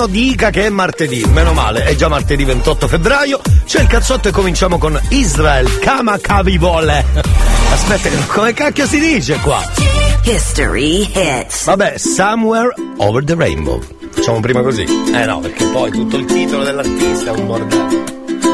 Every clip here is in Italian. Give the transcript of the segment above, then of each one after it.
nessuno dica che è martedì, meno male, è già martedì 28 febbraio, c'è il cazzotto e cominciamo con Israel Kamakavivole. Aspetta, come cacchio si dice qua? History Hits. Vabbè, Somewhere Over the Rainbow. Facciamo prima così. No, perché poi tutto il titolo dell'artista è un bordello.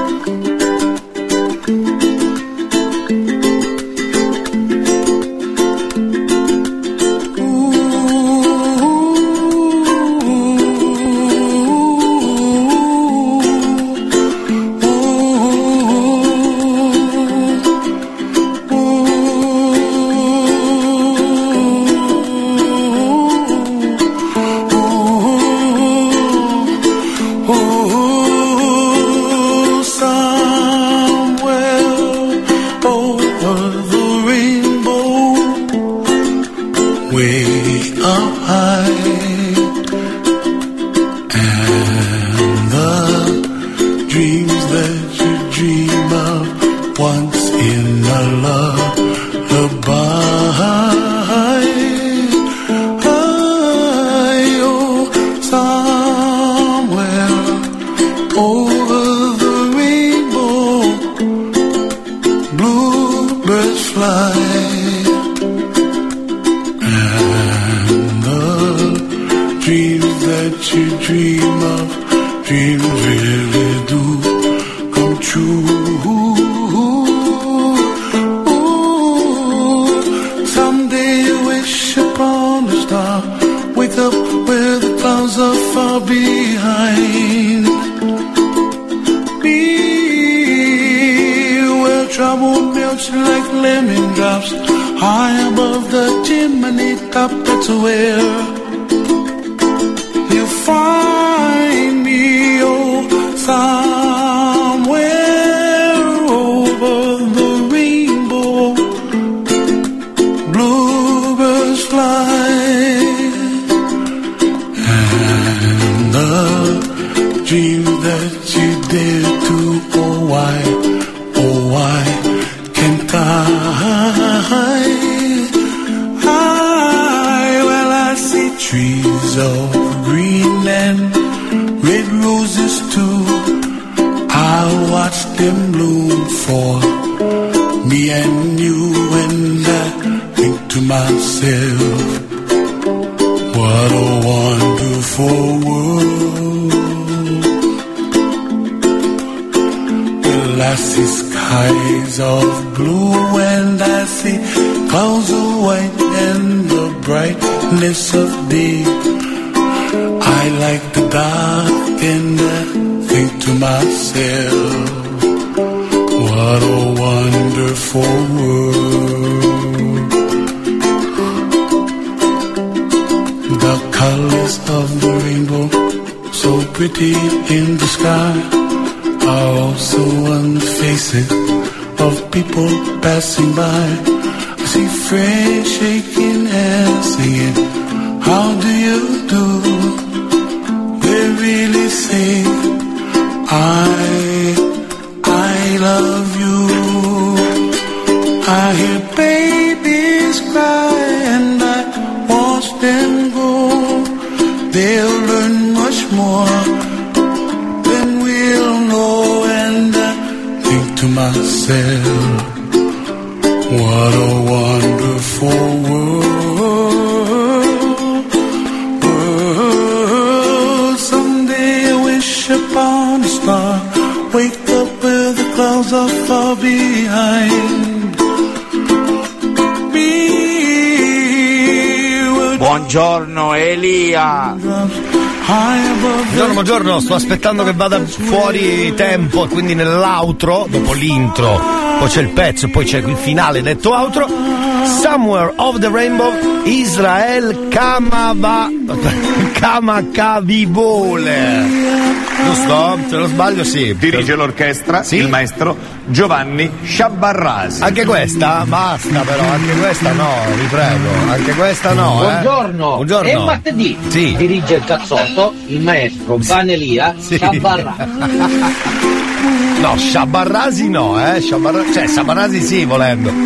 Buongiorno Elia. Buongiorno, sto aspettando che vada fuori tempo e quindi nell'outro, dopo l'intro, poi c'è il pezzo, poi c'è il finale detto outro. Somewhere Over the Rainbow, Israel Kamakavivole. Giusto? Se non sbaglio, sì. Dirige l'orchestra, sì? Il maestro Giovanni Sciabarrasi. Anche questa? Basta però, anche questa no, vi prego. Anche questa no. Buongiorno. Buongiorno. È martedì. Sì. Dirige il cazzotto, il maestro Vanelia Sciabarrasi. No, Sciabarrasi no, Sciabarrasi sì, volendo.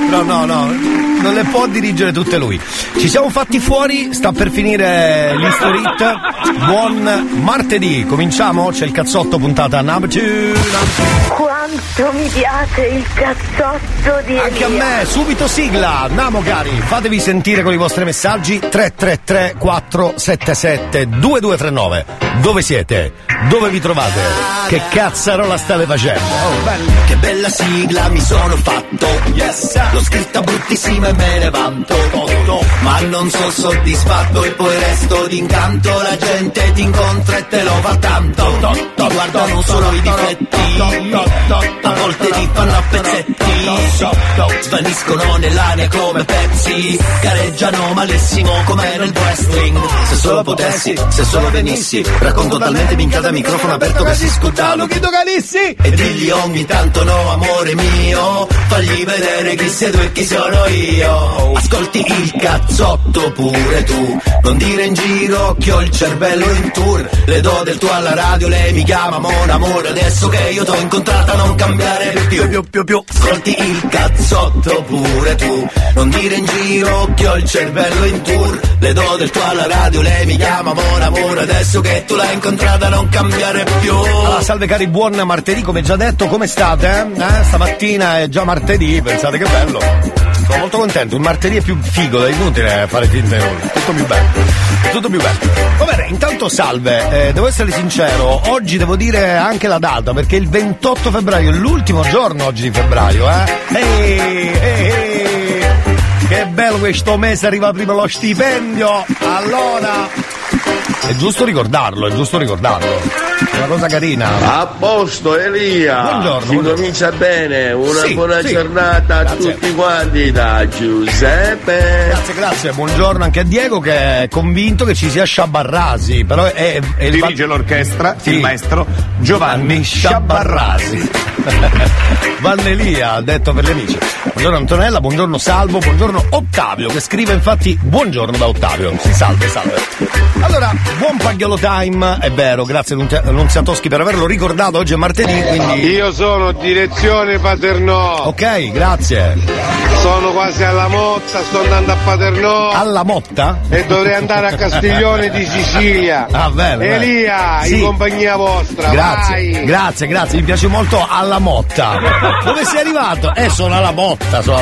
Però no, non le può dirigere tutte lui. Ci siamo fatti fuori, sta per finire l'History Hit. Buon martedì, cominciamo? C'è il cazzotto puntata number 2. Quanto mi piace il cazzotto di Elia. Anche a me, subito sigla. Andiamo cari, fatevi sentire con i vostri messaggi. 333 477 2239. Dove siete? Dove vi trovate? Che cazzarola state facendo? Che bella sigla mi sono fatto, yes. L'ho scritta bruttissima e me ne vanto, ma non sono soddisfatto e poi resto d'incanto. La gente ti incontra e te lo fa tanto, ti guardano solo i difetti, a volte ti fanno a pezzetti, svaniscono nell'aria come Pepsi, gareggiano malissimo come nel wrestling. Se solo potessi, se solo venissi, racconto talmente minchiata a microfono aperto che si scudano chi Calissi. E digli ogni tanto no amore mio, fagli vedere chi sei tu e chi sono io. Ascolti il cazzotto pure tu, non dire in giro che ho il cervello in tour. Le do del tuo alla radio, lei mi chiama mon amore. Adesso che io t'ho incontrata non cambiare più. Ascolti il cazzotto pure tu, non dire in giro che ho il cervello in tour. Le do del tuo alla radio, lei mi chiama mon amore. Adesso che tu l'hai incontrata non cambiare più. Allora, salve cari, buon martedì, come già detto, come state? Stamattina è già martedì, pensate che bello. Sono molto contento, il martedì è più figo, è inutile fare finta di nulla, tutto più bello. Va bene, intanto salve, devo essere sincero, oggi devo dire anche la data, perché il 28 febbraio è l'ultimo giorno oggi di febbraio, Che bello questo mese, arriva prima lo stipendio, allora è giusto ricordarlo. È una cosa carina. A posto Elia. Buongiorno. Si comincia bene. Una buona giornata a tutti quanti da Giuseppe. Grazie. Buongiorno anche a Diego che è convinto che ci sia Sciabarrasi. Però dirige l'orchestra il maestro Giovanni Sciabarrasi. Vannelia ha detto per gli amici. Buongiorno Antonella, buongiorno Salvo, buongiorno Ottavio che scrive infatti buongiorno da Ottavio. Sì, salve. Allora, buon Pagliolo Time, è vero, grazie Nunziatoschi per averlo ricordato, oggi è martedì, quindi... Io sono direzione Paternò. Ok, grazie. Sono quasi alla Motta, sto andando a Paternò. Alla Motta? E dovrei andare a Castiglione di Sicilia. Ah, bene. Elia, in compagnia vostra. Grazie, vai. Grazie, mi piace molto alla Motta. Dove sei arrivato? Sono alla Motta.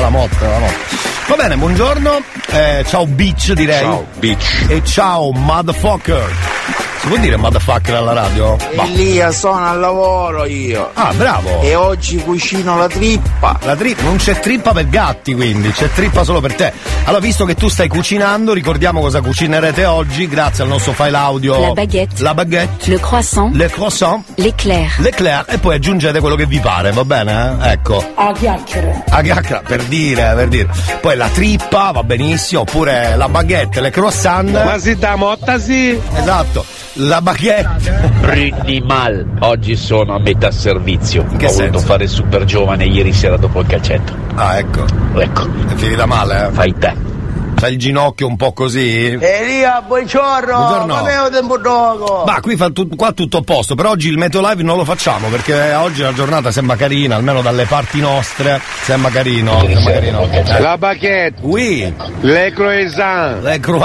Va bene, buongiorno, ciao Beach direi. Ciao Beach. E ciao motherfucker. Si può dire motherfucker alla radio? Elia, sono al lavoro io. Ah, bravo. E oggi cucino la trippa. Non c'è trippa per gatti, quindi c'è trippa solo per te. Allora, visto che tu stai cucinando, ricordiamo cosa cucinerete oggi, grazie al nostro file audio. La baguette. Le croissant. L'éclair. E poi aggiungete quello che vi pare, va bene? Ecco. A chiacchiere, per dire. Poi la trippa, va benissimo, oppure la baguette, le croissant. Ma si da Motta, sì. Esatto. La baguette. Riddi mal, oggi sono a metà servizio. In che senso? Voluto fare super giovane ieri sera dopo il calcetto. Ah, ecco. È finita male, Fai te. C'hai il ginocchio un po' così? Elia, buongiorno. Come tempo dopo? Ma qui qua tutto a posto, però oggi il Meteo Live non lo facciamo perché oggi la giornata sembra carina, almeno dalle parti nostre sembra carino. La baguette. Oui. Le croissant.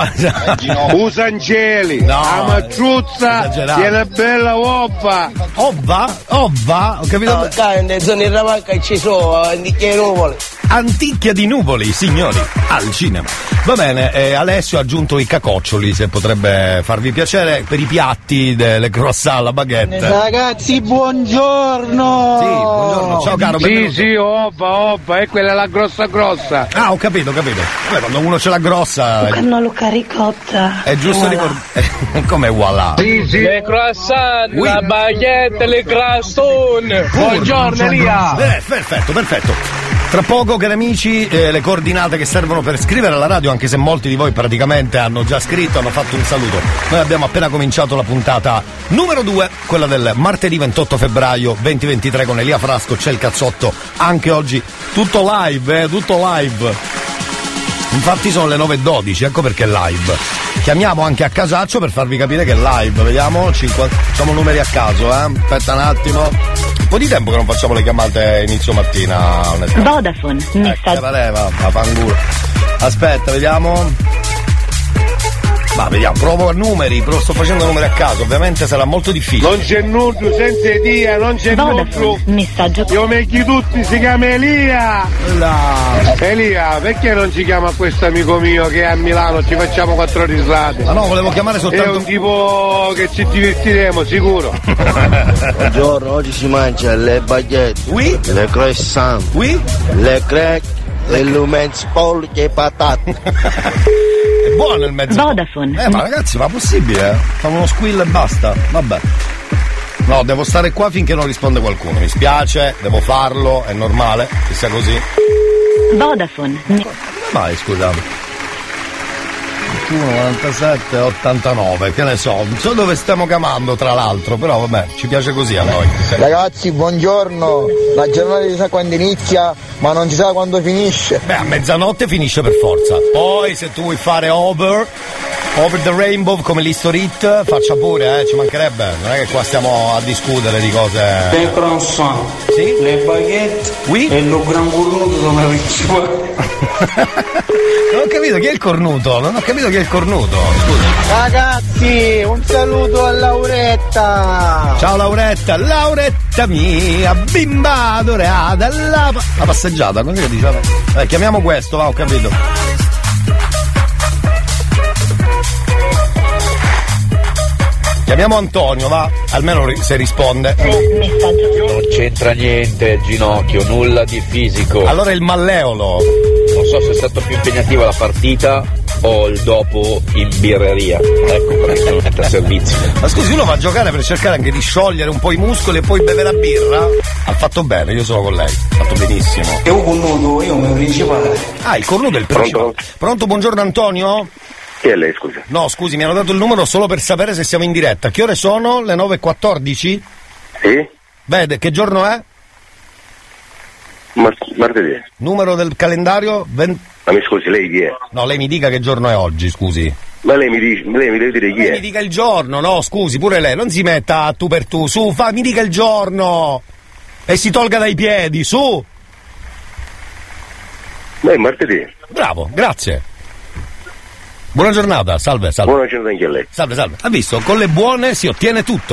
Usanceli. No. La macciuzza. Tiene bella ova. Ova? Ho capito? Anticchia di nuvoli, signori, al cinema. Va bene, Alessio ha aggiunto i cacoccioli, se potrebbe farvi piacere, per i piatti delle croissant alla baguette. Ragazzi, buongiorno! Sì, buongiorno, ciao caro, benvenuto. Sì, ova, è quella la grossa. Ah, ho capito. Vabbè, quando uno ce l'ha grossa... Cannolo caricotta. È giusto ricordare... Come voilà? Sì. Le croissant, la baguette, le crastone. Buongiorno Elia! Perfetto. Tra poco, cari amici, le coordinate che servono per scrivere alla radio, anche se molti di voi praticamente hanno già scritto, hanno fatto un saluto. Noi abbiamo appena cominciato la puntata numero 2, quella del martedì 28 febbraio 2023 con Elia Frasco, c'è il cazzotto anche oggi, tutto live. Infatti sono le 9:12, ecco perché è live. Chiamiamo anche a casaccio per farvi capire che è live, vediamo, facciamo numeri a caso, aspetta un attimo. po' di tempo che non facciamo le chiamate inizio mattina. Vodafone, messaggio. Leva, fanculo. Aspetta, vediamo. Ma vediamo, provo a numeri, sto facendo numeri a caso, ovviamente sarà molto difficile. Non c'è nulla, senza Elia, non c'è nulla. Messaggio. Io metti tutti, si chiama Elia. Elia, perché non ci chiama questo amico mio che è a Milano, ci facciamo 4 risate? Ma no, volevo chiamare soltanto. È un tipo che ci divertiremo, sicuro. Buongiorno, oggi si mangia le baguette, oui? Le croissant, oui? Le crack e l'umens polli e patate. È buono il mezzo. Vodafone. Ma ragazzi, ma possibile? Fa uno squill e basta. Vabbè. No, devo stare qua finché non risponde qualcuno. Mi spiace, devo farlo, è normale che sia così. Vodafone. Come mai, scusate? 97, 89, che ne so, non so dove stiamo chiamando tra l'altro, però vabbè, ci piace così a noi. Ragazzi, buongiorno, la giornata si sa quando inizia, ma non si sa quando finisce. Beh, a mezzanotte finisce per forza. Poi se tu vuoi fare over the rainbow come l'History Hit, faccia pure, ci mancherebbe, non è che qua stiamo a discutere di cose. Le croissant, sì? Le baguette, oui? E lo gran cornuto come principale. Non ho capito chi è il cornuto, scusa. Ragazzi, un saluto a Lauretta. Ciao Lauretta mia, bimba adorata, la passeggiata, così che diceva. Chiamiamo questo, va, ho capito. Chiamiamo Antonio, va, almeno se risponde. Non c'entra niente il ginocchio, nulla di fisico. Allora il malleolo. Non so se è stato più impegnativa la partita o il dopo in birreria. Ecco perché sono a servizio. Ma scusi, uno va a giocare per cercare anche di sciogliere un po' i muscoli e poi beve la birra? Ha fatto bene, io sono con lei, ha fatto benissimo. E un cornuto, io come principale. Ah, il cornuto è il principale. Pronto, buongiorno Antonio? Chi è lei, scusa? No, scusi, mi hanno dato il numero solo per sapere se siamo in diretta. Che ore sono? Le 9:14? Sì. Vede, che giorno è? Martedì. Numero del calendario? Ma mi scusi, lei chi è? No, lei mi dica che giorno è oggi, scusi. Ma lei mi deve dire chi è? Mi dica il giorno, no, scusi, pure lei, non si metta tu per tu, su, mi dica il giorno e si tolga dai piedi, su. Beh, martedì. Bravo, grazie. Buona giornata, salve. Buona giornata anche a lei. Salve. Ha visto, con le buone si ottiene tutto.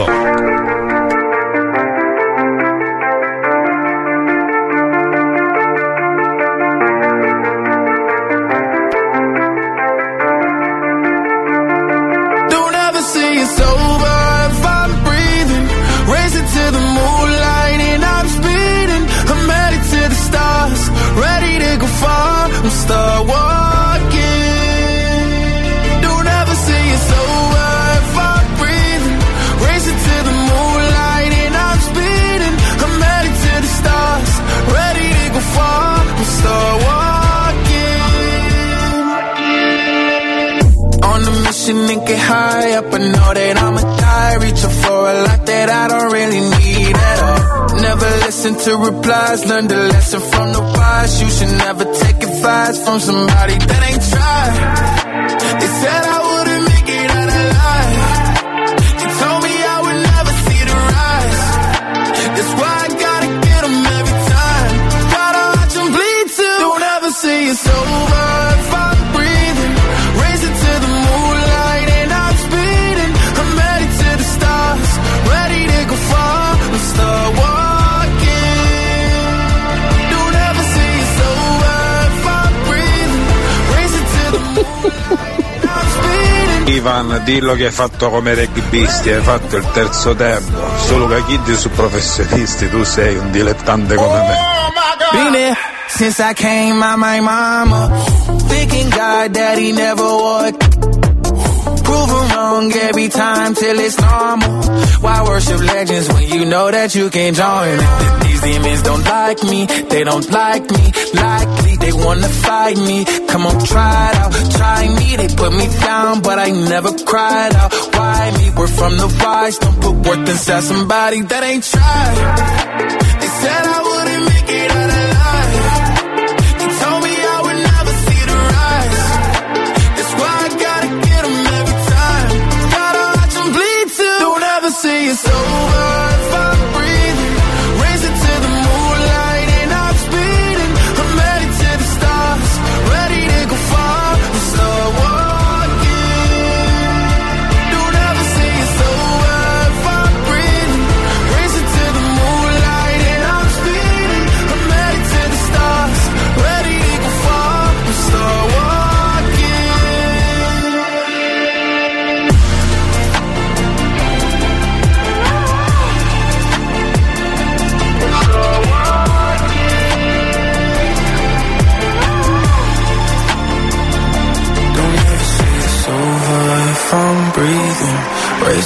Start walking. Don't ever say it's over if I'm breathing. Racing to the moonlight and I'm speeding. I'm headed to the stars, ready to go far. Start walking. On a mission and get high up. I know that I'ma die, reaching for a lot that I don't really need at all. Never listen to replies, learn the lesson from the wise. You should never take advice from somebody that ain't tried. They said I wouldn't make it out alive. They told me I would never see the rise. That's why I gotta get them every time. Gotta watch them bleed too. Don't ever say it's over if I'm breathing. Racing to the moonlight and I'm speeding. I'm headed to the stars, ready to go far. I'm start walking. Ivan, dillo che hai fatto come rugbybisti, hai fatto il terzo tempo. Solo Kid su professionisti, tu sei un dilettante come me. Been there since I came out my mama. Thinking God that he never would. Proven wrong every time till it's normal. Why worship legends when you know that you can join? These demons don't like me, they don't like me. Likely they wanna fight me. Come on, try it out, try me. They put me down, but I never cried out. Why me? We're from the wise. Don't put worth inside somebody that ain't tried. They said I wouldn't make it out alive. They told me I would never see the rise. That's why I gotta get them every time. Gotta watch them bleed too. Don't ever say it's over if I'm breathing.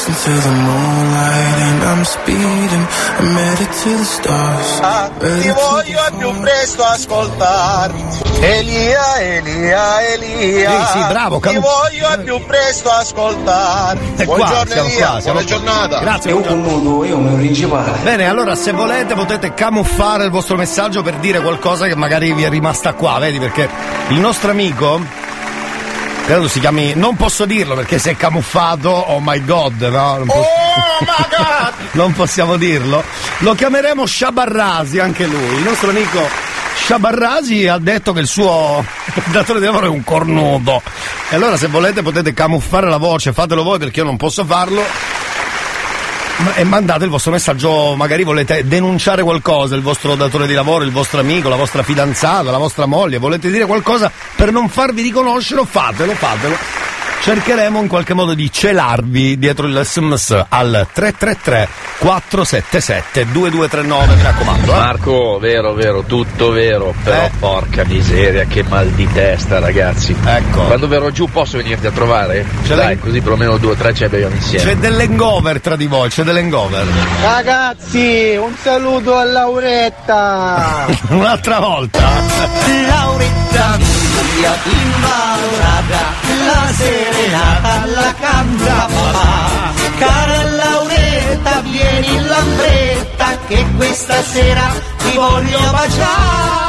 Racing to the moonlight and I'm speeding. I'm headed to the stars. Ti voglio al più presto ascoltare. Elia, Elia, Elia. Sì, bravo. Ti voglio al più presto ascoltare. Buongiorno Elia, buona giornata. Grazie. Io un principale. Bene, allora se volete potete camuffare il vostro messaggio per dire qualcosa che magari vi è rimasta qua, vedi? Perché il nostro amico, credo si chiami, non posso dirlo perché se è camuffato, oh my god, no? Oh my god! Non possiamo dirlo. Lo chiameremo Shabarrasi, anche lui. Il nostro amico Shabarrasi ha detto che il suo datore di lavoro è un cornuto. E allora se volete potete camuffare la voce, fatelo voi perché io non posso farlo. E mandate il vostro messaggio, magari volete denunciare qualcosa, il vostro datore di lavoro, il vostro amico, la vostra fidanzata, la vostra moglie, volete dire qualcosa per non farvi riconoscere, fatelo. Cercheremo in qualche modo di celarvi dietro il SMS al 333 477 2239, mi raccomando. Marco, vero, tutto vero, però porca miseria, che mal di testa, ragazzi. Ecco. Quando verrò giù posso venirti a trovare? Dai, così perlomeno 2 o 3 ci beviamo insieme. C'è dell'hangover tra di voi, Ragazzi, un saluto a Lauretta. Un'altra volta. Lauretta mia, invalorata, la serenata la canta papà. Cara Lauretta, vieni in lambretta che questa sera ti voglio baciare.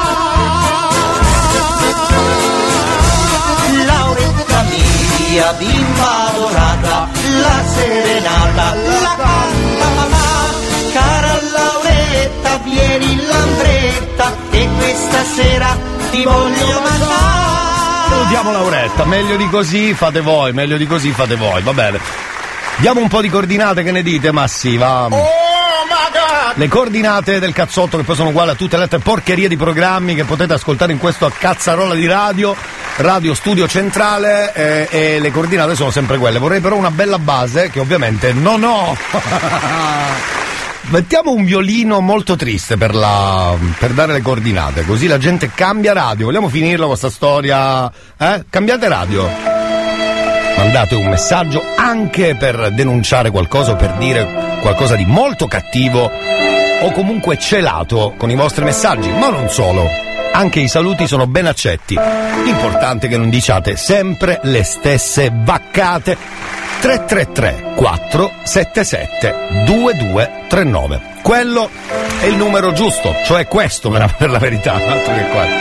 Lauretta mia, bimba dorata, la serenata la canta papà. Cara Lauretta, vieni in lambretta che questa sera ti voglio baciare. Salutiamo Lauretta, meglio di così fate voi, va bene. Diamo un po' di coordinate, che ne dite? Ma sì, va. Oh my god! Le coordinate del cazzotto, che poi sono uguali a tutte le altre porcherie di programmi che potete ascoltare in questo cazzarola di radio studio centrale, e le coordinate sono sempre quelle. Vorrei però una bella base che ovviamente non ho. Mettiamo un violino molto triste per dare le coordinate, così la gente cambia radio. Vogliamo finirla questa storia? Cambiate radio. Mandate un messaggio anche per denunciare qualcosa o per dire qualcosa di molto cattivo o comunque celato con i vostri messaggi, ma non solo. Anche i saluti sono ben accetti. L'importante è che non diciate sempre le stesse vaccate. 333 477 2239. Quello è il numero giusto, cioè questo per la verità, altro che qua.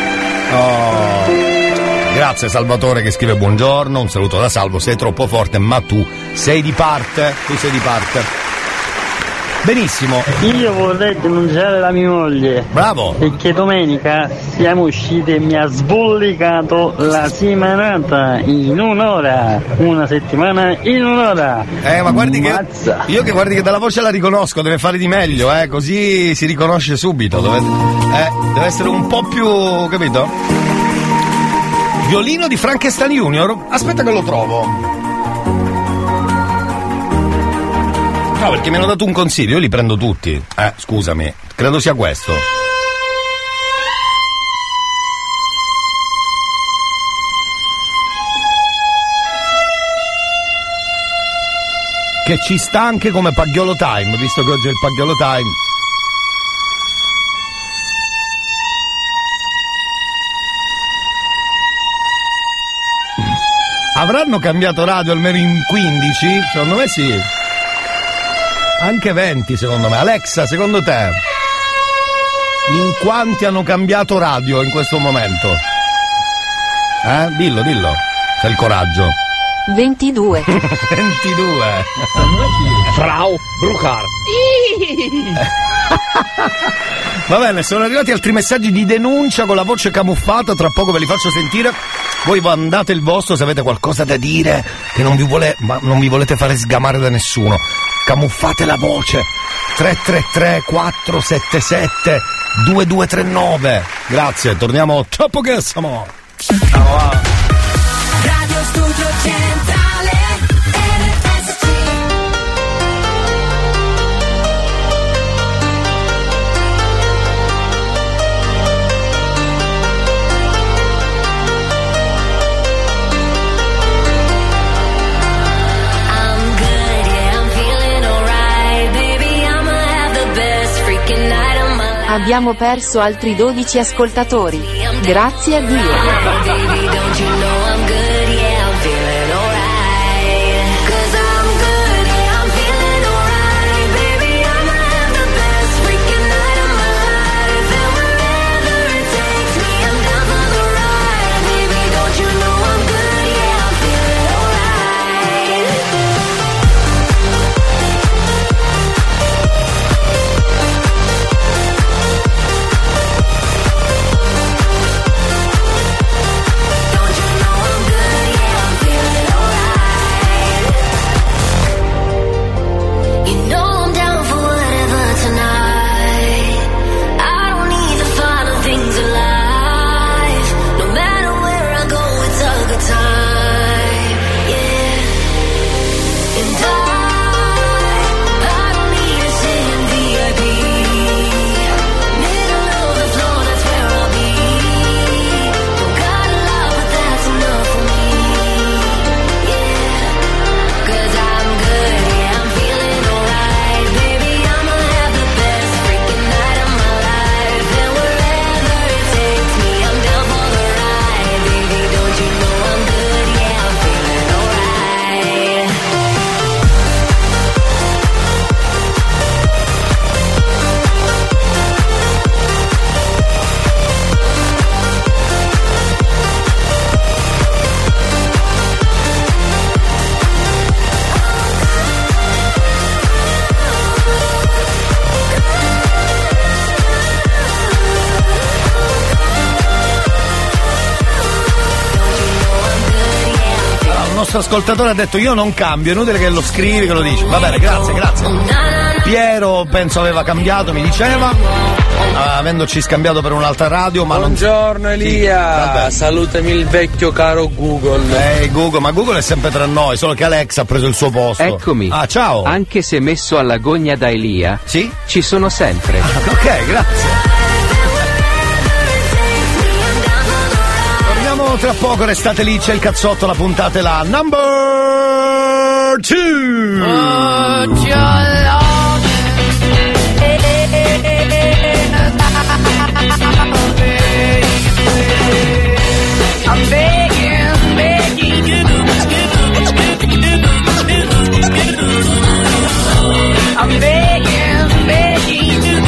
Grazie Salvatore che scrive buongiorno, un saluto da Salvo, sei troppo forte ma tu sei di parte. Benissimo. Io vorrei denunciare la mia moglie. Bravo. Perché domenica siamo usciti e mi ha sbollicato la semanata in un'ora. Una settimana in un'ora. Ma guardi che guardi che dalla voce la riconosco, deve fare di meglio, così si riconosce subito. Deve essere un po' più, capito? Violino di Frankenstein Junior? Aspetta che lo trovo. No, perché mi hanno dato un consiglio, io li prendo tutti. Scusami, credo sia questo. Che ci sta anche come Paghiolo Time, visto che oggi è il Paghiolo Time. Avranno cambiato radio almeno in 15? Secondo me sì. Anche 20 secondo me. Alexa, secondo te in quanti hanno cambiato radio in questo momento? Dillo, c'è il coraggio. 22. 22. Frau Brucar. Va bene, sono arrivati altri messaggi di denuncia con la voce camuffata, tra poco ve li faccio sentire. Voi mandate il vostro se avete qualcosa da dire che non vi volete fare sgamare da nessuno. Camuffate la voce. 333 477 2239. Grazie, torniamo tra pochissimo. Radio Studio Centrale RSC. I'm good, yeah, Abbiamo perso altri 12 ascoltatori. Grazie a Dio. Ascoltatore ha detto io non cambio, è inutile che lo scrivi, che lo dici. Va bene, grazie. Piero penso aveva cambiato, mi diceva, avendoci scambiato per un'altra radio, ma buongiorno Elia, sì, salutami il vecchio caro Google. Google, ma Google è sempre tra noi, solo che Alexa ha preso il suo posto. Eccomi. Ciao. Anche se messo alla gogna da Elia, sì? Ci sono sempre. Ok, grazie. Tra poco restate lì, c'è il cazzotto, la puntata è la number 2. I'm begging you. I'm begging you.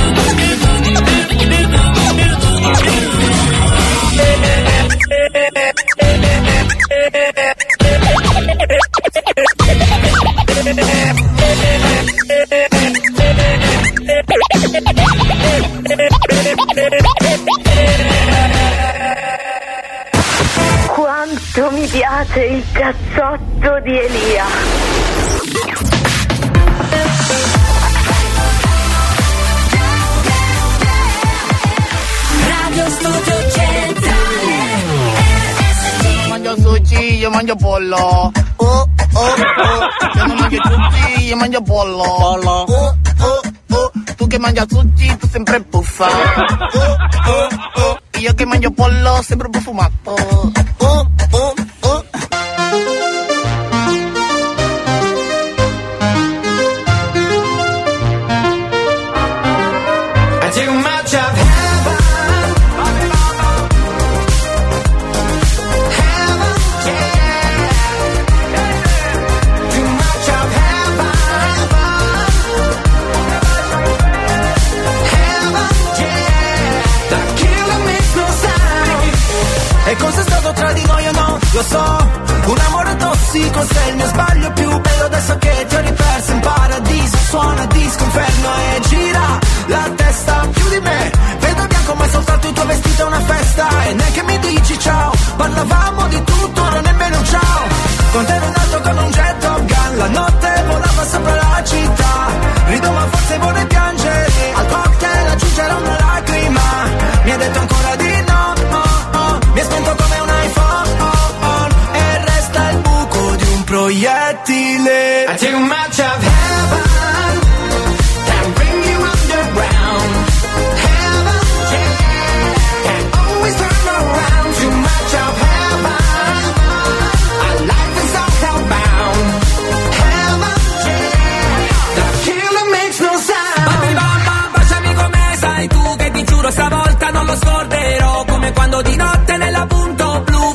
Quanto mi piace il cazzotto di Elia. Radio Studio Centrale. Mangio sushi, io mangio pollo. Io non mangio sushi, io mangio pollo. Tu che mangi sushi, tu sempre puffa. Io che mangio pollo, sempre profumato. E cosa è stato tra di noi o no? Io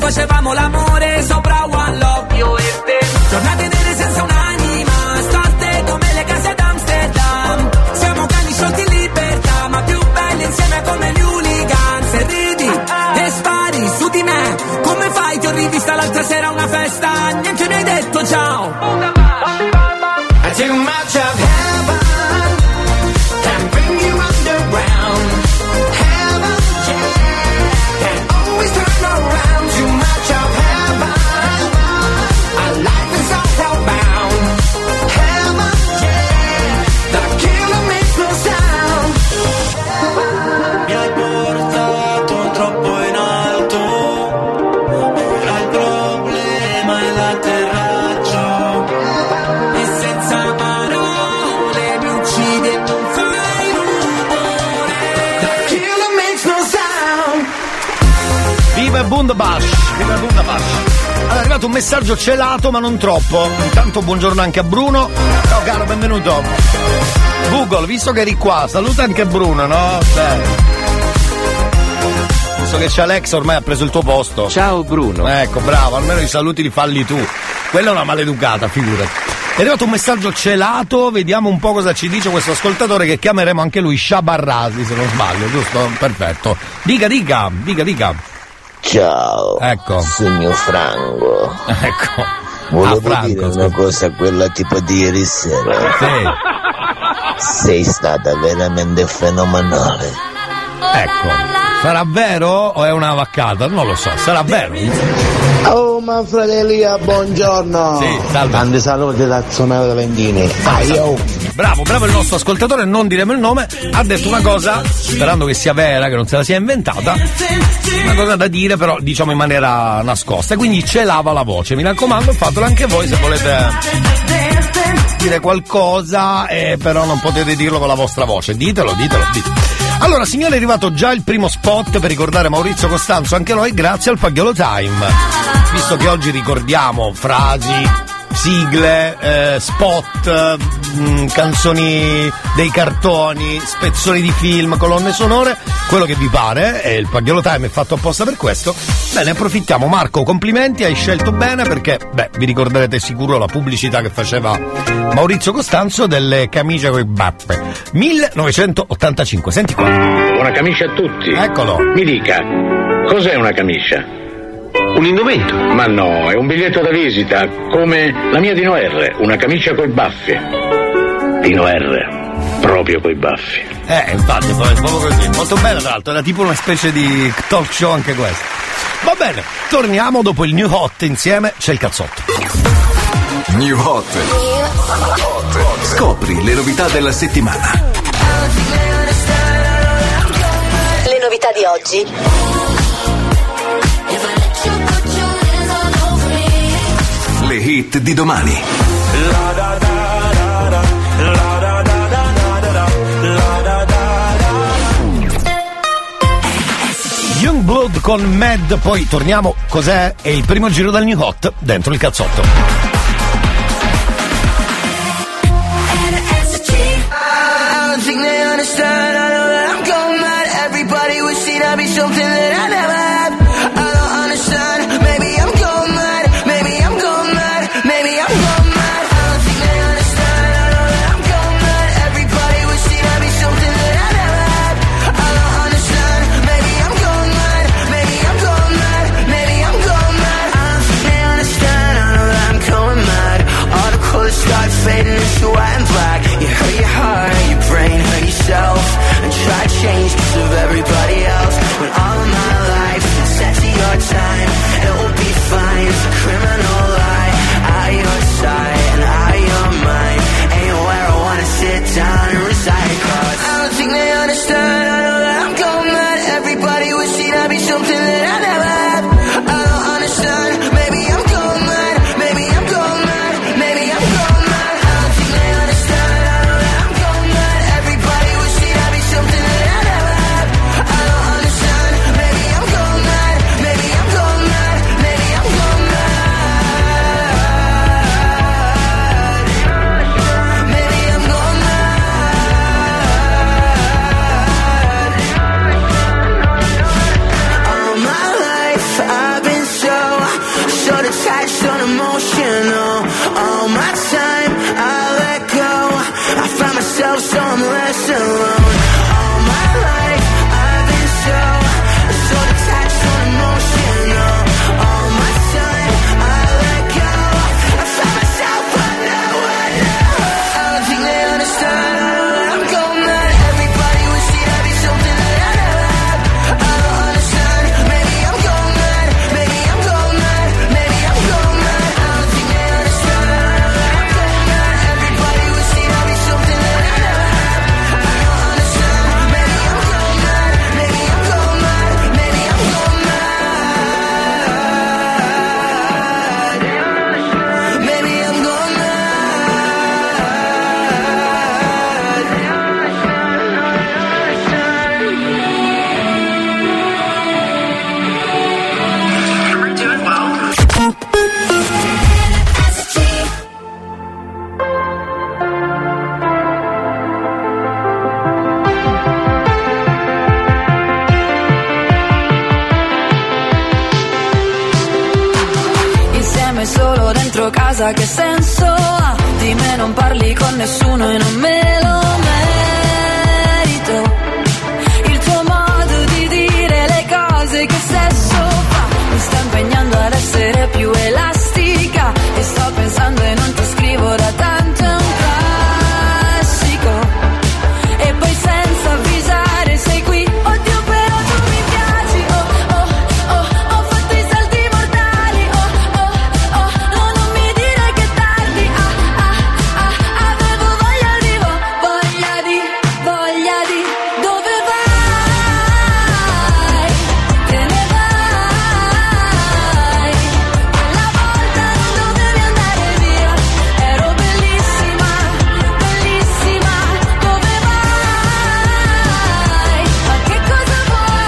facevamo l'amore sopra One Love, io e te. Giornate nere senza un'anima, storte come le case ad Amsterdam. Siamo cani sciolti in libertà, ma più belli insieme come gli hooligans. E ridi e spari su di me, come fai? Ti ho rivista l'altra sera a una festa, neanche mi hai detto ciao. I too much of heaven can bring you underground. Heaven, yeah, can always turn around. Too much of heaven, our life is all hellbound. Heaven, yeah, the killer makes no sound. Mi hai portato troppo in alto, ora il problema è l'atterraggio. E senza parole mi uccidi e non fai rumore. The killer makes no sound. Viva Bundabash, viva Bundabash. Allora, è arrivato un messaggio celato ma non troppo. Intanto buongiorno anche a Bruno. Ciao caro, benvenuto. Google, visto che eri qua, saluta anche Bruno, no? Visto che c'è Alexa, ormai ha preso il tuo posto. Ciao Bruno. Ecco, bravo, almeno i saluti li falli tu. Quella è una maleducata, figurati. È arrivato un messaggio celato, vediamo un po' cosa ci dice questo ascoltatore che chiameremo anche lui Shabarrasi, se non sbaglio, giusto? Perfetto. Dica. Ciao, ecco. Signor Franco. Ecco. Volevo Franco, dire una cosa a quella tipo di ieri sera. Sì. Sei stata veramente fenomenale. Ecco. Sarà vero o è una vaccata? Non lo so, sarà vero. Oh Manfredelia, buongiorno. Sì, salve. Tanti saluti da Zonale Valentini. Bravo il nostro ascoltatore, non diremo il nome, ha detto una cosa, sperando che sia vera, che non se la sia inventata, una cosa da dire però diciamo in maniera nascosta, quindi celava la voce. Mi raccomando, fatelo anche voi se volete dire qualcosa, però non potete dirlo con la vostra voce. Ditelo. Allora signore, è arrivato già il primo spot per ricordare Maurizio Costanzo, anche noi grazie al Paghiolo Time, visto che oggi ricordiamo frasi, sigle, spot, canzoni dei cartoni, spezzoni di film, colonne sonore, quello che vi pare, e il Paghiolo Time è fatto apposta per questo. Bene, approfittiamo. Marco, complimenti, hai scelto bene perché, vi ricorderete sicuro la pubblicità che faceva Maurizio Costanzo delle camicie coi bappe. 1985, senti qua. Una camicia a tutti. Eccolo. Mi dica, cos'è una camicia? Un indumento. Ma no, è un biglietto da visita, come la mia Dino R, una camicia coi baffi. Dino R, proprio coi baffi. Infatti, è proprio così. Molto bella, tra l'altro, era tipo una specie di talk show anche questo. Va bene, torniamo dopo il New Hot, insieme c'è il cazzotto. New Hot. Scopri le novità della settimana. Le novità di oggi. Le hit di domani. Youngblood con Mad, poi torniamo, cos'è? È il primo giro del New Hot dentro il cazzotto. Fading into white and black. You hurt your heart, your brain, hurt yourself, and try to change because of everybody else. When all of my life is set to your time, it will be fine. It's a criminal lie. Out your side and out your mind. Ain't where I wanna sit down and reside. Cause I don't think they understand. I know that I'm going mad. Everybody wishing I'd be something that I never had. I don't understand. Maybe I'm going mad. Maybe I'm going mad. Maybe I'm going mad. dentro casa che senso ha? Di me non parli con nessuno e non me lo merito. Il tuo modo di dire le cose che sesso fa mi sta impegnando ad essere più elastica. E sto pensando e non ti scrivo da tanto, è un classico. E poi senza avvisare sei qui. Oddio però tu mi piaci. Oh oh oh, ho fatto i salti mortali. Oh oh oh, no non mi dire che è tardi. Ah ah ah, avevo voglia di dove vai? Te ne vai. Quella volta non dovevi andare via. Ero bellissima, bellissima. Dove vai? Ma che cosa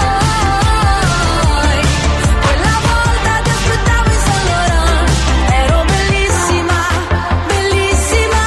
vuoi? Quella volta ti aspettavo in Saint Laurent. Ero bellissima, bellissima.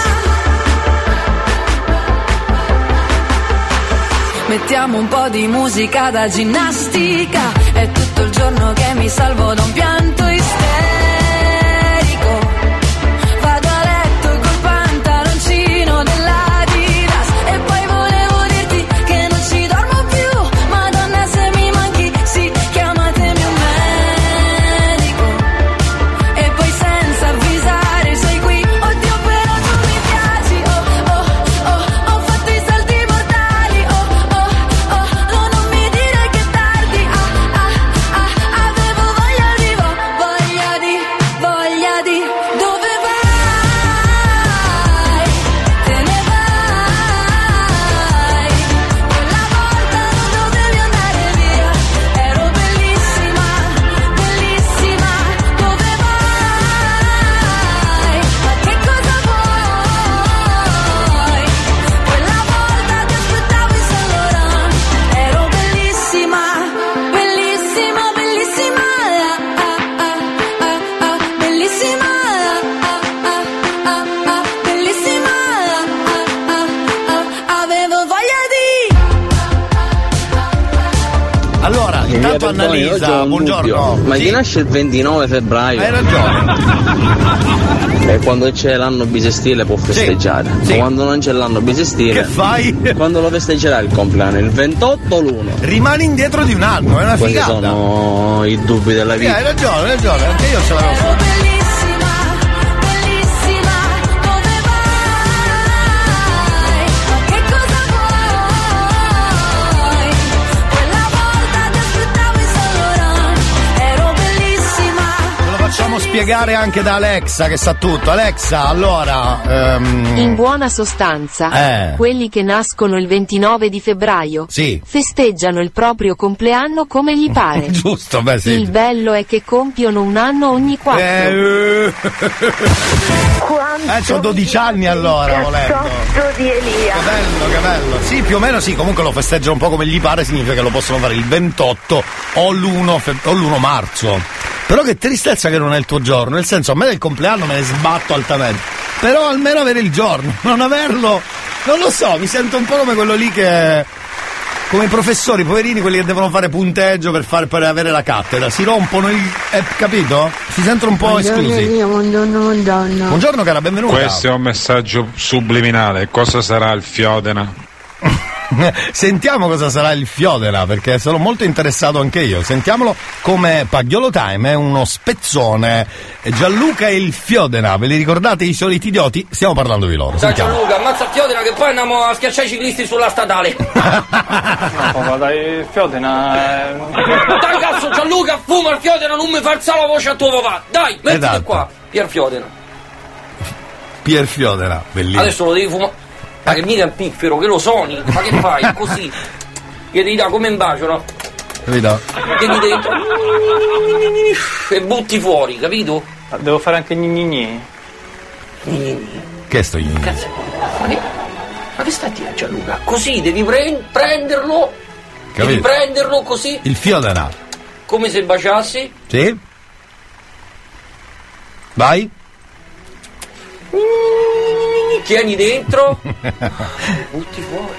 Mettiamo un po' di musica da ginnastica. È tutto il giorno che mi salvo da un pianto isterico. Vado a letto col pantaloncino dell'Adidas. E poi volevo dirti che non ci dormo più. Madonna se mi manchi, sì, chiamatemi un medico. E poi senza avvisare sei qui. Oddio però tu mi piaci. Oh oh oh, ho fatto i salti mortali. Oh oh oh, no non mi dire che è tardi. Ah ah ah, avevo voglia di dove vai? Te ne vai. Quella volta non dovevi andare via. Ero bellissima, bellissima. Dove vai? Ma che cosa vuoi? Quella volta ti aspettavo in Saint Laurent. Ero bellissima, bellissima, bellissima. Bellissima, bellissima. Avevo voglia di. Allora, intanto Annalisa, buongiorno. Ma Sì, chi nasce il 29 febbraio? hai ragione. E quando c'è l'anno bisestile può festeggiare. sì. Ma quando non c'è l'anno bisestile, Che fai? quando lo festeggerai il compleanno? Il 28 o l'1? Rimani indietro di un anno, è una Questi figata. sono i dubbi della Sì, vita. hai ragione, anche io ce l'avevo fatta. Bellissima, bellissima. Dove vai? Ma che cosa vuoi? Quella volta ti aspettavo in Saint Laurent. Ero bellissima. Lo facciamo spiegare anche da Alexa che sa tutto. Alexa, allora In buona sostanza, quelli che nascono il 29 di febbraio Sì. festeggiano il proprio compleanno come gli pare. Giusto, beh sì. Il bello è che compiono un anno ogni 4. C'ho 12 anni allora, volendo. Di Elia. Che bello. Sì, più o meno sì, comunque lo festeggiano un po' come gli pare, significa che lo possono fare il 28 o l'1 marzo. Però che tristezza che non è il tuo giorno, nel senso, a me del compleanno me ne sbatto altamente. Però almeno avere il giorno, non averlo, non lo so, mi sento un po' come quello lì che, come i professori, poverini, quelli che devono fare punteggio per avere la cattedra, si rompono capito? Si sentono un po' esclusi. Buongiorno. Buongiorno cara, benvenuta. Questo è un messaggio subliminale. Cosa sarà il Fiodena? Sentiamo cosa sarà il Fiodena, perché sono molto interessato anche io. Sentiamolo come Pagliolo Time, è uno spezzone. Gianluca e il Fiodena, ve li ricordate, i soliti idioti? Stiamo parlando di loro. Dai Sentiamo. Gianluca, ammazza Fiodena che poi andiamo a schiacciare i ciclisti sulla statale. No, dai, Fiodena. Dai cazzo Gianluca, fuma il Fiodena, non mi far alzare la voce a tuo papà. Dai, mettiti Esatto. qua, Pier Fiodena. Pier Fiodena, bellissimo. Adesso lo devi fumare. Ma che mica il piffero, che lo suoni? Ma che fai? Così. Gli devi dare come un bacio, no? Capito? Tieni dentro. E butti fuori, capito? Devo fare anche gni. Che sto gli? Cazzo. Ma che stai a dire Gianluca? Così devi prenderlo. Capito? Devi prenderlo così. Il Fiodena. Come se baciassi. Sì? Vai? Tieni dentro. Butti fuori.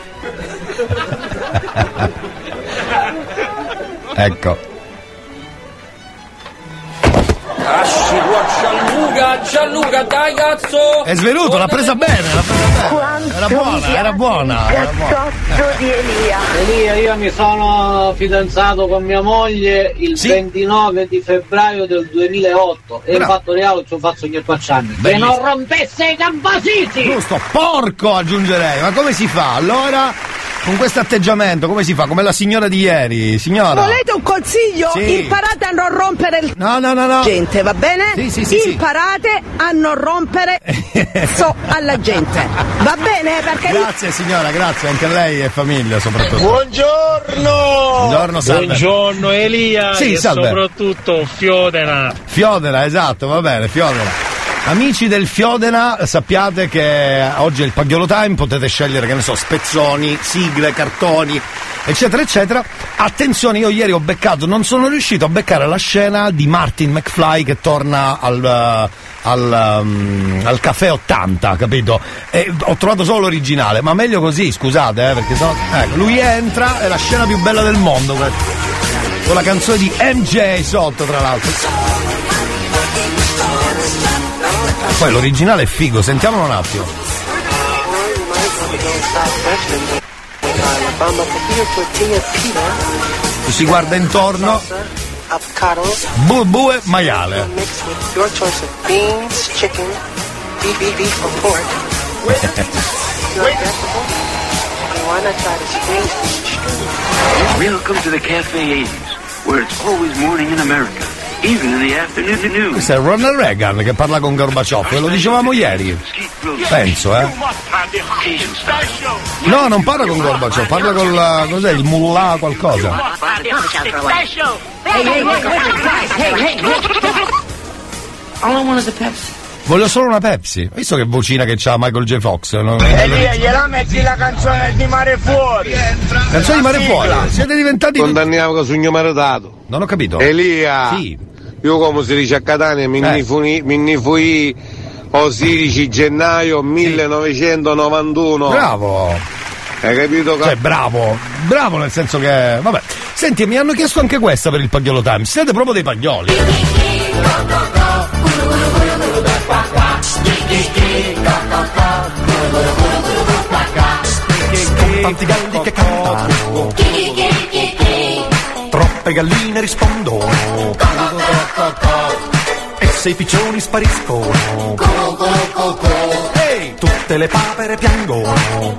Ecco. Lasci qua Gianluca Luca, dai cazzo! È svenuto, l'ha presa bene, Era buona. Cazzotto di Elia. Elia, io mi sono fidanzato con mia moglie il 29 di febbraio del 2008 e in fatto reale ci ho fatto 4 anni. Che non rompesse i gambasiti! Giusto, porco aggiungerei, ma come si fa? Allora, con questo atteggiamento, come si fa? Come la signora di ieri, signora. Volete un consiglio? Sì. Imparate a non rompere il No. gente, va bene? Sì. Imparate a non rompere alla gente. Va bene? Perché grazie signora, grazie, anche a lei e famiglia soprattutto. Buongiorno, salve. Buongiorno Elia, sì, e salve. Soprattutto Fiodena, esatto, va bene, Fiodena. Amici del Fiodena, sappiate che oggi è il Pagliolo Time, potete scegliere, che ne so, spezzoni, sigle, cartoni, eccetera, eccetera. Attenzione, io ieri non sono riuscito a beccare la scena di Martin McFly che torna al Caffè 80, capito? E ho trovato solo l'originale, ma meglio così, scusate, perché sennò. Ecco, lui entra, è la scena più bella del mondo, questa. Con la canzone di MJ sotto, tra l'altro. Poi l'originale è figo, sentiamolo un attimo. Si guarda intorno. Bue maiale. Welcome to the Cafe 80s, where it's always morning in America. Even in the afternoon. Questo è Ronald Reagan che parla con Gorbaciov, ve lo dicevamo ieri. Penso, No, non parla con Gorbaciov, parla con la. Cos'è? Il mullah qualcosa. All I want is a Pepsi. Voglio solo una Pepsi. Visto che vocina che c'ha Michael J. Fox. Elia, gliela metti la canzone di Mare Fuori. Canzone di Mare Fuori? Siete diventati. Condanniamo che sogno maritato. Non ho capito. Elia. Sì. Io come si dice a Catania, mi fui o 16 gennaio 1991. Bravo. Hai capito? Cioè, bravo nel senso che. Vabbè. Senti, mi hanno chiesto anche questa per il Pagliolo Time. Siete proprio dei paglioli. Tanti galli che cantano, troppe galline rispondono, e se i piccioni spariscono, tutte le papere piangono.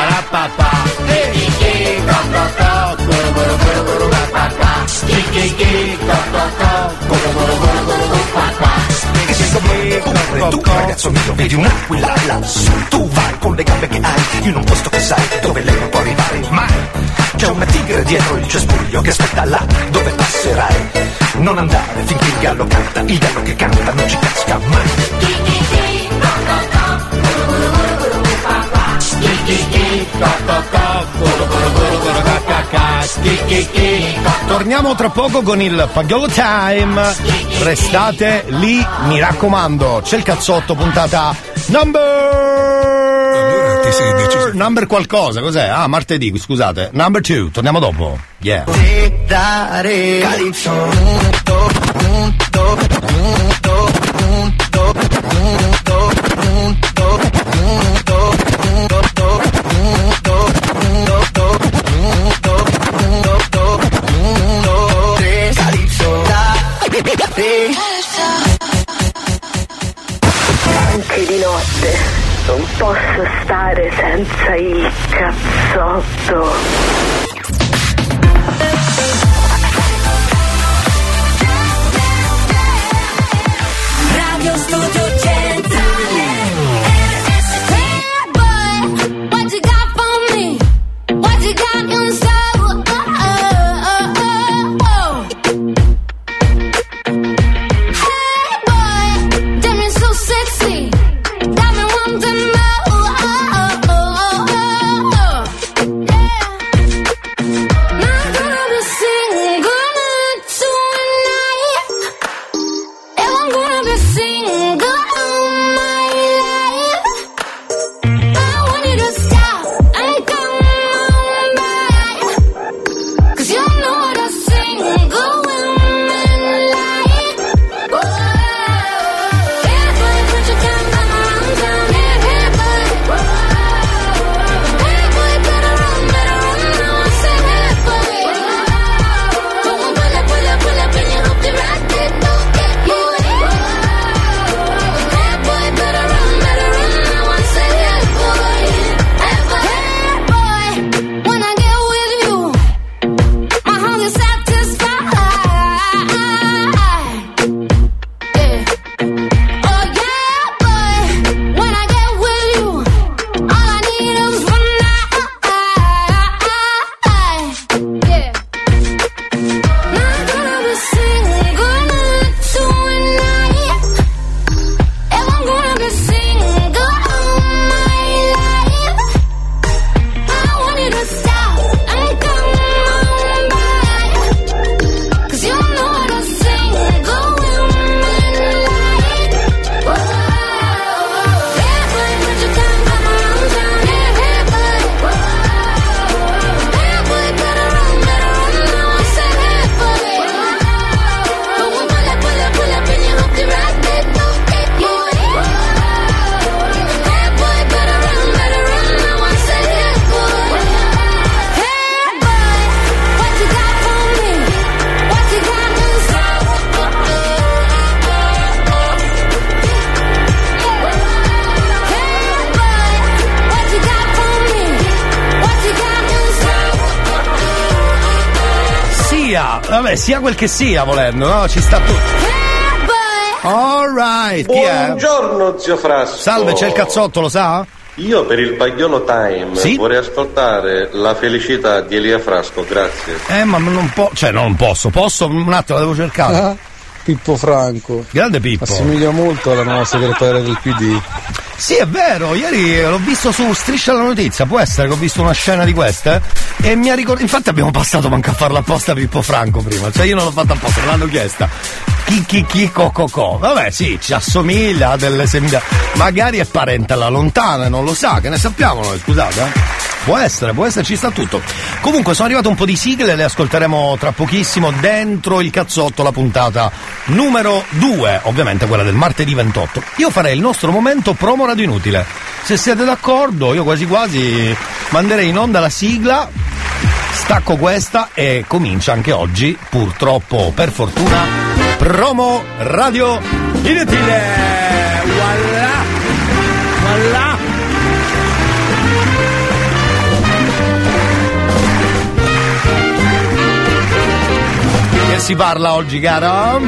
Tu ragazzo mio vedi un'aquila lassù, tu vai con le gambe che hai in un posto che sai dove lei non può arrivare mai. C'è una tigre dietro il cespuglio che aspetta là dove passerai. Non andare finché il gallo canta, il gallo che canta non ci casca mai. Torniamo tra poco con il Pagliolo Time. Restate lì, mi raccomando. C'è il cazzotto, puntata number qualcosa, cos'è? Ah, martedì, scusate. Number 2, torniamo dopo. Yeah. Anche di notte non posso stare senza il cazzotto. Radio Studio Centrale. Hey boy, what you got for me? What you got in store? Hey boy, damn you so sexy. Got me wanting more. sia, vabbè, sia quel che sia volendo, no? Ci sta tutto. Alright, chi è? Buongiorno zio Frasco. Salve, c'è il cazzotto, lo sa? Io per il Bagliolo Time vorrei ascoltare La felicità di Elia Frasco, grazie. Ma non posso, un attimo, la devo cercare. Pippo Franco. Grande Pippo. Assomiglia molto alla nuova segretaria del PD. Sì, è vero, ieri l'ho visto su Striscia la Notizia, può essere che ho visto una scena di queste e mi ha ricordato, infatti abbiamo passato manco a farlo apposta Pippo Franco prima, cioè io non l'ho fatto apposta, me l'hanno chiesta. Chi co. Vabbè, sì, ci assomiglia a delle semiglia. Magari è parente alla lontana, non lo sa, che ne sappiamo noi, scusate. Può essere, ci sta tutto. Comunque sono arrivate un po' di sigle, le ascolteremo tra pochissimo dentro il cazzotto, la puntata numero 2, ovviamente quella del martedì 28. Io farei il nostro momento promo radio inutile. Se siete d'accordo, io quasi quasi manderei in onda la sigla, stacco questa e comincia anche oggi, purtroppo, per fortuna, promo radio inutile. Voilà. Che si parla oggi, caro?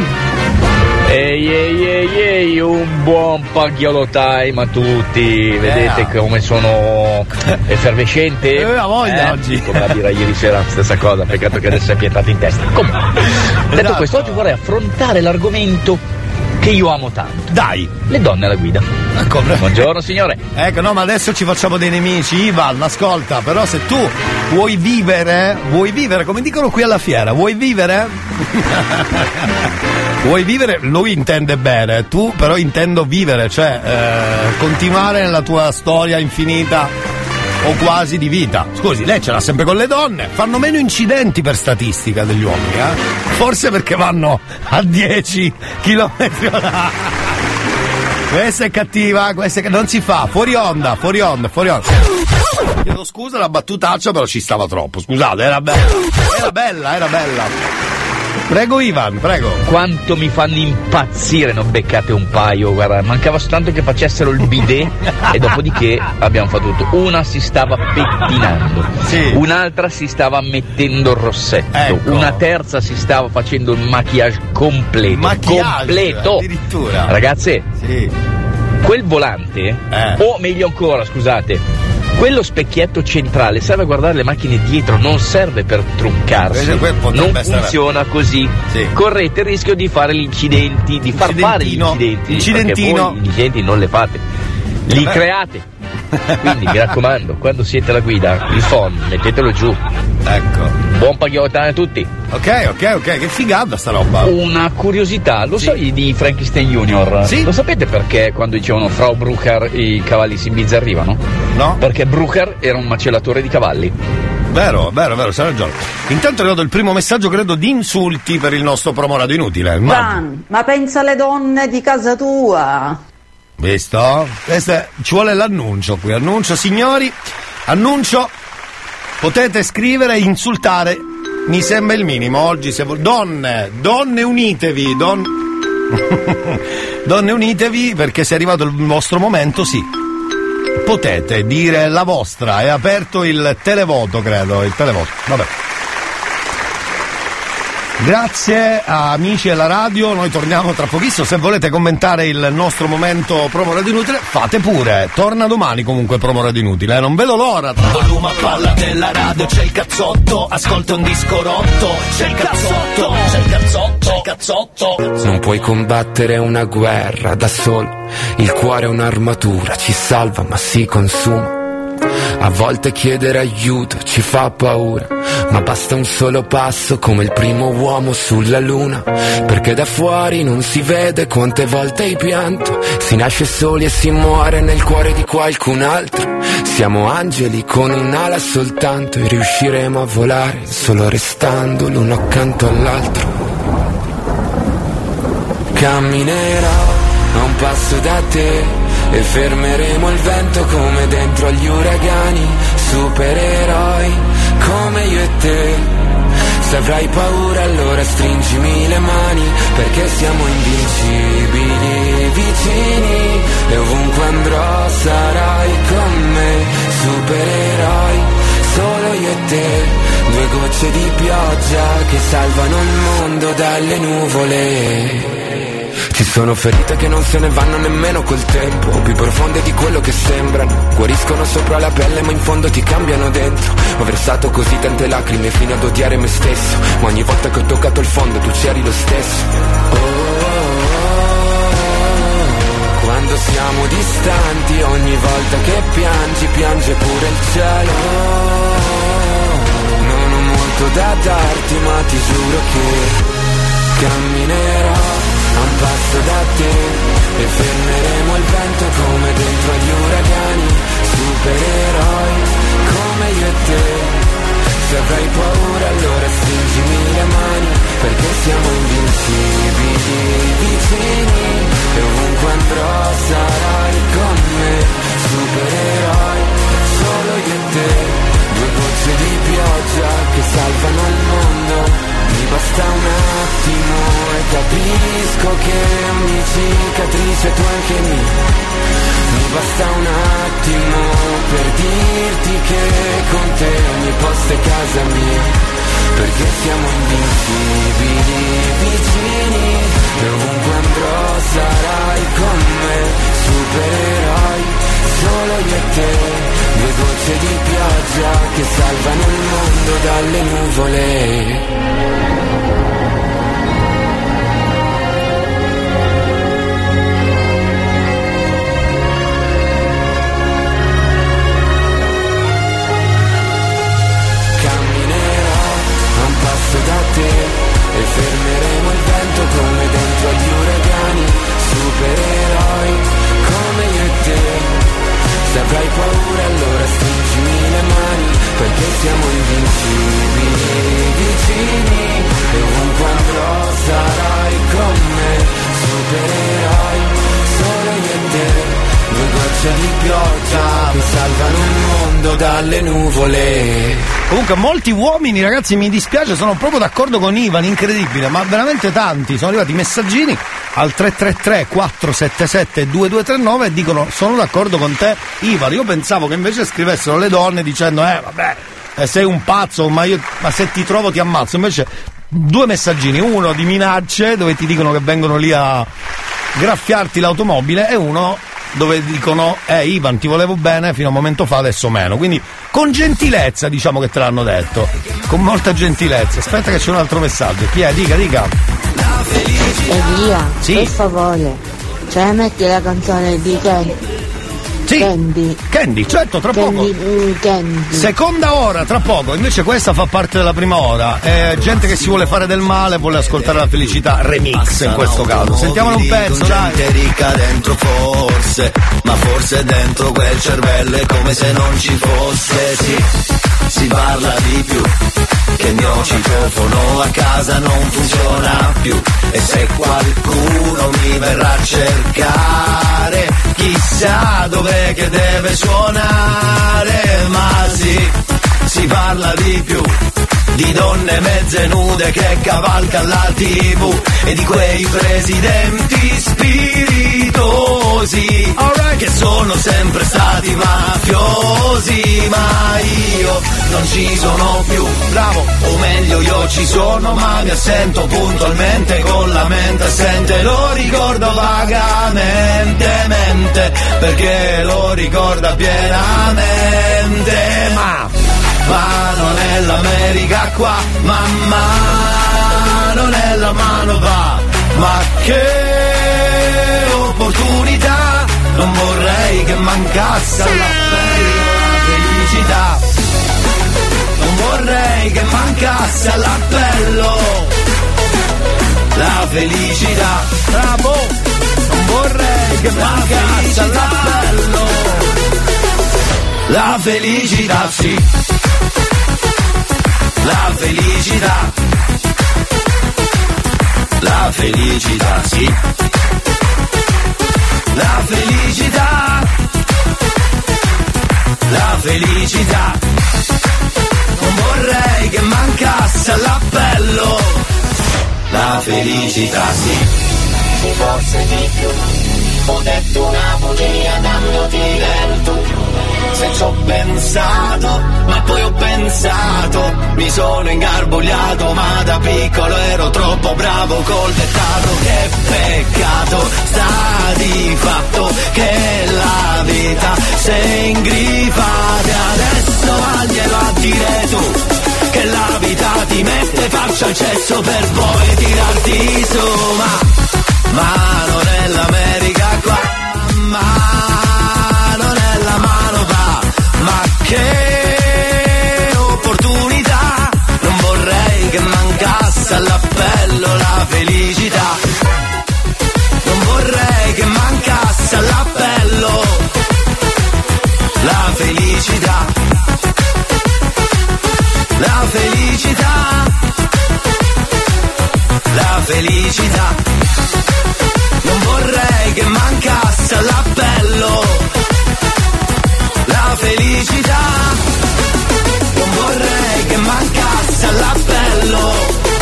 Ehi, un buon Pagliolo Time a tutti, vedete come sono effervescente? A voglia oggi. Come la birra ieri sera, stessa cosa, peccato che adesso è piantata in testa. Comunque, detto questo, oggi vorrei affrontare l'argomento che io amo tanto. Dai! Le donne alla guida. Ecco, buongiorno signore. Ecco, no, ma adesso ci facciamo dei nemici. Ivan, ascolta, però se tu vuoi vivere, come dicono qui alla fiera, vuoi vivere? Vuoi vivere? Lui intende bene, tu però intendo vivere, cioè continuare nella tua storia infinita o quasi di vita. Scusi, lei ce l'ha sempre con le donne, fanno meno incidenti per statistica degli uomini, forse perché vanno a 10 km/h. Questa è cattiva, non si fa, fuori onda. Chiedo scusa la battutaccia, però ci stava troppo, scusate, era bella. Prego Ivan, prego. Quanto mi fanno impazzire, non beccate un paio, guarda, mancava soltanto che facessero il bidet e dopodiché abbiamo fatto tutto. Una si stava pettinando, un'altra si stava mettendo il rossetto, una terza si stava facendo il maquillage completo. Addirittura. Ragazze, quel volante, o meglio ancora, scusate, quello specchietto centrale serve a guardare le macchine dietro, non serve per truccarsi, non funziona così. Correte il rischio di fare gli incidenti, di far fare gli incidenti, perché voi gli incidenti non le fate, li create. Quindi mi raccomando, quando siete alla guida, il phone mettetelo giù. Ecco. Buon pagliottane a tutti. Ok, che figata sta roba. Una curiosità, lo so di Frankenstein Junior? Sì. Lo sapete perché quando dicevano Frau Brucker i cavalli si imbizzarrivano? No. Perché Brucker era un macellatore di cavalli. Vero, c'ha ragione. Intanto è arrivato il primo messaggio, credo, di insulti per il nostro promo radio inutile. Ma pensa alle donne di casa tua. Visto? Ci vuole l'annuncio qui. Annuncio, signori. Potete scrivere e insultare. Mi sembra il minimo. Oggi se donne unitevi. Donne unitevi, perché se è arrivato il vostro momento, sì. Potete dire la vostra. È aperto il televoto, credo. Vabbè. Grazie a amici della radio, noi torniamo tra pochissimo. Se volete commentare il nostro momento promo radio inutile, fate pure. Torna domani comunque promo radio inutile, non vedo l'ora. Volume a palla della radio, c'è il cazzotto, ascolta un disco rotto, c'è il cazzotto. Non puoi combattere una guerra da solo, il cuore è un'armatura, ci salva ma si consuma. A volte chiedere aiuto ci fa paura, ma basta un solo passo come il primo uomo sulla luna, perché da fuori non si vede quante volte hai pianto, si nasce soli e si muore nel cuore di qualcun altro. Siamo angeli con un'ala soltanto e riusciremo a volare solo restando l'uno accanto all'altro. Camminerò a un passo da te e fermeremo il vento come dentro agli uragani, supereroi come io e te. Se avrai paura allora stringimi le mani, perché siamo invincibili vicini e ovunque andrò sarai con me. Supereroi, solo io e te, due gocce di pioggia che salvano il mondo dalle nuvole. Ci sono ferite che non se ne vanno nemmeno col tempo, più profonde di quello che sembrano. Guariscono sopra la pelle ma in fondo ti cambiano dentro. Ho versato così tante lacrime fino ad odiare me stesso, ma ogni volta che ho toccato il fondo tu c'eri lo stesso. Quando siamo distanti, ogni volta che piangi, piange pure il cielo. Non ho molto da darti, ma ti giuro che camminerò a un passo da te e fermeremo il vento come dentro agli uragani. Supereroi come io e te. Se avrai paura allora stringimi le mani, perché siamo invincibili, vicini, e ovunque andrò sarai con me. Supereroi solo io e te, due gocce di pioggia che salvano il mondo. Mi basta un attimo e capisco che ogni cicatrice tu anche mia. Mi basta un attimo per dirti che con te ogni posto è casa mia, perché siamo invincibili, vicini, e ovunque andrò sarai con me. Supereroi solo io e te, due gocce di pioggia che salvano il mondo dalle nuvole. Da te e fermeremo il vento come dentro agli uragani. Supereroi come io e te. Se avrai paura allora stringimi le mani, perché siamo invincibili, vicini, e ovunque andrò sarai con me. Supereroi solo io e te, due gocce di pioggia che salvano il mondo dalle nuvole. Comunque molti uomini, ragazzi, mi dispiace, sono proprio d'accordo con Ivan, incredibile, ma veramente tanti. Sono arrivati messaggini al 333-477-2239 e dicono sono d'accordo con te Ivan. Io pensavo che invece scrivessero le donne dicendo vabbè, sei un pazzo, ma se ti trovo ti ammazzo. Invece due messaggini, uno di minacce dove ti dicono che vengono lì a graffiarti l'automobile e uno dove dicono Ivan ti volevo bene fino a un momento fa, adesso meno. Quindi con gentilezza diciamo che te l'hanno detto, con molta gentilezza. Aspetta che c'è un altro messaggio. Chi è? Dica. Elia, sì? Per favore, cioè metti la canzone di Candy, certo, tra poco. Candy. Seconda ora, tra poco. Invece questa fa parte della prima ora. Gente che si vuole fare del male, vuole ascoltare la felicità remix in questo caso. Sentiamolo un pezzo, dai. Gente ricca dentro forse, ma forse dentro quel cervello è come se non ci fosse. Sì, si parla di più, che il mio citofono a casa non funziona più. E se qualcuno mi verrà a cercare, chissà dov'è che deve suonare. Ma sì, si parla di più, di donne mezze nude che cavalcano la TV e di quei presidenti spiritosi che sono sempre stati mafiosi. Ma io non ci sono più, bravo, o meglio io ci sono ma mi assento puntualmente con la mente assente. Lo ricordo vagamente, perché lo ricorda pienamente. Ma non è l'America qua, mamma, non è la manova, ma che opportunità, non vorrei che mancasse all'appello la felicità, non vorrei che mancasse all'appello la felicità, bravo, non vorrei che mancasse all'appello la felicità, sì. La felicità, la felicità, sì. La felicità, la felicità. Non vorrei che mancasse all'appello la felicità, sì. Forse di più, ho detto una bugia, dammoti del tu. se ci ho pensato, ma poi ho pensato, mi sono ingarbugliato, ma da piccolo ero troppo bravo col dettato. Che peccato, sta di fatto che la vita se ingrifate. Adesso vaglielo a dire tu, che la vita ti mette faccia al cesso per poi tirarti su. Ma non è l'America qua, ma non è la manova, ma che opportunità. Non vorrei che mancasse all'appello la felicità. Non vorrei che mancasse all'appello la felicità. La felicità. La felicità. Non vorrei che mancasse all'appello la felicità. Non vorrei che mancasse all'appello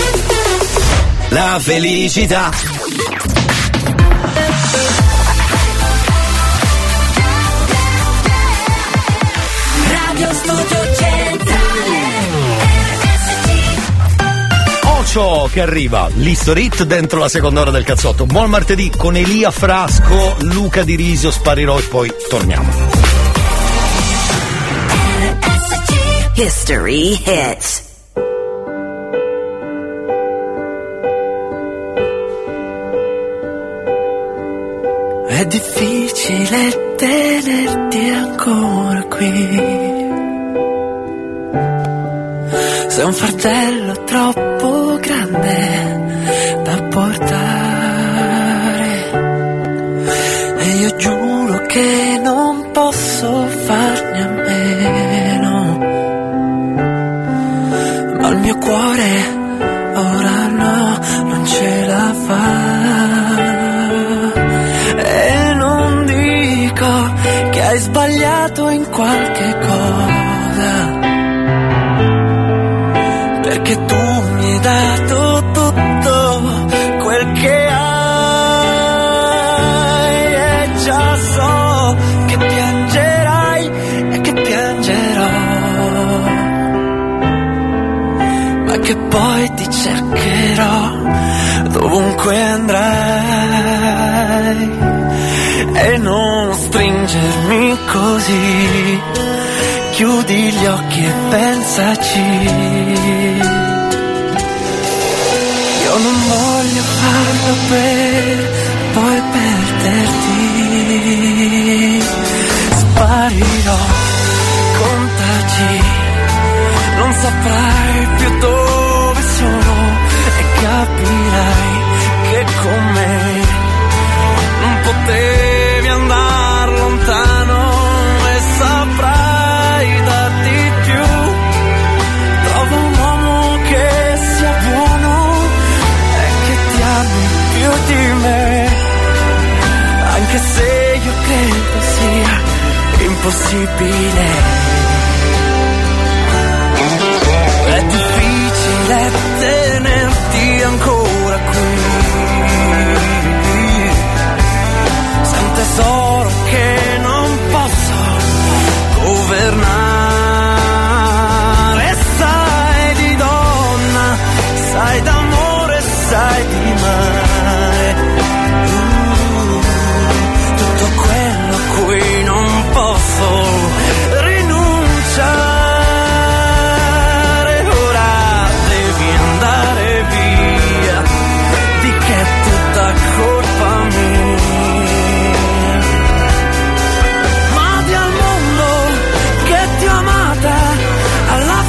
la felicità. Radio Studio Centrale. Ocio che arriva, l'History Hit dentro la seconda ora del cazzotto. Buon martedì con Elia Frasco, Luca Di Risio, Sparirò e poi torniamo. History Hits. È difficile tenerti ancora qui. Sei un fardello troppo grande da portare e io giuro che non posso farne a meno, ma il mio cuore ora no, non ce la fa. E non dico che hai sbagliato in qualche cosa, perché tu mi hai dato tutto quel che hai e già so che piangerai e che piangerò, ma che poi ti cercherò dovunque andrai. E non stringermi così, chiudi gli occhi e pensaci. Io non voglio farlo per poi perderti. Sparirò, contaci, non saprai più dove sono e capirai che con me non potevi andare lontano e saprai darti più. Trova un uomo che sia buono e che ti ami più di me, anche se io credo sia impossibile. È difficile tenerti ancora qui. Sei un tesoro che non posso governare. Sai di donna, sai d'amore, sai di mare. Tutto quello a cui non posso rinunciare. Ora devi andare via, di che è tutta colpa mia. Ma di al mondo che ti ho amata alla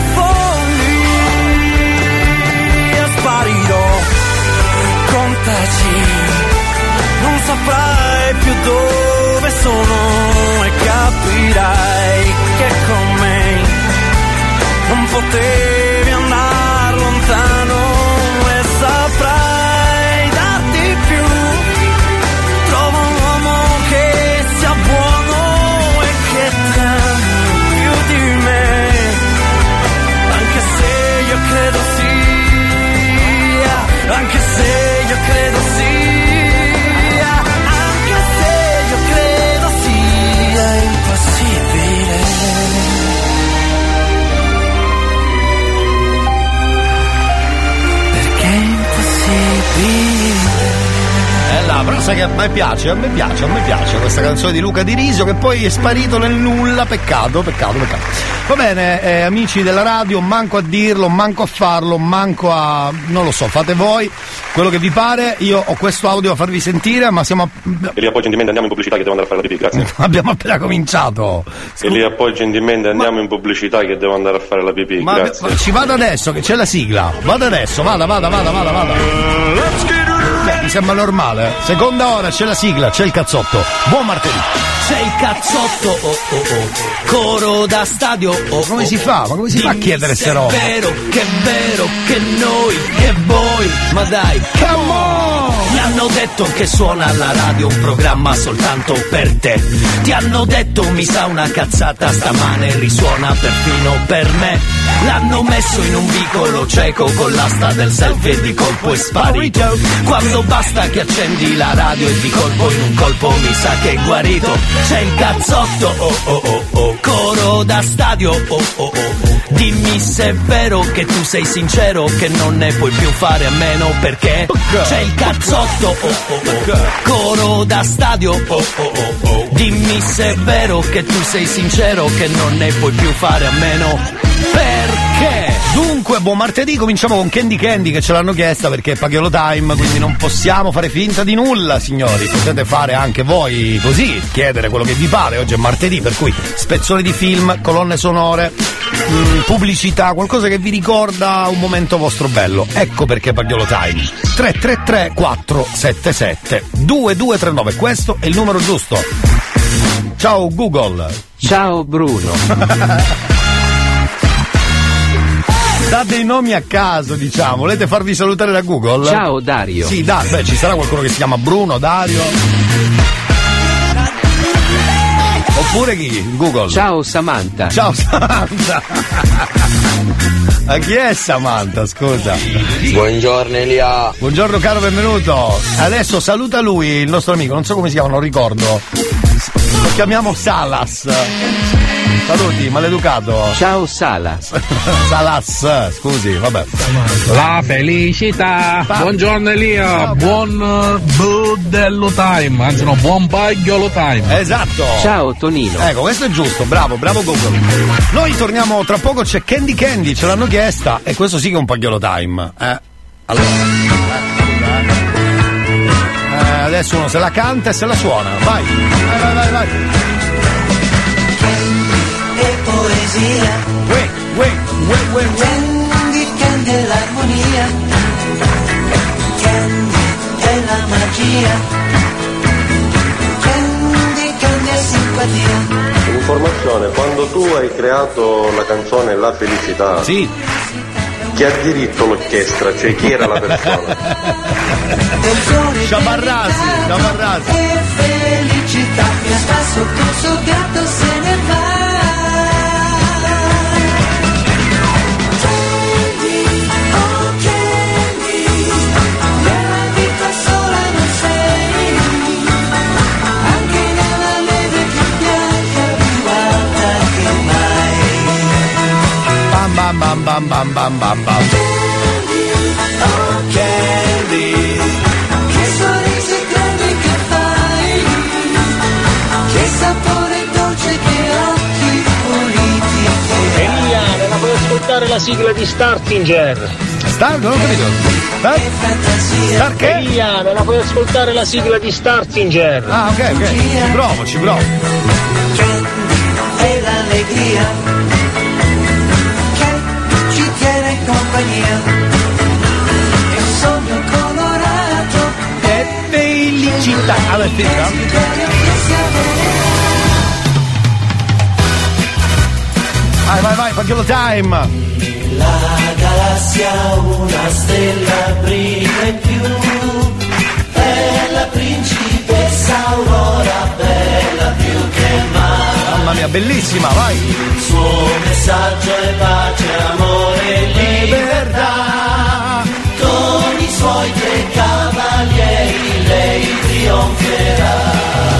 follia. Sparirò, contaci, non saprai più dove sono e capirai che con me non potevi andare lontano e saprai darti più. Trova un uomo che sia buono e che ti ami più di me, anche se io credo sia, anche se io credo sia, anche se io credo sia impossibile. però sai che a me piace questa canzone di Luca Di Risio, che poi è sparito nel nulla, peccato. Va bene, amici della radio, manco a dirlo, manco a farlo, manco a... non lo so, fate voi quello che vi pare. Io ho questo audio a farvi sentire, ma siamo... Elia, poi gentilmente andiamo in pubblicità che devo andare a fare la pipì, grazie. Abbiamo appena cominciato. Elia, poi gentilmente andiamo in pubblicità che devo andare a fare la pipì, grazie. Ma ci vado adesso che c'è la sigla, vado adesso, vada. Mi sembra normale. Seconda ora, c'è la sigla, c'è il cazzotto. Buon martedì. C'è il cazzotto, coro da stadio. Come si fa? Ma come si fa a chiedere se roba? È vero che noi e voi, ma dai, come on! Ti hanno detto che suona alla radio un programma soltanto per te. Ti hanno detto mi sa una cazzata stamane, risuona perfino per me. L'hanno messo in un vicolo cieco con l'asta del selfie e di colpo è sparito. Quando basta che accendi la radio e di colpo in un colpo mi sa che è guarito. C'è il cazzotto, coro da stadio, dimmi se è vero che tu sei sincero, che non ne puoi più fare a meno, perché c'è il cazzotto, coro da stadio, dimmi se è vero che tu sei sincero, che non ne puoi più fare a meno, perché? Dunque, buon martedì, cominciamo con Candy che ce l'hanno chiesta perché è Paghiolo Time, quindi non possiamo fare finta di nulla, signori. Potete fare anche voi così, chiedere quello che vi pare. Oggi è martedì, per cui spezzoni di film, colonne sonore, pubblicità, qualcosa che vi ricorda un momento vostro bello. Ecco perché Paghiolo Time. 333 477 2239, questo è il numero giusto. Ciao Google. Ciao Bruno. Date i nomi a caso, diciamo. Volete farvi salutare da Google? Ciao Dario. Sì, beh, ci sarà qualcuno che si chiama Bruno, Dario. Oppure chi? Google. Ciao Samantha. Ciao Samantha. Ma chi è Samantha, scusa? Buongiorno Elia. Buongiorno caro, benvenuto. Adesso saluta lui, il nostro amico, non so come si chiama, non ricordo. Lo chiamiamo Salas. Saluti, maleducato. Ciao Salas. Salas, scusi, vabbè. La felicità. Buongiorno Elia, buon Budello Time, anzi no, buon Paghiolo Time. Esatto. Ciao Tonino. Ecco, questo è giusto, bravo Google. Noi torniamo tra poco, c'è Candy, ce l'hanno chiesta e questo sì che è un Paghiolo Time. Allora. Adesso uno se la canta e se la suona. Vai. E poesia, Candy è l'armonia, Candy è la magia, Candy è simpatia. Informazione, quando tu hai creato la canzone La Felicità, sì, chi ha diritto l'orchestra, cioè chi era la persona? Sciabarrasi. E felicità, mi sta sotto il suo gatto, se ne va. Bam. Oh Candy, che sorrisi grandi che fai, che sapore dolce, che occhi puliti. Elia, me la puoi ascoltare la sigla di Startinger? Non ho capito. Star che? Elia, me la puoi ascoltare la sigla di Startinger? Ah, ok, ci provo. Candy è l'allegria, compagnia, è un sogno colorato, è felicità. Alla fine vai, Paghiolo Time. La galassia una stella brilla in più, è la principessa Aurora, bella più che mai. Mamma mia, bellissima, vai. Il suo messaggio è pace, amore e libertà. Con i suoi 3 cavalieri lei trionferà.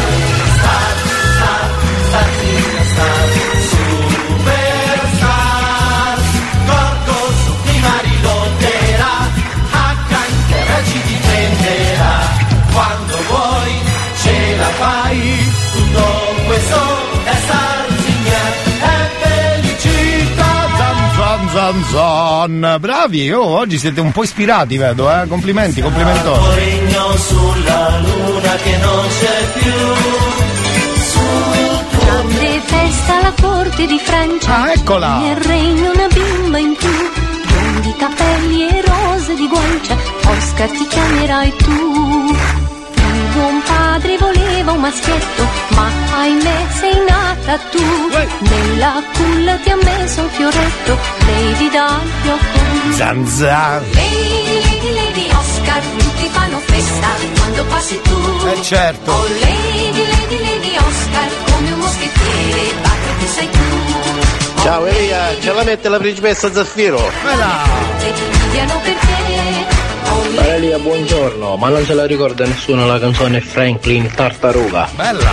Star, superstar. Corco su prima rilotterà, accanto in terra ci difenderà. Quando Amazon. Bravi, oggi siete un po' ispirati, vedo, complimenti, complimentoni. Regno sulla luna che non c'è più. Grande festa alla corte di Francia. Ah, eccola. Nel regno una bimba in più. Biondi capelli e rose di guancia. Oscar ti chiamerai tu. Il buon padre voleva un maschietto, ma ahimè sei nata tu. Nella culla ti ha messo un fioretto, Lady dal fiocco. Zanzà. Lady, Lady Oscar, tutti fanno festa quando passi tu. Certo. Oh Lady, Lady, Lady Oscar, come un moschettiere, battiti sei tu. Ciao Elia, ce la mette la principessa Zaffiro. E ti invidiano perché. Elia, buongiorno, ma non se la ricorda nessuno la canzone Franklin Tartaruga? Bella!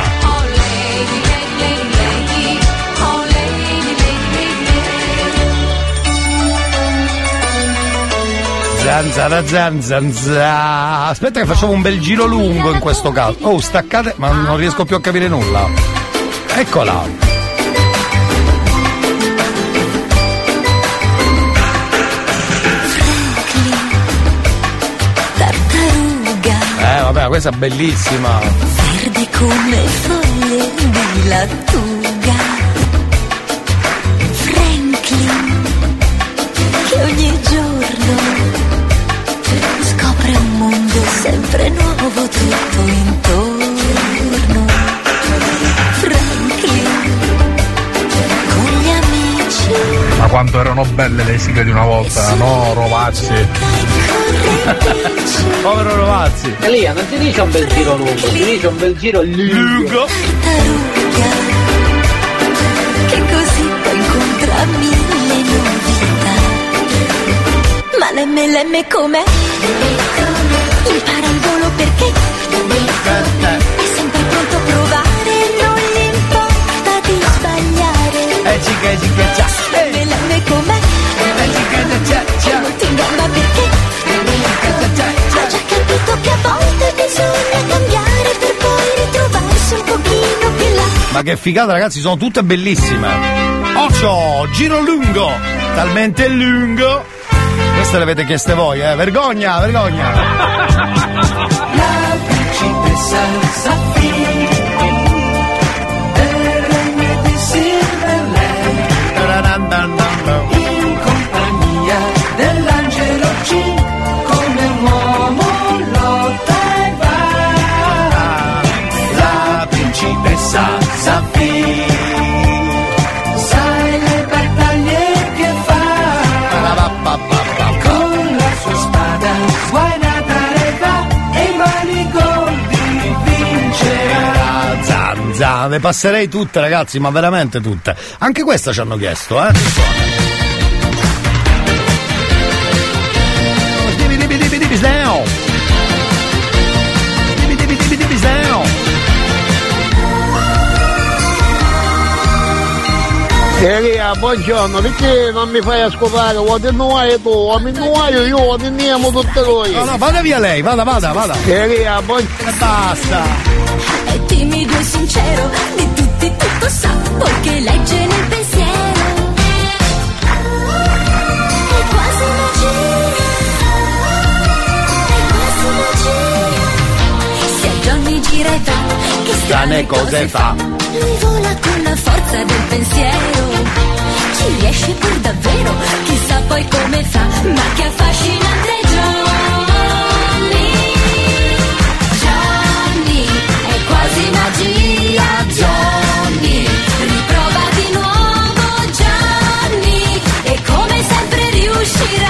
Zanzara. Aspetta che facciamo un bel giro lungo in questo caso. Oh, staccate, ma non riesco più a capire nulla. Eccola. Vabbè, questa è bellissima. Verde come foglie di lattuga. Franklin, che ogni giorno scopre un mondo sempre nuovo tutto intorno. Franklin, con gli amici. Ma quanto erano belle le sigle di una volta, no, Rovazzi? Povero Rovazzi. Elia, non ti dice un bel giro lungo, ti dice un bel giro lungo. Che così puoi incontrare mille novità. Ma l'MLM com'è? Impara il volo perché è sempre pronto a provare, non gli importa di sbagliare. L'MLM com'è? È molto in gamba perché ha già capito che a volte bisogna cambiare per poi ritrovarsi un pochino più là. Ma che figata, ragazzi, sono tutte bellissime. Ocio, giro lungo, talmente lungo. Queste le avete chieste voi, vergogna, vergogna. La principessa Zaffiro e regno di Silverland, in compagnia dell'angelo C, come un uomo lotta e va. La principessa Zaffiro, sai le battaglie che fa, con la sua spada sguainata le va e i mali gordi vincerà. Zanza, le passerei tutte, ragazzi, ma veramente tutte. Anche questa ci hanno chiesto, Elia, buongiorno, perché non mi fai ascoltare? Vuoi nuovo tu, mi nuovo io, teniamo tutte noi. No, vada via lei, vada. Elia, buongiorno. Basta. È timido e sincero, di tutti tutto sa, poiché legge nel pensiero. È quasi magia. Se Johnny gira e va, che strane cose fa. Lui vola con la forza del pensiero. Ci riesce per davvero, chissà poi come fa, ma che affascinante Johnny. Johnny, è quasi magia, Johnny. Riprova di nuovo Johnny, e come sempre riuscirà.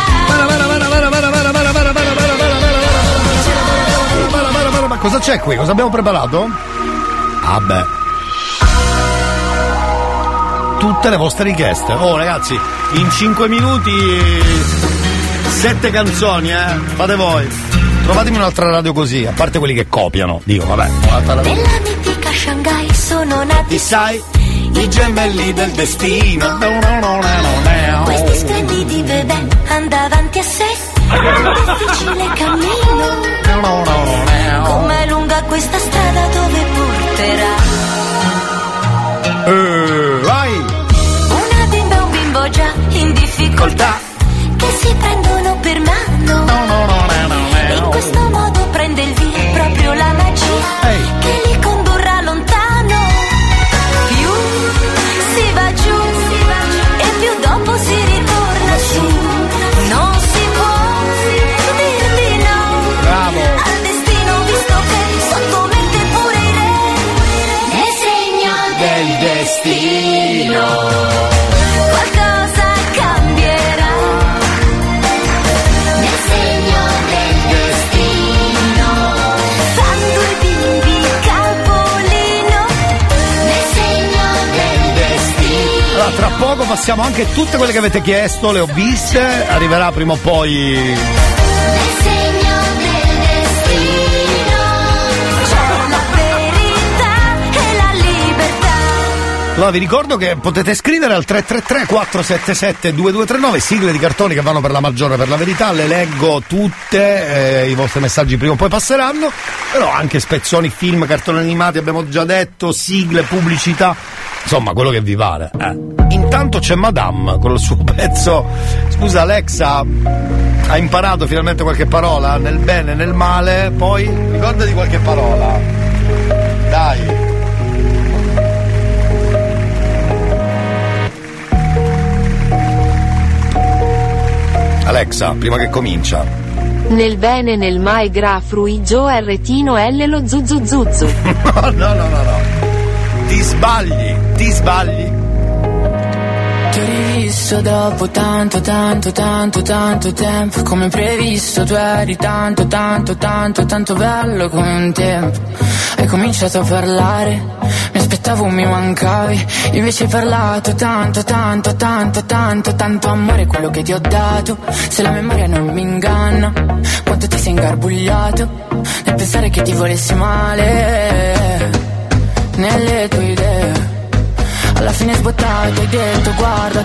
Ma cosa c'è qui? Cosa abbiamo preparato? Ah beh, tutte le vostre richieste. Oh ragazzi, in 5 minuti 7 canzoni, fate voi. Trovatemi un'altra radio così, a parte quelli che copiano. Dico, vabbè, un'altra radio. Nella mitica Shanghai sono nati, sai, i gemelli del destino. Questi splendidi bebè andavanti a sé. Difficile cammino. Com'è lunga questa strada, dove porterà? Vai! Una bimba e un bimbo già in difficoltà. passiamo anche tutte quelle che avete chiesto, le ho viste, arriverà prima o poi. Allora vi ricordo che potete scrivere al 333-477-2239, sigle di cartoni che vanno per la maggiore, per la verità, le leggo tutte, i vostri messaggi prima o poi passeranno, però anche spezzoni, film, cartoni animati, abbiamo già detto, sigle, pubblicità, insomma quello che vi pare. Intanto c'è Madame con il suo pezzo. Scusa Alexa, hai imparato finalmente qualche parola? Nel bene, nel male, poi ricordati qualche parola. Dai. Alexa, prima che comincia. Nel bene, nel mai gra fruigio rtino l lo zuzuzuzu. No. Ti sbagli. Ti ho rivisto dopo tanto tempo. Come previsto tu eri tanto bello come un tempo. Hai cominciato a parlare, mi aspettavo mi mancavi. Invece hai parlato tanto amore quello che ti ho dato. Se la memoria non mi inganna, quanto ti sei ingarbugliato nel pensare che ti volessi male nelle tue idee. Alla fine sbottato hai detto guarda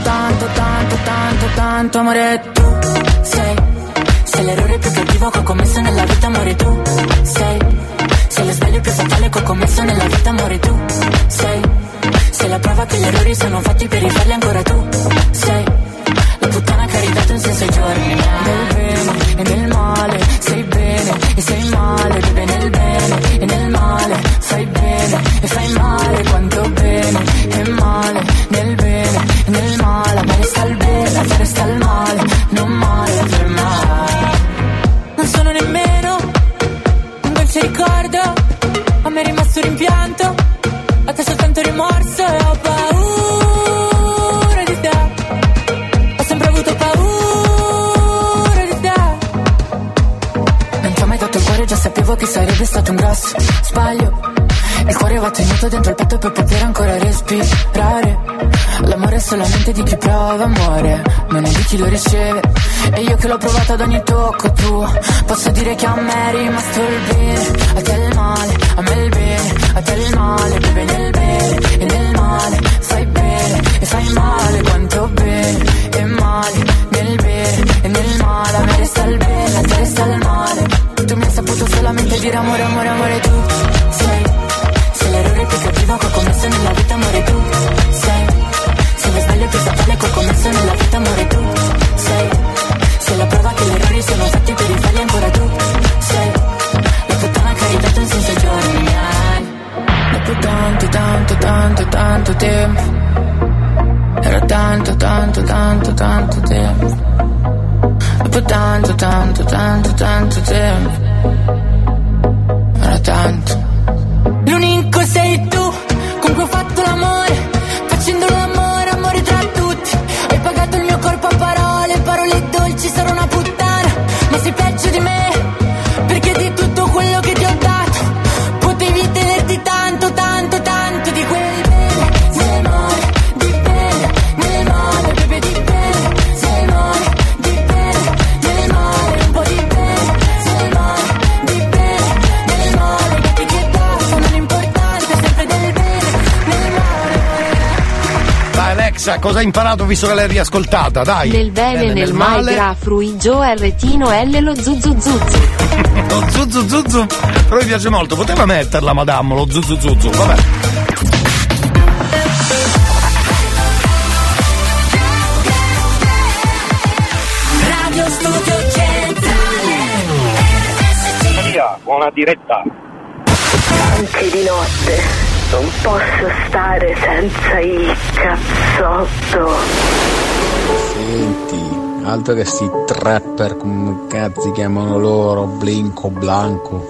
tanto amore tu sei l'errore più cattivo che ho commesso nella vita amore tu sei lo sbaglio più fatale che ho commesso nella vita amore tu sei la prova che gli errori sono fatti per rifarli ancora tu sei la puttana che ha ridato un senso ai giorni nel bene e nel male sei bene e sei male vive nel bene e nel male fai bene e fai male quanto bene e male nel bene e nel male a me resta il bene a te resta il male non male per mai non sono nemmeno un dolce ricordo a me è rimasto un rimpianto a te soltanto rimorso e ho paura di te ho sempre avuto paura di te non ti ho mai dato il cuore già sapevo che sarebbe stato un grosso sbaglio il cuore va tenuto dentro il petto per poter ancora respirare l'amore è solamente di chi prova amore non è di chi lo riceve e io che l'ho provato ad ogni tocco tuo posso dire che a me è rimasto il bene a te il male a me il bene a te il male vive nel bene e nel male fai bene e fai male quanto bene e male nel bene e nel male a me resta il bene a te resta il male tu mi hai saputo solamente dire amore tu sei l'errore più cattivo che ho commesso nella vita amore tu sei lo sbaglio più fatale che ho commesso nella vita amore tu sei la prova che gli errori sono fatti per rifarli ancora tu sei la puttana che ha ridato un senso ai giorni dopo tanto tempo era tanto tempo dopo tanto tempo era tanto l'unico sei tu con cui ho fatto l'amore facendo l'amore tra tutti hai pagato il mio corpo a parole dolci sarò una puttana ma sei peggio di me perché di tutto quello che ti ho dato potevi tenerti tanto di quel bene nel male di bene nel male bebe di bene nel male di bene nel male un po' di bene nel male di bene nel male che ti dato non importante sempre del bene nel male. Dai Alexa, cosa hai imparato visto che l'hai riascoltata? Dai. Nel bene, nel male gra fruigio rtino l lo zuzuzuzu. Lo zuzuzuzu però mi piace molto, poteva metterla Madame lo zuzuzuzu, vabbè. Radio Studio Centrale buona diretta anche di notte non posso stare senza il cazzotto. Senti, altro che sti trapper come cazzi chiamano loro, Blinco Blanco.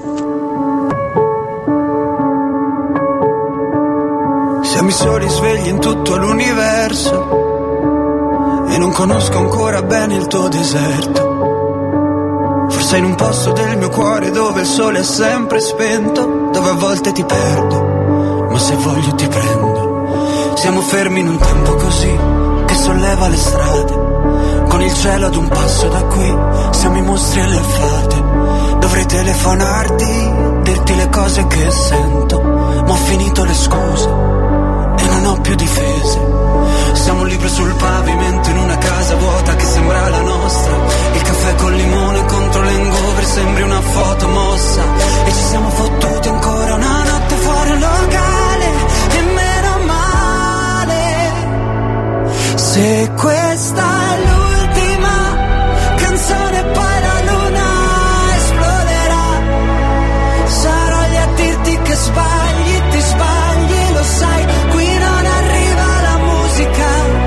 Siamo i soli svegli in tutto l'universo e non conosco ancora bene il tuo deserto. Forse in un posto del mio cuore dove il sole è sempre spento, dove a volte ti perdo, ma se voglio ti prendo. Siamo fermi in un tempo così che solleva le strade, con il cielo ad un passo da qui, siamo i mostri e le fate. Dovrei telefonarti, dirti le cose che sento, ma ho finito le scuse e non ho più difese. Siamo un libro sul pavimento in una casa vuota che sembra la nostra. Il caffè col limone contro l'hangover sembri una foto mossa. E ci siamo fottuti ancora una notte fuori un locale, e meno male. Se questa è l'ultima canzone poi la luna esploderà. Sarò lì a dirti che sbagli, ti sbagli, lo sai. Qui non arriva la musica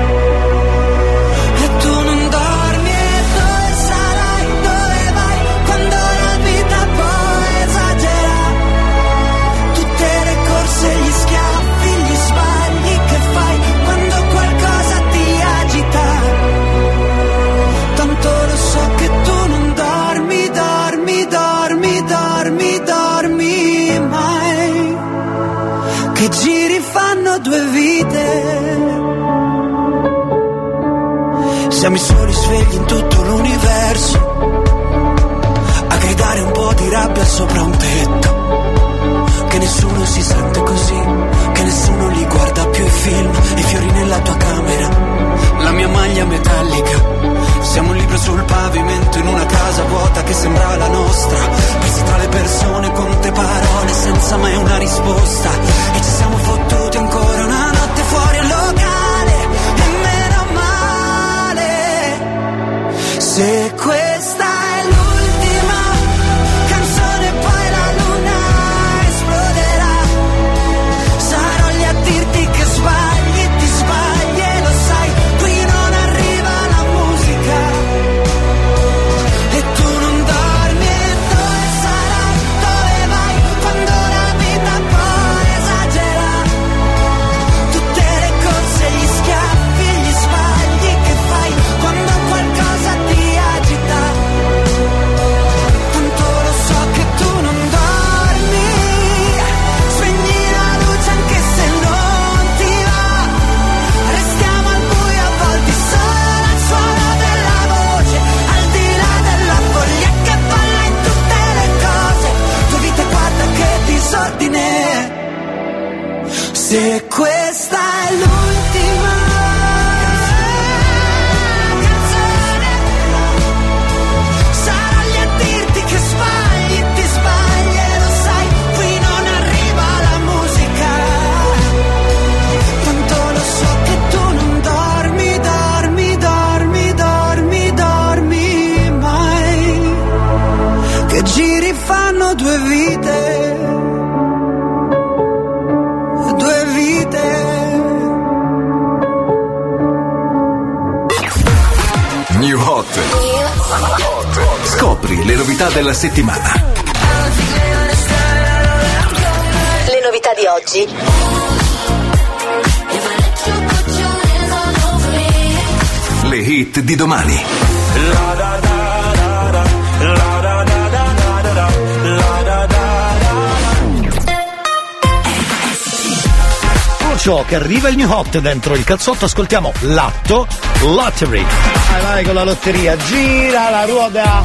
e tu non dormi. E dove sarai, dove vai, quando la vita poi esagera? Tutte le corse, gli schiaffi, gli sbagli che fai quando qualcosa ti agita. Tanto lo so che tu non dormi, dormi, dormi, dormi, dormi mai. Che giri fanno due vite. Siamo i soli svegli in tutto l'universo, a gridare un po' di rabbia sopra un tetto. Che nessuno si sente così, che nessuno li guarda più i film, i fiori nella tua camera, la mia maglia metallica. Siamo un libro sul pavimento in una casa vuota che sembra la nostra, persi tra le persone con te parole senza mai una risposta. E ci siamo fottuti ancora una notte fuori al locale, e meno male. Se questa è l'ultima canzone poi la luna esploderà. Sarò lì a dirti che sbagli, ti sbagli e lo sai. Qui non arriva la musica e tu non dormi. E dove sarai, dove vai, quando la vita poi esagera? Tutte le corse, gli schiaffi, gli sbagli che fai quando qualcosa ti agita. Tanto lo so che tu non dormi. Spegni la luce anche se non ti va. Restiamo al buio avvolti solo al suono della voce, al di là della foglia che balla in tutte le cose. Tua vita guarda che disordine. Se questa è l'ultima canzone, sarò lì a dirti che sbagli, ti sbagli e lo sai. Qui non arriva la musica. Tanto lo so che tu non dormi, dormi, dormi, dormi, dormi mai. Che giri fanno due vite. Due vite. New Hot. Scopri le novità della settimana. Le novità di oggi. Le hit di domani. Ciò che arriva il New Hot dentro il cazzotto, ascoltiamo Latto Lottery. Vai, vai con la lotteria, gira la ruota.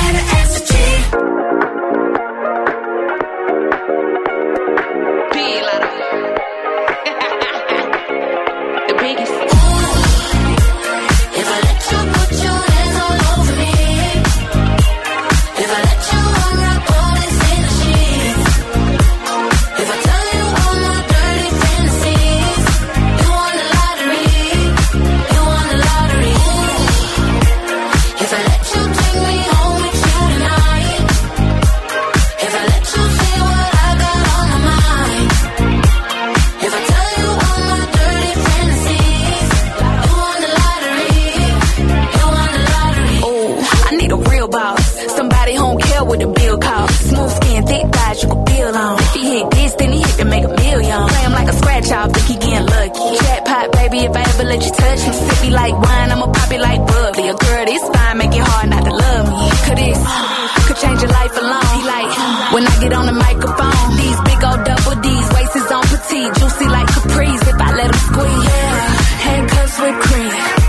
With the bill call, smooth skin, thick thighs, you can feel on. If he hit this, then he hit to make a million. Play him like a scratch off, think he getting lucky. Jackpot, baby, if I ever let you touch me. Sip me like wine, I'ma pop it like bubbly. A girl this fine, make it hard not to love me. Cause this could change your life alone. He like, when I get on the microphone, these big old double D's, waist is on petite, juicy like Caprice. If I let him squeeze, yeah, handcuffs with cream.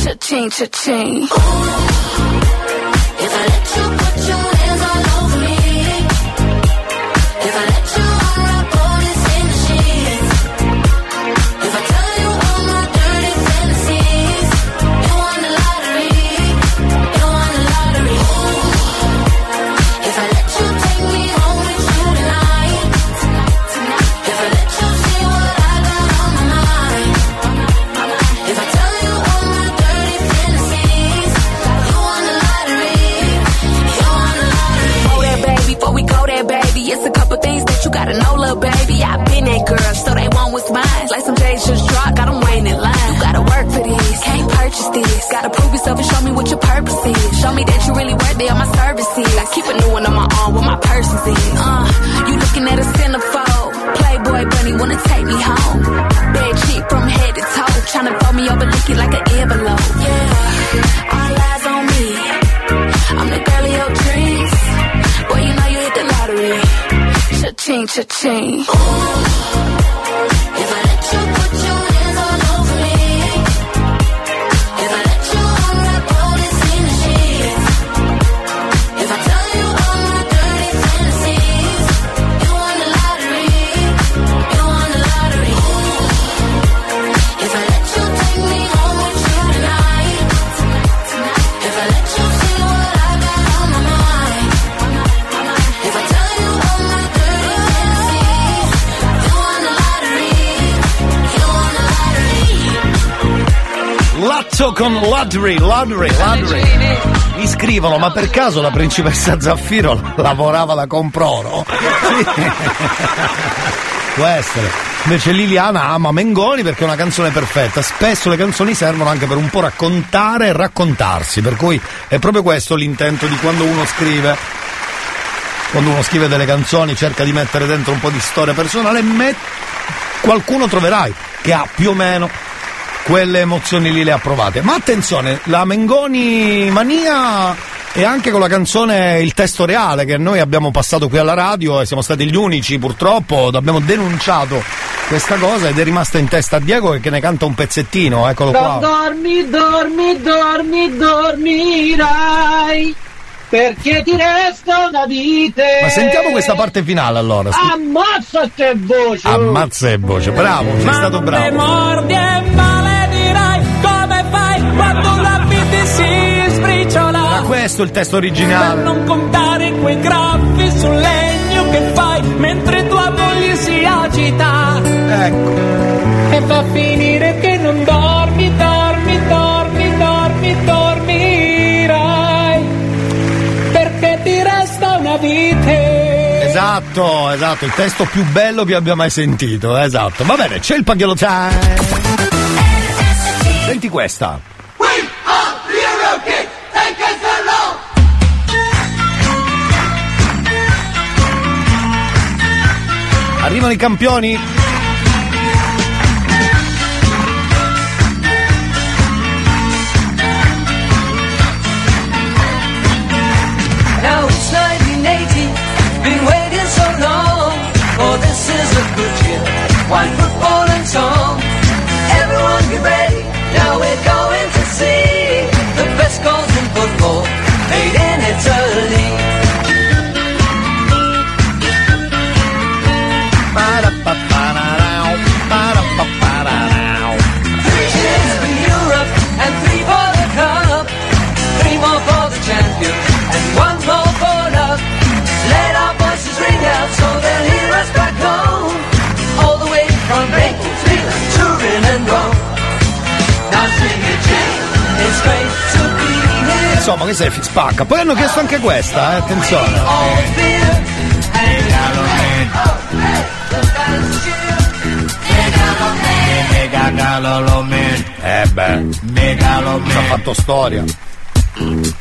Cha-ching, cha-ching. If I let you put your hands all over me, if I let you unwrap bodies in the sheets, if I tell you all my dirty fantasies, you won the lottery, you won the lottery. If I let you take me home with you tonight, if I let you see what I got on my mind, if I tell you all my dirty fantasies, you won the lottery, you won the lottery. Oh, that baby, before we go there, baby, it's a couple things that you gotta know, little baby. I've been that girl, so they want what's mine. Like some J's just dropped, got them waiting in line. You gotta work for this, can't purchase this. Gotta prove yourself and show me what your purpose is. Show me that you really worth it on my services. I keep a new one on my arm with my purses in. You looking at a centerfold. Playboy bunny wanna take me home. Bad chick from head to toe. Tryna fold me over, lick it like an envelope. Yeah, all eyes on me. I'm the girl of your dreams. Boy, you know you hit the lottery. Cha-ching, cha-ching. If I let you put your hands all over me, if I let you unwrap bodies in the sheets, if I tell you all my dirty fantasies, you won the lottery, you won the lottery. If I let you take me home with you tonight, if I let you see what I got on my mind, if I tell you all my dirty fantasies, you won the lottery, you won the lottery. Lazzo con Lottery. Mi scrivono, ma per caso la principessa Zaffiro lavorava da Comproro? Sì. Può essere. Invece Liliana ama Mengoni perché è una canzone perfetta. Spesso le canzoni servono anche per un po' raccontare e raccontarsi, per cui è proprio questo l'intento di quando uno scrive. Quando uno scrive delle canzoni cerca di mettere dentro un po' di storia personale e qualcuno troverai che ha più o meno quelle emozioni lì le ha provate. Ma attenzione, la Mengoni mania è anche con la canzone Il testo reale che noi abbiamo passato qui alla radio e siamo stati gli unici, purtroppo abbiamo denunciato questa cosa ed è rimasta in testa a Diego che ne canta un pezzettino, eccolo qua. Dormirai, perché ti resta una vite. Ma sentiamo questa parte finale allora. Ammazza che voce. Ammazza che voce, bravo, sei stato bravo. Mordi e maledirai, come fai quando la vita si sbriciola. Ma questo è il testo originale. Per non contare quei graffi sul legno che fai mentre tua moglie si agita. Ecco. E fa finire che non dormirai, perché ti resta una vite. Esatto, il testo più bello che abbia mai sentito, esatto. Va bene, c'è il Paghiello Time. Senti questa. Arrivano i campioni. Now it's 1980, been waiting so long. Oh, this is a good year, wine, football and song. Everyone get ready, now we're going to see the best goals in football, made in Italy. Three cheers for Europe and three for the cup, three more for the champion and one more for love. Let our voices ring out so they'll hear us back home, all the way from Naples, Milan, Turin and Rome. Now sing it, Jane, it's great to be here. Insomma, questa è spacca. Poi hanno chiesto anche questa, attenzione. Megaloman. Megaloman. Ci ha fatto storia. Il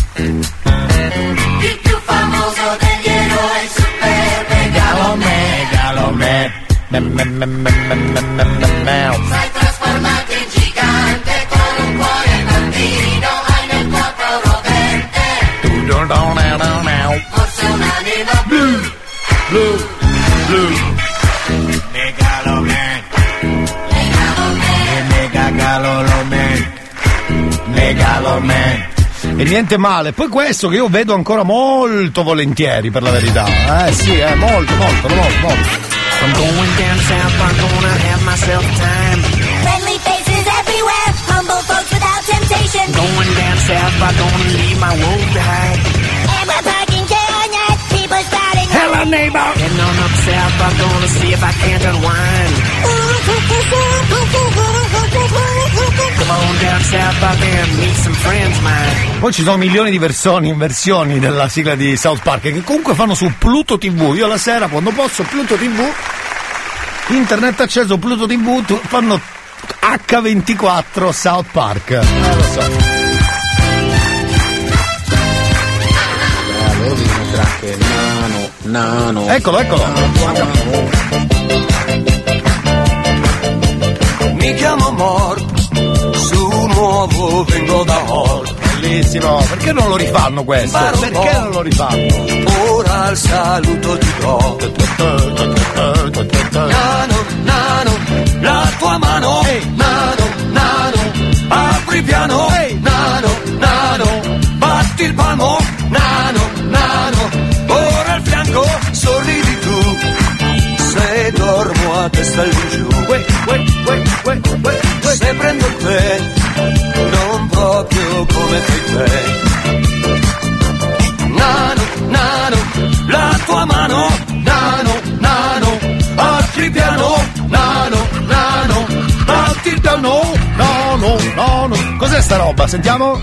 più famoso degli eroi super Megaloman. Sei trasformato in gigante con un cuore bambino, hai nel corpo rovente. Forse un'anima blu. Megaloman. Megaloman. E niente male. Poi questo che io vedo ancora molto volentieri, per la verità. Sì, molto. I'm going down south, I'm gonna have myself time. Friendly faces everywhere, humble folks without temptation. Going down south, I'm gonna leave my world behind. And we're parking all night, people spouting. Hello, neighbor. Heading on up south, I'm gonna see if I can't unwind. Come on down south, out there and meet some friends mine. Poi ci sono milioni di versioni della sigla di South Park che comunque fanno su Pluto TV. Io la sera quando posso Pluto TV, internet acceso, Pluto TV, fanno H24 South Park. Lo so. Nano. Eccolo. Mi chiamo Mort, su nuovo vengo da Hall. Bellissimo, perché non lo rifanno questo? Perché non lo rifanno? Ora il saluto ti do. Nano, la tua mano. Nano, apri piano. Nano, batti il palmo. Nano, ora al fianco sorridi tu. Se dormo a testa giù. Se prendo il tè, non proprio come te. Nano, la tua mano. Nano, apri piano. Nano, batti il piano. No. Cos'è sta roba? Sentiamo.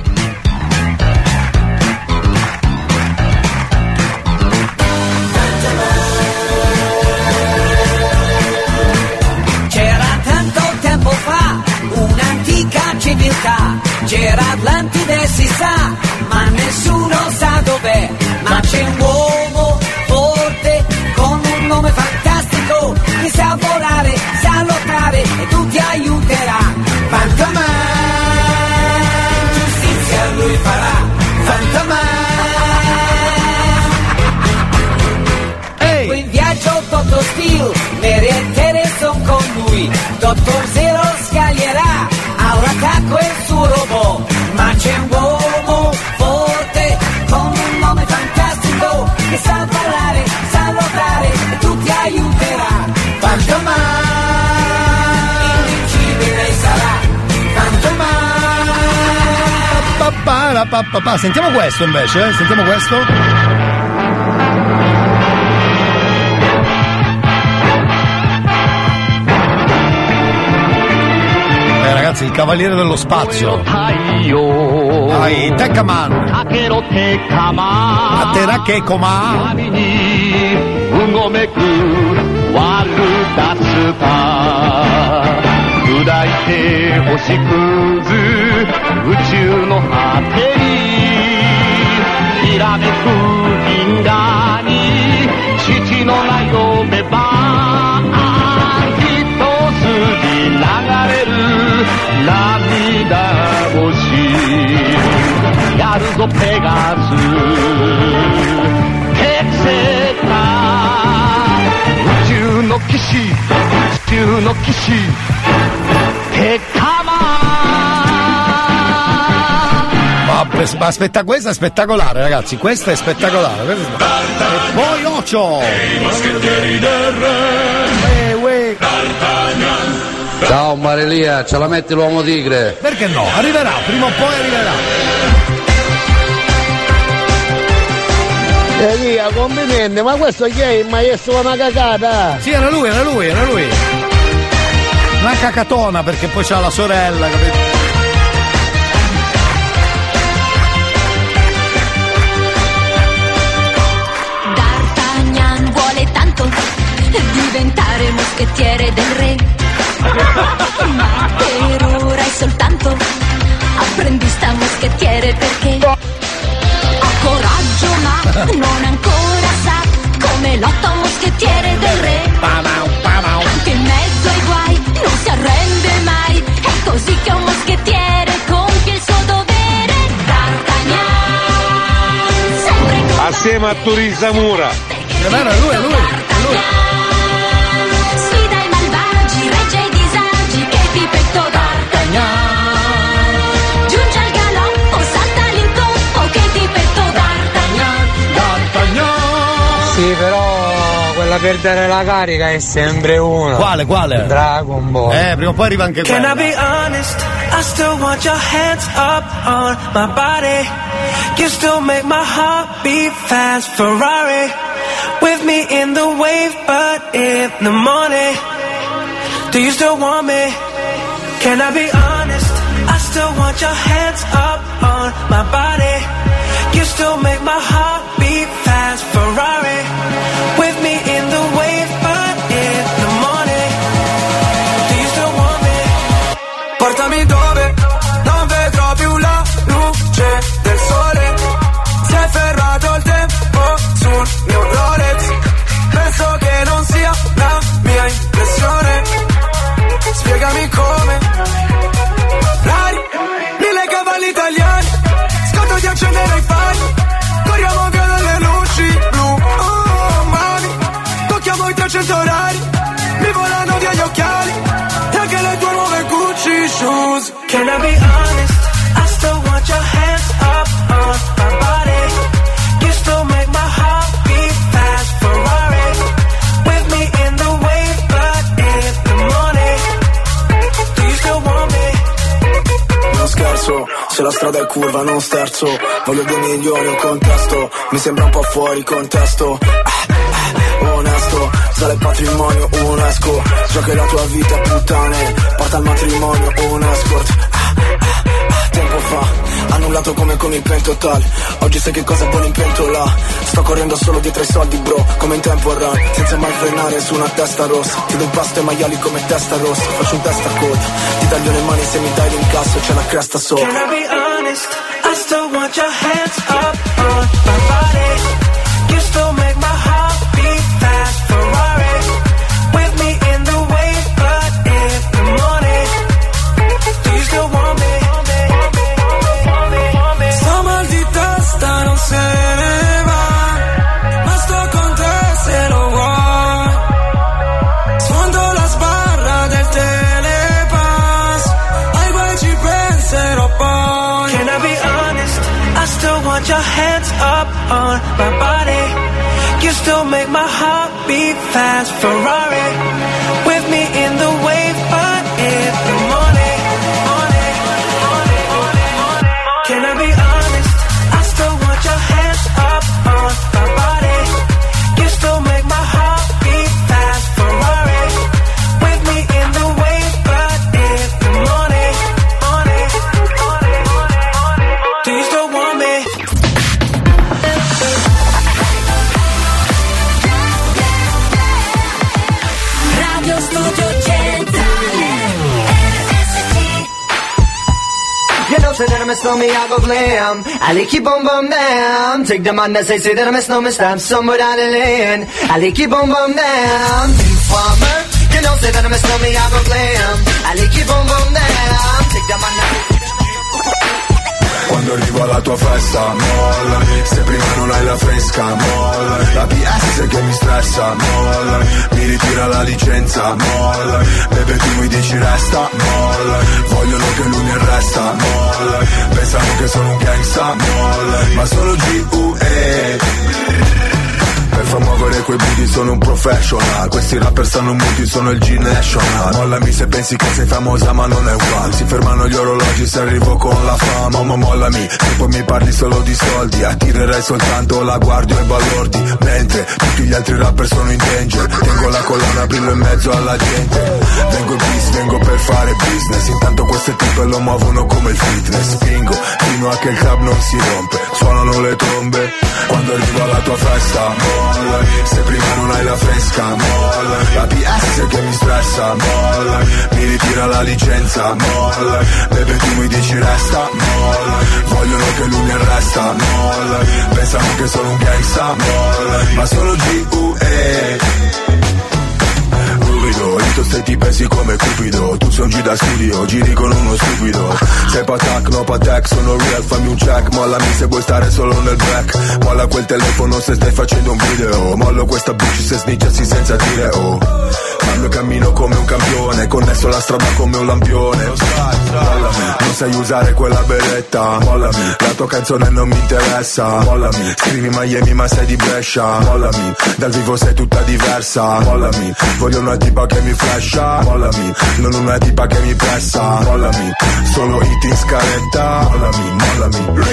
C'era tanto tempo fa un'antica civiltà, c'era Atlantide si sa, ma nessuno sa dov'è, ma c'è un uomo forte con un nome fantastico che sa volare, sa lottare e tutti aiuterà. Fantoman, giustizia lui farà. Fantoman, in viaggio Dottor Steel, Mary e Tere son con lui. Dottor Zero scaglierà all'attacco il suo robot. Ma c'è un uomo forte con un nome fantastico che sa volare, sa lottare e tutti aiuterà. Fantoman, invincibile sarà. Fantoman. Sentiamo questo invece, sentiamo questo. Ragazzi, il Cavaliere dello Spazio. Dai, Tekkaman. Aterakekoman. 砕いて星屑宇宙の果てにひらめく銀河に父の名呼べば一筋流れる涙星やるぞペガスケクセタ宇宙の騎士宇宙の騎士 Ma aspetta, questa è spettacolare, ragazzi, questa è spettacolare. E poi Ocio! Ciao Marelia, ce la metti l'uomo tigre? Perché no? Arriverà, prima o poi arriverà. Via, complimenti, ma questo chi è? Il maestro una cacata? Sì, era lui. Una cacatona, perché poi c'ha la sorella, capito? D'Artagnan vuole tanto diventare moschettiere del re, ma per ora è soltanto apprendista moschettiere perché ha coraggio ma non ancora sa come lotta un moschettiere del re. Anche in mezzo ai guai non si arrende mai, è così che un moschettiere compie il suo dovere. D'Artagnan sempre con assieme a Turisa Mura. Era lui. Sfida i malvagi, regge i disagi, che ti petto D'Artagnan. Giunge al per dare la carica è sempre uno. Quale? Dragon Ball. Prima o poi arriva anche Can quello. I be honest? I still want your hands up on my body. You still make my heart beat fast. Ferrari with me in the wave, but in the morning. Do you still want me? Can I be honest? I still want your hands up on my body. You still make my heart beat fast. Ferrari with me in the wave, but in the morning. Do you still want me? Portami dove non vedrò più la luce del sole. Si è fermato il tempo sul mio Rolex. Penso che non sia la mia impressione. Spiegami come. Rari, 1000 cavalli italiani. Scotto di accendere i fari. Corriamo via dalle luci blu. Oh, mani, tocchiamo i 300 orari. Mi volano via gli occhiali. E anche le tue nuove Gucci shoes. Can I be honest? I still want your hands up on my body. You still make my heart beat fast. Ferrari with me in the wave, but in the morning. Do you still want me? Non scherzo, se la strada è curva non sterzo. Voglio 2 milioni un contesto. Mi sembra un po' fuori contesto. Onesto, sale il patrimonio, un esco. So che la tua vita è puttane. Porta al matrimonio, un escort. Tempo fa, annullato come con il pentotal. Oggi sai che cosa è buono in pentola. Sto correndo solo dietro ai soldi bro, come in tempo run. Senza mai frenare su una testa rossa. Ti do impasto ai maiali come testa rossa. Faccio un testa coda, ti taglio le mani se mi dai l'incasso. C'è la cresta sopra. Can I be honest? I still want your hands up on my body. You still make my heart beat fast. Ferrari with me in the wave, but in the morning. Do you still want me? Sto mal di testa non se ne va, ma sto con te se lo vuoi. Sfondo la sbarra del telepass, ai guai ci penserò poi. Can I be honest? I still want your hands up on my body. You still make my heart beat fast. Ferrari with me in the wave, but in the morning. Can I be honest? I still want your hands up on my body. You still make my heart beat fast. Ferrari with me in the wave, but in the morning. Do you still want me? Radio Studio Centrale RSC. You know, say that I miss me, I go glam. I like keep on bum down. Take the man that say that I miss me, stamp somewhere down the lane. I like keep on bum down. Informer, you know, say that I miss me, I go glam. I like keep on bum down. Take the man that Quando arrivo alla tua festa, mollami. Se prima non hai la fresca, mollami. La PS che mi stressa, mollami. Mi ritira la licenza, mollami. Bebe tu mi dici resta, mollami. Vogliono che lui mi arresta, mollami. Pensano che sono un gangsta, mollami. Ma solo G.U.E. Per far muovere quei booty sono un professional. Questi rapper stanno muti, sono il G-National. Mollami se pensi che sei famosa ma non è uguale. Si fermano gli orologi se arrivo con la fama. Mollami, se poi mi parli solo di soldi. Attirerai soltanto la guardia e balordi. Mentre tutti gli altri rapper sono in danger. Tengo la collana, brillo in mezzo alla gente. Vengo bis, vengo per fare business. Intanto queste tipe lo muovono come il fitness. Spingo fino a che il club non si rompe. Suonano le trombe quando arrivo alla tua festa. Se prima non hai la fresca, mollami. La PS che mi stressa, mollami. Mi ritira la licenza, mollami. Bebe tu mi dici resta, mollami. Vogliono che lui mi arresta, mollami. Pensano che sono un gangsta, mollami. Ma solo G.U.E. Ruvido, tanto stai ti pesi come Cupido. Tu sei un G da studio, giri con uno stupido. Sei patac, no patac, sono real, fammi un check. Mollami se vuoi stare solo nel back. Molla quel telefono se stai facendo un video. Mollo questa bitch se snitchassi senza dire oh. Quando cammino come un campione, connesso la strada come un lampione. Mollami, non sai usare quella beretta. Mollami, la tua canzone non mi interessa. Mollami, scrivi Miami ma sei di Brescia. Mollami, dal vivo sei tutta diversa. Mollami, voglio una tipa che mi flasha. Mollami, non una tipa che mi pressa. Mollami, solo hit in scaletta. Mollami, mollami.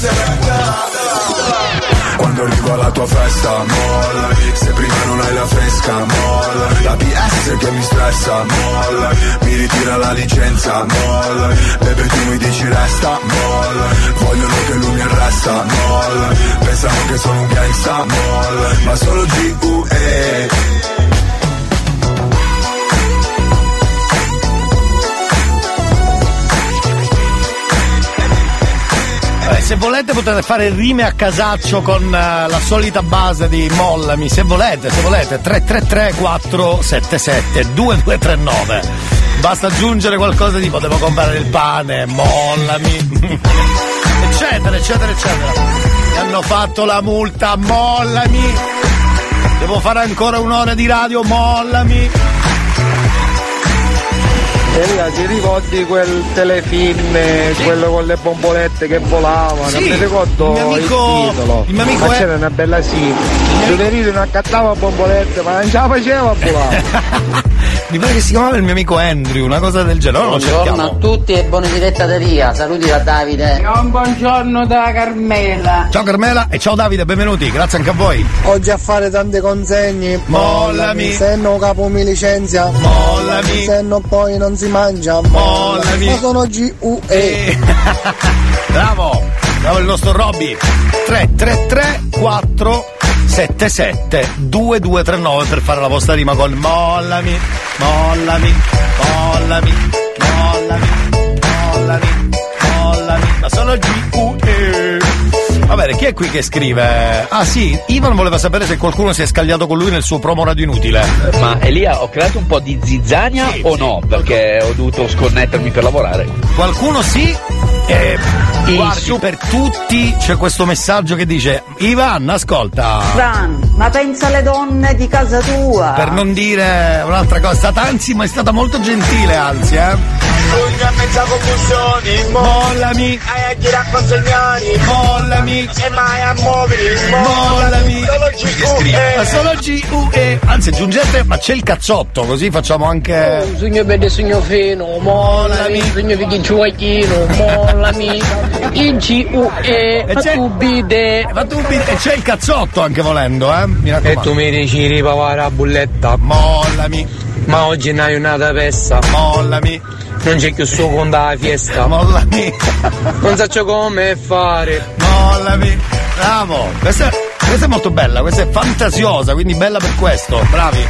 Quando arrivo alla tua festa, mollami. Se prima non hai la fresca, mollami. La PS che mi stressa, mollami. Mi ritira la licenza, mollami. Bebe tu mi dici resta, mollami. Vogliono che lui mi arresta, mollami. Pensano che sono un gangsta, mollami. Ma solo G.U.E. Se volete potete fare rime a casaccio con la solita base di Mollami, se volete 333 477 2239. Basta aggiungere qualcosa di potevo comprare il pane, mollami, eccetera. Mi hanno fatto la multa, mollami. Devo fare ancora un'ora di radio, mollami. Elia, ti ricordi quel telefilm, sì, quello con le bombolette che volavano? Sì, non mi ricordo il titolo. Il mio amico ma c'era una bella sì. Giuderino non accattava bombolette, ma non ce la faceva a volare. Mi pare che si chiamava il mio amico Andrew, una cosa del genere. Buongiorno a tutti e buona diretta da Ria. Saluti da Davide. Un buongiorno da Carmela. Ciao Carmela e ciao Davide, benvenuti, grazie anche a voi. Oggi a fare tante consegne, mollami. Se no capo mi licenzia, mollami. Se no poi non si mangia, mollami. Ma sono G.U.E. Bravo il nostro Robby. 333 477 2239 per fare la vostra rima con mollami. Ma sono G.U.E. Va bene, chi è qui che scrive? Ah sì, Ivan voleva sapere se qualcuno si è scagliato con lui nel suo promo radio inutile. Ma Elia, ho creato un po' di zizzania o no? Perché ho dovuto sconnettermi per lavorare. Qualcuno sì. Guardi, per tutti c'è questo messaggio che dice: Ivan, ascolta. Fran, ma pensa alle donne di casa tua. Per non dire un'altra cosa, anzi, ma è stata molto gentile, anzi, Pugna mezza confusioni, mollami. Hai a girare consegnari, mollami. E mai a muovere, mollami. Solo G.U.E. Ma solo G.U.E. Anzi, aggiungete, ma c'è il cazzotto, così facciamo anche. Sogno bene, sogno feno, mollami. Sogno di gioacchino, mollami. Il G.U.E. Fatubide. E c'è il cazzotto anche volendo, mi raccomando. E tu mi dici ripavare la bulletta, mollami. Ma oggi ne hai una da pessa, mollami. Non c'è più su con la fiesta, mollami. Non so come fare, mollami. Bravo, questa è molto bella, questa è fantasiosa, quindi bella per questo, bravi.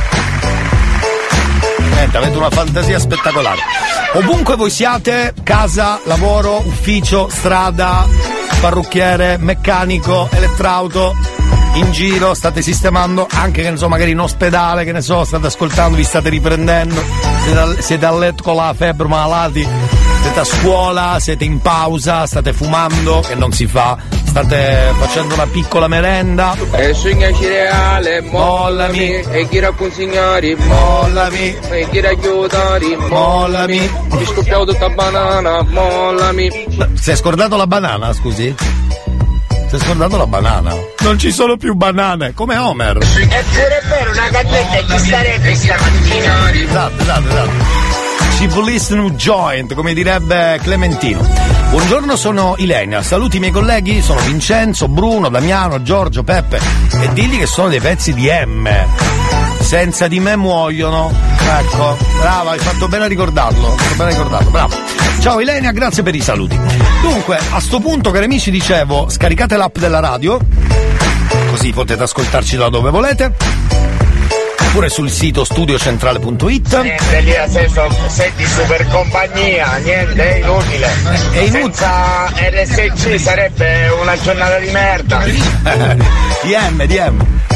Niente, avete una fantasia spettacolare. Ovunque voi siate, casa, lavoro, ufficio, strada, parrucchiere, meccanico, elettrauto, in giro, state sistemando, anche che ne so, magari in ospedale, che ne so, state ascoltando, vi state riprendendo, siete a letto con la febbre, malati, siete a scuola, siete in pausa, state fumando, che non si fa, state facendo una piccola merenda. E sogna cereale, mollami. E chi ra consegnari, mollami. E chi ra aiutari, mollami. Mi scoppiavo tutta banana, mollami. Si è scordato la banana, scusi? Si è scordato la banana? Non ci sono più banane, come Homer. Eppure è vero, una cannetta ci sarebbe stamattina. Esatto. Ci volesse un joint, come direbbe Clementino. Buongiorno, sono Ilenia, saluti i miei colleghi, sono Vincenzo, Bruno, Damiano, Giorgio, Peppe, e digli che sono dei pezzi di M. Senza di me muoiono. Ecco, brava, hai fatto bene a ricordarlo, bravo. Ciao Ilenia, grazie per i saluti. Dunque, a sto punto, cari amici, dicevo, scaricate l'app della radio, così potete ascoltarci da dove volete, oppure sul sito studiocentrale.it. Niente, lì sei di super compagnia, niente, è inutile. Senza RSC sarebbe una giornata di merda. DM.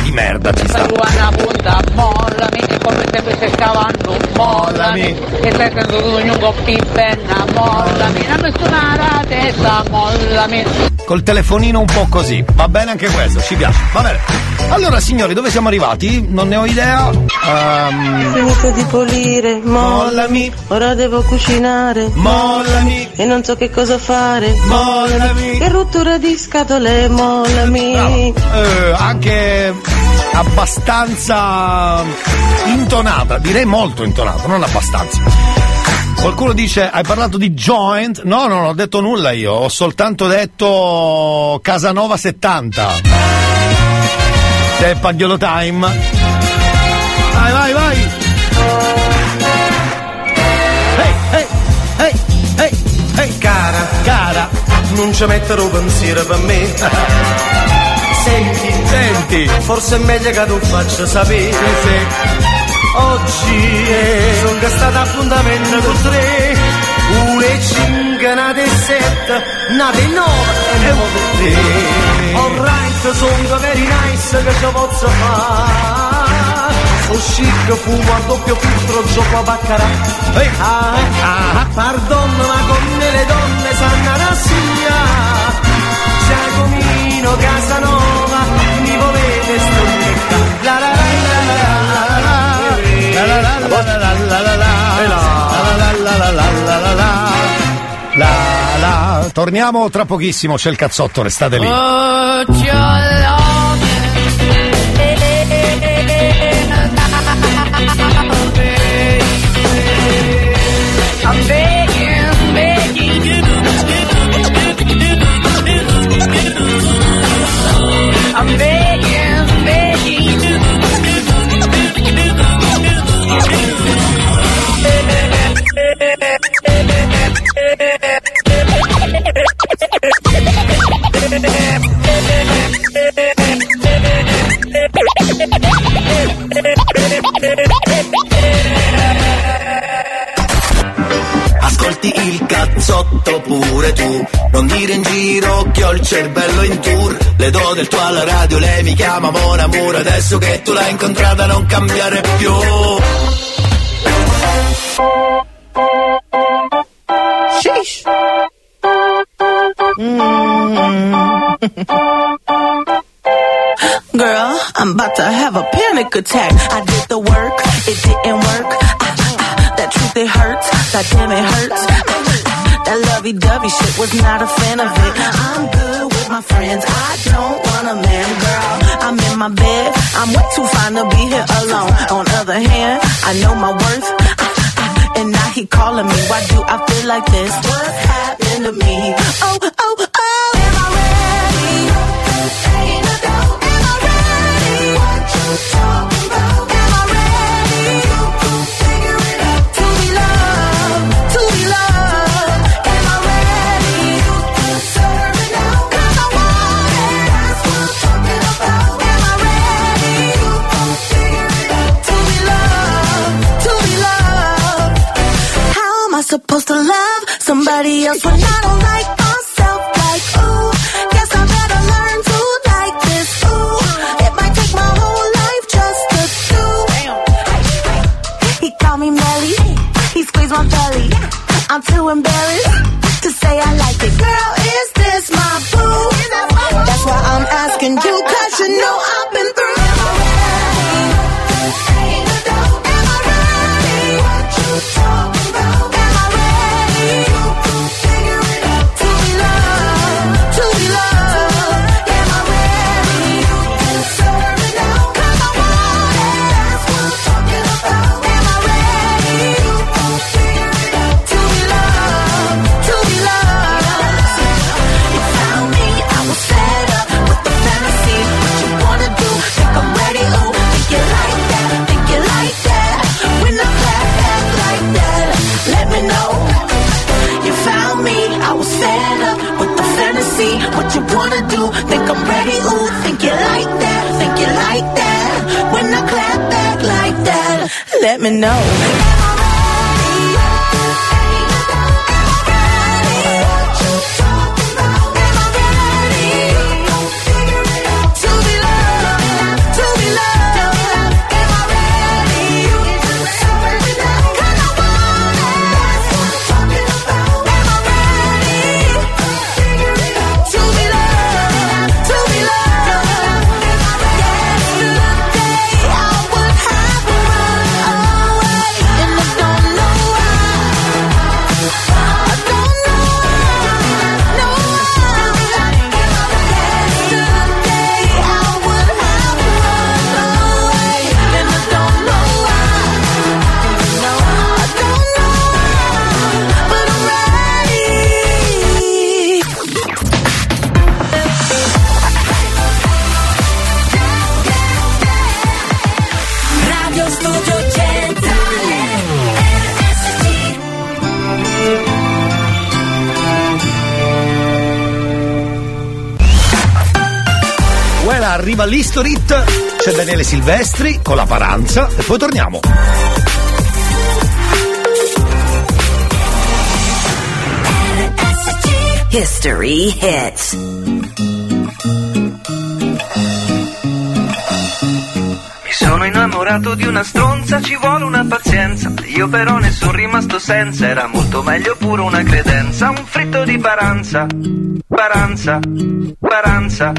di merda ci sta. Tu una punta, mollami, e come sempre stai scavando, mollami, e stai prendendo un coppi penna, mollami, non mi suona la testa, mollami. Col telefonino un po' così, va bene anche questo, ci piace, va bene. Allora signori, dove siamo arrivati? Non ne ho idea. Finito di pulire, mollami. Ora devo cucinare, mollami. E non so che cosa fare, mollami. Che rottura di scatole, mollami. Anche abbastanza intonata, direi molto intonata, non abbastanza. Qualcuno dice, hai parlato di joint? No, non ho detto nulla io, ho soltanto detto Casanova 70. C'è Pagliolo Time. Vai, vai! Ehi, cara, non ci metterò pensiero per me. Senti, forse è meglio che tu faccia sapere. Sì. Oggi sono gastato appuntamento con 3, 1 e 5, nate 7, nate 9 e nove 3. Alright, sono very nice che ci posso fare. Sono chic, fumo a doppio filtro, gioco a baccarà. Pardon, ma con me le donne sanno la sia. Giacomino Casanova, mi volete stroncare. La la la. Torniamo tra pochissimo, c'è il cazzotto, restate lì. I'm begging you. I'm begging you. Ascolti il cazzotto pure tu, non dire in giro che ho il cervello in tour. Le do del tuo alla radio, lei mi chiama Mon Amour. Adesso che tu l'hai incontrata non cambiare più. Sheesh. Girl, I'm about to have a panic attack. I did the work, it didn't work. That truth, it hurts. That damn, it hurts. That lovey-dovey shit, was not a fan of it. I'm good with my friends. I don't want a man, girl. I'm in my bed. I'm way too fine to be here alone. On the other hand, I know my worth. And now he calling me. Why do I feel like this? What happened to me? Oh, oh, oh. Am I ready? Ain't a doubt. Am I ready? What you talking about? Am I ready? You can figure it out. To be loved, to be loved. Am I ready? You can serve it now. 'Cause I want it. That's what I'm talking about. Am I ready? You can figure it out. To be loved, to be loved. How am I supposed to love somebody else when I don't like myself? Like, ooh, guess I better learn to like this. Ooh, it might take my whole life just to do. He called me Melly, he squeezed my belly. I'm too embarrassed to say I like it. Girl, is this my boo? That's why I'm asking you, 'cause you know I've been through. Am I ready? Ain't a doubt. Am I ready? What you talking about? Am I ready? You can figure it out. To be loved, to be loved. Am I ready? You can serve it now. 'Cause I want it. That's what I'm talking about. Am I ready? You can figure it out. To be loved, to be loved. You found me, I was fed up with the fantasy. What you wanna do? Think I'm ready? Ooh, think you like that? Think you like that? When I clap back like that, let me know. You found me, I was fed up with the fantasy. What you wanna do? Think I'm ready? Ooh, think you like that? Think you like that? When I clap back like that, let me know. To be loved, to be ora arriva l'History Hit, c'è Daniele Silvestri con la Paranza e poi torniamo. History Hits. Sono innamorato di una stronza, ci vuole una pazienza. Io però ne sono rimasto senza, era molto meglio pure una credenza. Un fritto di paranza, paranza, paranza.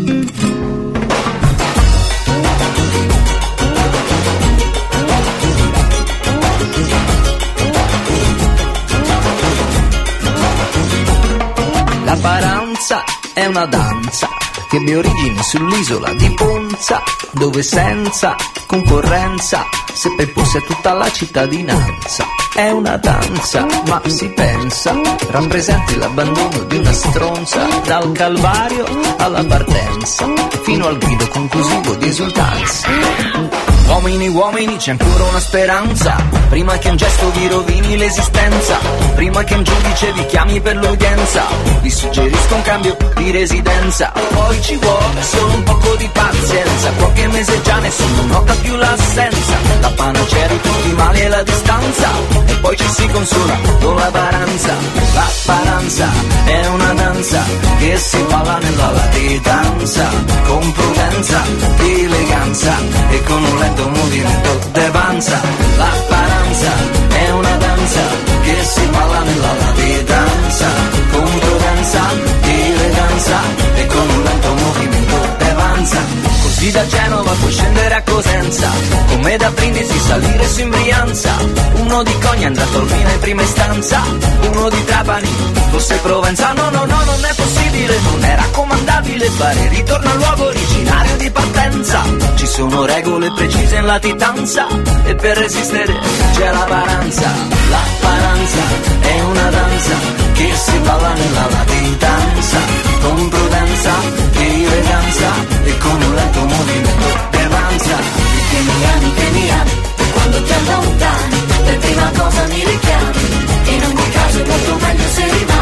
La paranza è una danza che abbia origini sull'isola di Ponza, dove senza concorrenza seppe imporsi a tutta la cittadinanza. È una danza, ma si pensa, rappresenti l'abbandono di una stronza, dal calvario alla partenza, fino al grido conclusivo di esultanza. Uomini, uomini, c'è ancora una speranza, prima che un gesto vi rovini l'esistenza, prima che un giudice vi chiami per l'udienza, vi suggerisco un cambio di residenza. Poi ci vuole solo un poco di pazienza, qualche mese già nessuno nota più l'assenza, la panacea di tutti i mali è la distanza, e poi ci si consola con la paranza. La paranza è una danza che si balla nella latitanza, con prudenza, eleganza e con un lento movimento de panza. La paranza è una danza che si balla nella latitanza, con prudenza, eleganza e con un lento movimento de panza. Così da Genova puoi scendere a Cosenza, come da Brindisi salire su in Brianza. Uno di Cogna andrà a Tolmina in prima istanza, uno di Trapani forse Provenza. No, no, no, non è possibile, non è raccomandabile fare ritorno al luogo originario di partenza. Ci sono regole precise in latitanza e per resistere c'è la paranza. La paranza è una danza che si balla nella latitanza, con prudenza, eleganza e con un lento movimento d'avanza. Che mi ami, e quando ti allontani, per prima cosa mi richiami. In ogni caso è molto meglio se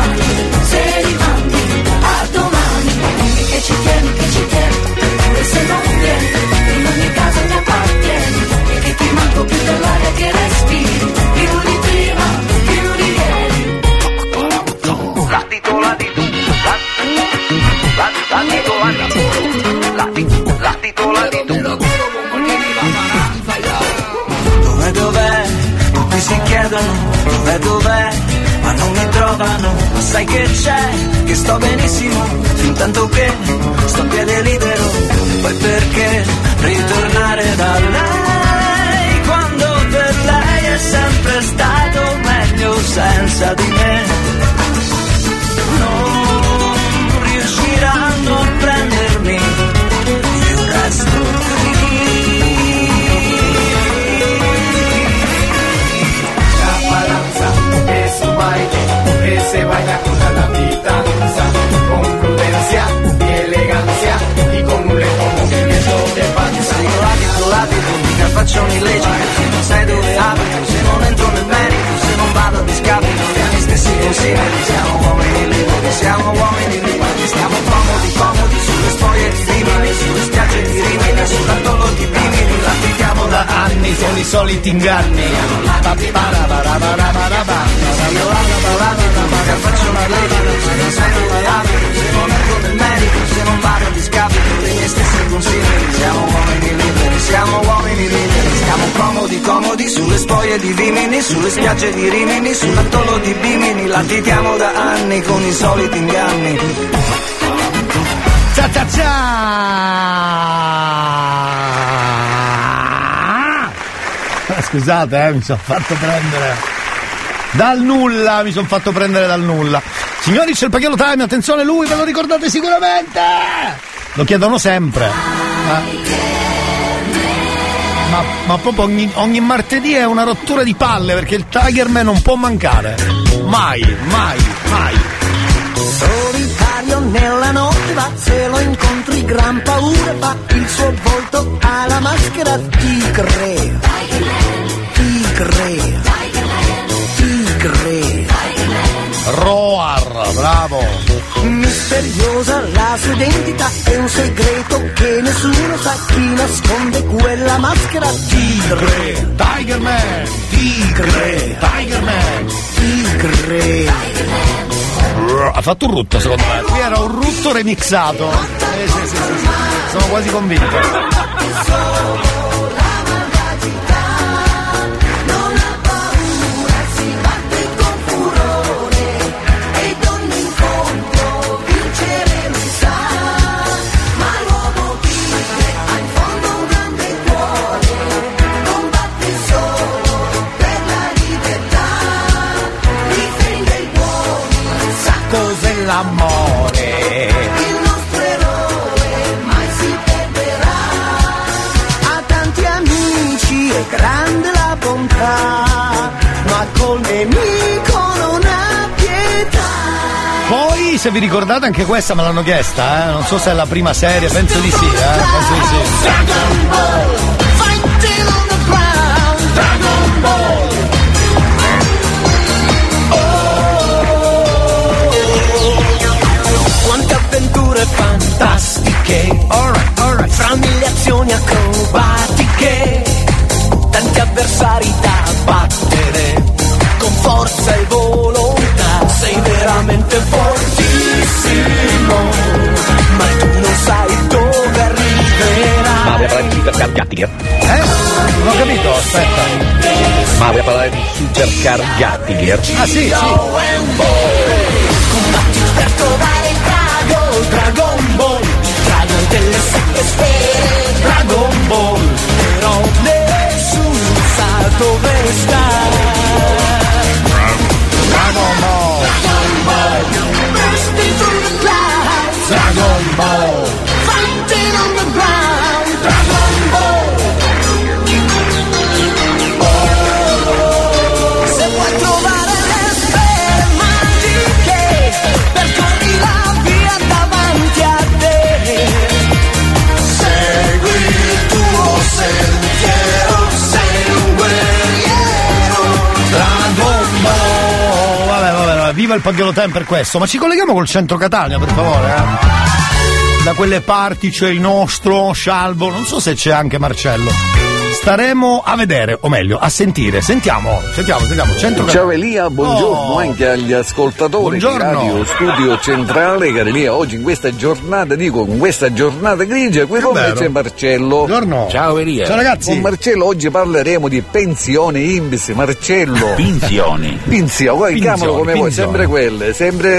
rimani a domani. Dimmi che ci tieni, pure se non vieni, in ogni caso mi appartieni, e che ti manco più dell'aria che respiri, più di prima, più di ieri. Latito, latito, latito, latito, latito. Dov'è? Tutti si chiedono dov'è, ma non mi trovano. Ma sai che c'è? Che sto benissimo, fin tanto che sto a piede libero. E poi perché ritornare da lei, quando per lei è sempre stato meglio senza di me. Non riusciranno a prendermi, io resto qui. E se baila con la latitanza, con prudencia y elegancia y con un lento movimiento de panza. Io latito, mica faccio un'illecito, non sai dove abito, se non entro nel merito, se non vado a discapito dei miei stessi consigli. Siamo uomini liberi, siamo uomini liberi, stiamo comodi sulle storie di Rimini, sulle spiagge di Rimini, sull'atollo di Bimini, latitiamo da anni, sono i soliti inganni. Mica faccio un'illecito, se non sai dove abito, se non entro nel merito, se non vado a discapito dei miei stessi consigli. Siamo uomini liberi, stiamo comodi sulle spoglie di Vimini, sulle spiagge di Rimini, sull'atollo di Bimini, latitiamo da anni con i soliti inganni. Cia cia cia! Scusate, mi sono fatto prendere dal nulla, Signori, c'è il Paghiello Time, attenzione, lui ve lo ricordate sicuramente, lo chiedono sempre, ma proprio ogni martedì è una rottura di palle, perché il Tigerman non può mancare, mai. Solitario nella notte va, se lo incontri gran paura fa, il suo volto ha la maschera tigre. Roar, bravo. bravo. Misteriosa la sua identità, è un segreto che nessuno sa, chi nasconde quella maschera. Tigre, Tiger Man, Tigre, Tiger Man, Tigre. Ha fatto un rutto secondo me. Qui era un rutto remixato. Sì. Sono quasi convinto. L'amore, il nostro eroe mai si perderà. Ha tanti amici e grande la bontà, ma col nemico non ha pietà. Poi, se vi ricordate, anche questa me l'hanno chiesta, non so se è la prima serie, penso di sì, penso di sì. Dragon Ball, fighting on the ground. Dragon Ball. Avventure fantastiche, alright. Fra mille azioni acrobatiche, tanti avversari da battere, con forza e volontà, sei veramente fortissimo, ma tu non sai dove arriverai. Ma voglio parlare di Supercar Gattiger? Non ho capito, aspetta. Ma voglio parlare di Supercar Gattiger? Ah sì. Combatti per trovare il Dragon Ball, il drago delle 7 sfere. Dragon Ball, però nessuno sa dove sta. Dragon Ball, bursting through the clouds. Dragon Ball, fighting on the ground. Dragon Ball. Se vuoi trovare le sfere magiche, percorri la via davanti a te. Segui il tuo sentiero, sei un guerriero. Dragon Ball. Vabbè, viva il Paghiolo per questo. Ma ci colleghiamo col centro Catania, per favore, Da quelle parti c'è il nostro Scialbo, non so se c'è anche Marcello. Staremo a vedere, o meglio, a sentire. Sentiamo. Centro Ciao Elia, buongiorno anche agli ascoltatori di Radio Studio Centrale. Cari Elia, oggi in questa giornata grigia, qui con me c'è Marcello. Buongiorno. Ciao Elia. Ciao ragazzi. Con Marcello oggi parleremo di pensione INPS. Marcello. Pensioni. Pensioni, chiamalo come vuoi, sempre quelle.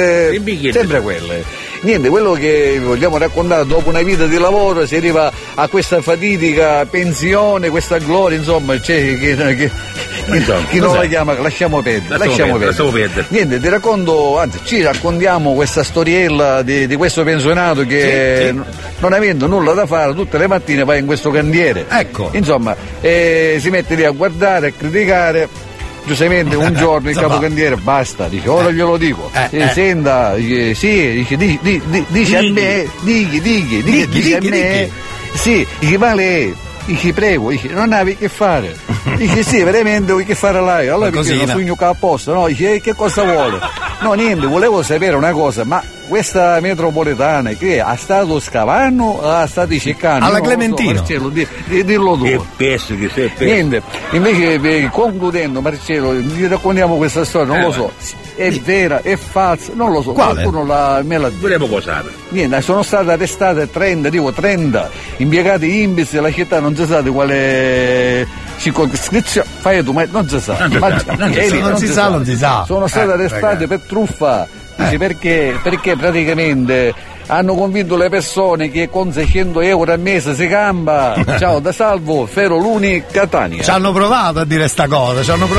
Niente, quello che vogliamo raccontare, dopo una vita di lavoro si arriva a questa fatidica pensione, questa gloria, insomma, c'è chi non la chiama, lasciamo perdere. Niente, ti racconto, anzi ci raccontiamo questa storiella di questo pensionato che non avendo nulla da fare tutte le mattine va in questo cantiere. Ecco. Insomma, si mette lì a guardare, a criticare. Giustamente un giorno il capocantiere basta, dice ora glielo dico, senta, dice dice a me, dice a me, sì, dice vale, dice prego, dice non avevi che fare, dice sì veramente vuoi che fare lei, allora perché non sogno che apposta, no, dice che cosa vuole, no niente, volevo sapere una cosa, ma questa metropolitana che ha stato scavando o ha stato cercando? Alla Clementino. Marcello, dillo tu. Che peso che sei. Niente, invece concludendo Marcello, gli raccontiamo questa storia, non lo so. È vera, è falsa, non lo so. Quale? Qualcuno me la Volevo cosare. Niente, sono state arrestate 30 impiegati INPS della città, non si sa di quale circoscrizione, fai tu, ma non si sa. Non si sa. Sono state arrestate per truffa. Perché praticamente hanno convinto le persone che con 600 euro al mese si cambia. Ciao da Salvo, Fero Luni, Catania. Ci hanno provato a dire sta cosa,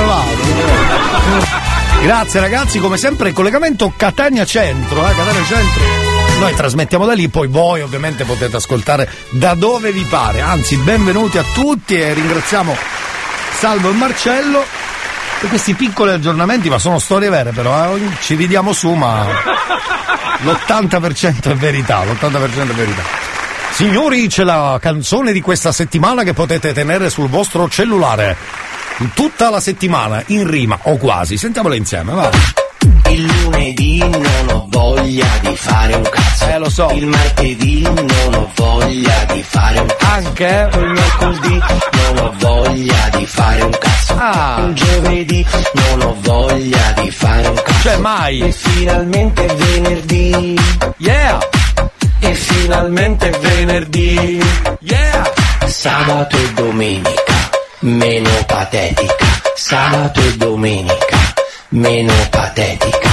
Grazie ragazzi, come sempre il collegamento Catania Centro, Catania Centro. Noi trasmettiamo da lì, poi voi ovviamente potete ascoltare da dove vi pare. Anzi, benvenuti a tutti e ringraziamo Salvo e Marcello per questi piccoli aggiornamenti, ma sono storie vere però, ci ridiamo su, ma l'80% è verità. Signori, c'è la canzone di questa settimana che potete tenere sul vostro cellulare tutta la settimana, in rima o quasi. Sentiamola insieme, va. Il lunedì non ho voglia di fare un cazzo. Lo so. Il martedì non ho voglia di fare un cazzo. Anche? Il mercoledì non ho voglia di fare un cazzo. Il giovedì non ho voglia di fare un cazzo. Cioè mai. E finalmente è venerdì. Yeah. E finalmente è venerdì. Yeah. Sabato e domenica meno patetica. Sabato e domenica meno patetica.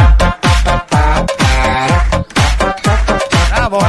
Bravo,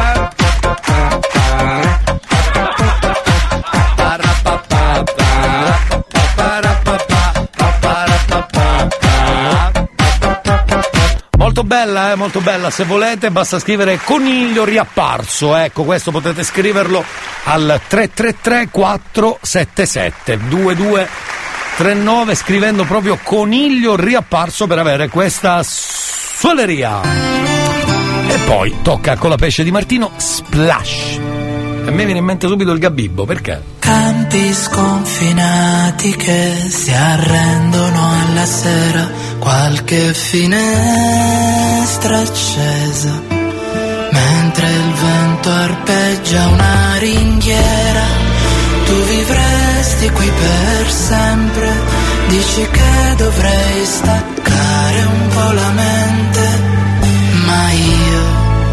molto bella, se volete basta scrivere coniglio riapparso, ecco, questo potete scriverlo al 333 477 2239 scrivendo proprio coniglio riapparso per avere questa suoneria. E poi tocca con la pesce di Martino, Splash. A me viene in mente subito il Gabibbo, perché? Campi sconfinati che si arrendono alla sera, qualche finestra accesa, mentre il vento arpeggia una ringhiera. Tu vivresti qui per sempre, dici che dovrei staccare un po' la mente, ma io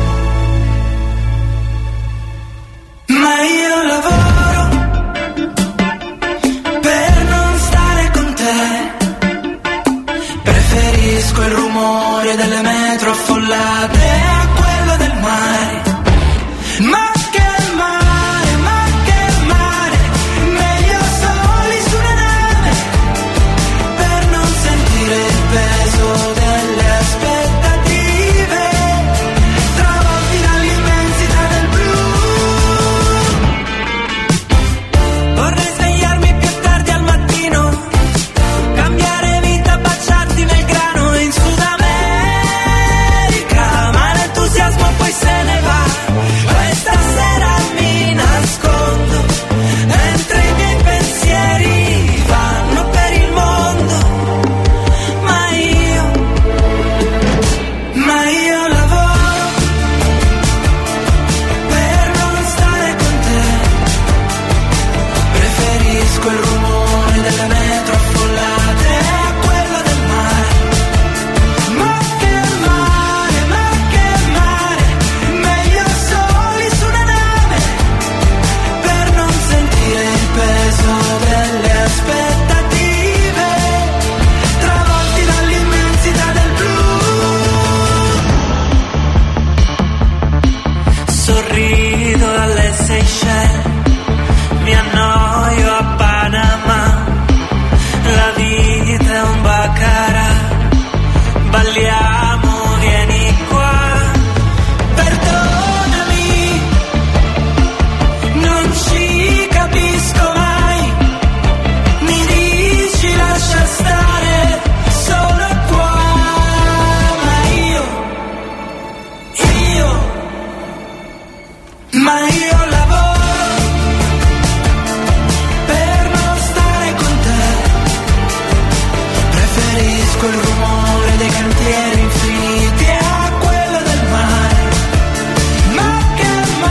lavoro per non stare con te. Preferisco il rumore delle metro affollate a quello del mare. Ma che mare, meglio soli su una nave, per non sentire il peso delle aspettative, travolti dall'immensità del blu. Vorrei svegliarmi più tardi al mattino, cambiare vita, baciarti nel grano in Sud America, ma l'entusiasmo poi se ne va. Questa sera mi nascondo, mentre i miei pensieri vanno per il mondo, ma io lavoro per non stare con te. Preferisco il rumore delle metro affollate a quello del mare. Ma che mare, meglio soli su una nave, per non sentire il peso delle aspettative, travolti dall'immensità del blu. Sorrido alle Seychelles, mi annoio a Panama, la vita è un baccarat, balliamo, vieni qua, perdonami, non ci capisco mai, mi dici lascia stare, solo qua, ma io lavoro per non stare con te. Preferisco il rumore dei cantieri infiniti a quello del mare. Ma che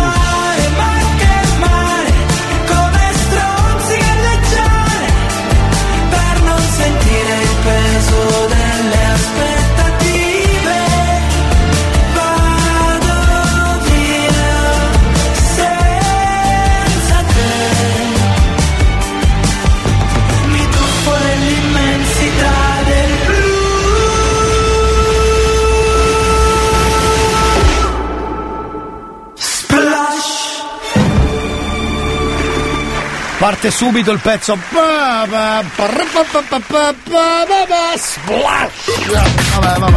mare, come stronzi galleggiare, per non sentire il peso delle aspettative. Vado via senza te, mi tuffo nell'immensità del blu. Splash. Parte subito il pezzo Splash. Vabbè.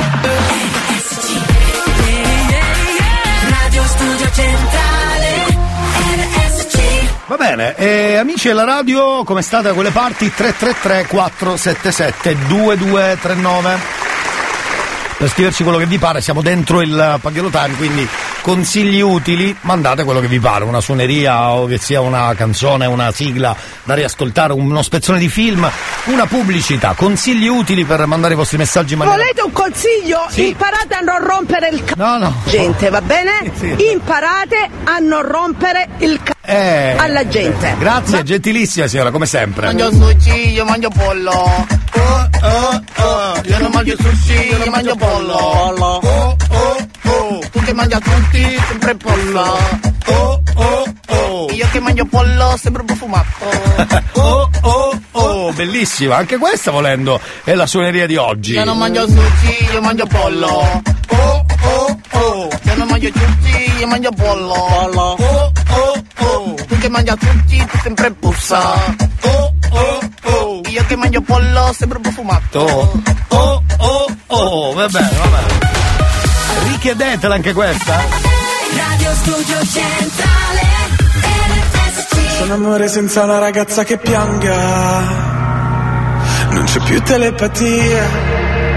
Radio Studio Centrale RSC. Va bene, amici della radio, come state da quelle parti? 333 477 2239 per scriverci quello che vi pare. Siamo dentro il paghellotime, quindi consigli utili, mandate quello che vi pare, una suoneria o che sia una canzone, una sigla da riascoltare, uno spezzone di film, una pubblicità, consigli utili per mandare i vostri messaggi in maniera... Volete un consiglio? Sì. Imparate a non rompere il No. gente, va bene? Sì. Imparate a non rompere il alla gente. Grazie, gentilissima signora, come sempre. Mangio sushi, io mangio pollo. Io non mangio sushi, io mangio pollo. Tu che mangi tutti, sempre pollo. Io che mangio pollo, sempre profumato. Bellissima, anche questa volendo è la suoneria di oggi. Io non mangio sushi, io mangio pollo. Io non mangio sushi, io mangio pollo. Tu che mangi tutti, tu sempre puzza. Io che mangio pollo, sempre profumato. Va bene. Richiedetela anche questa. Radio Studio Centrale RSC. Sono amore senza una ragazza che pianga, non c'è più telepatia.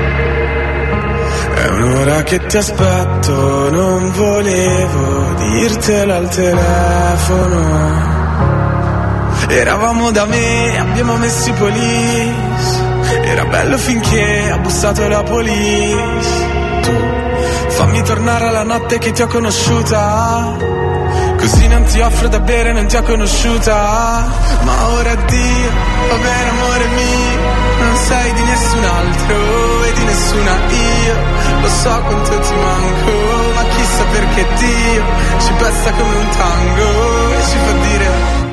È un'ora che ti aspetto, non volevo dirtelo al telefono. Eravamo da me, abbiamo messo i police. Era bello finché ha bussato la police. Tu fammi tornare alla notte che ti ho conosciuta, così non ti offro da bere, non ti ho conosciuta. Ma ora addio, va bene amore mio, non sei di nessun altro e di nessuna io. Lo so quanto ti manco, ma chissà perché Dio ci pesta come un tango e ci fa dire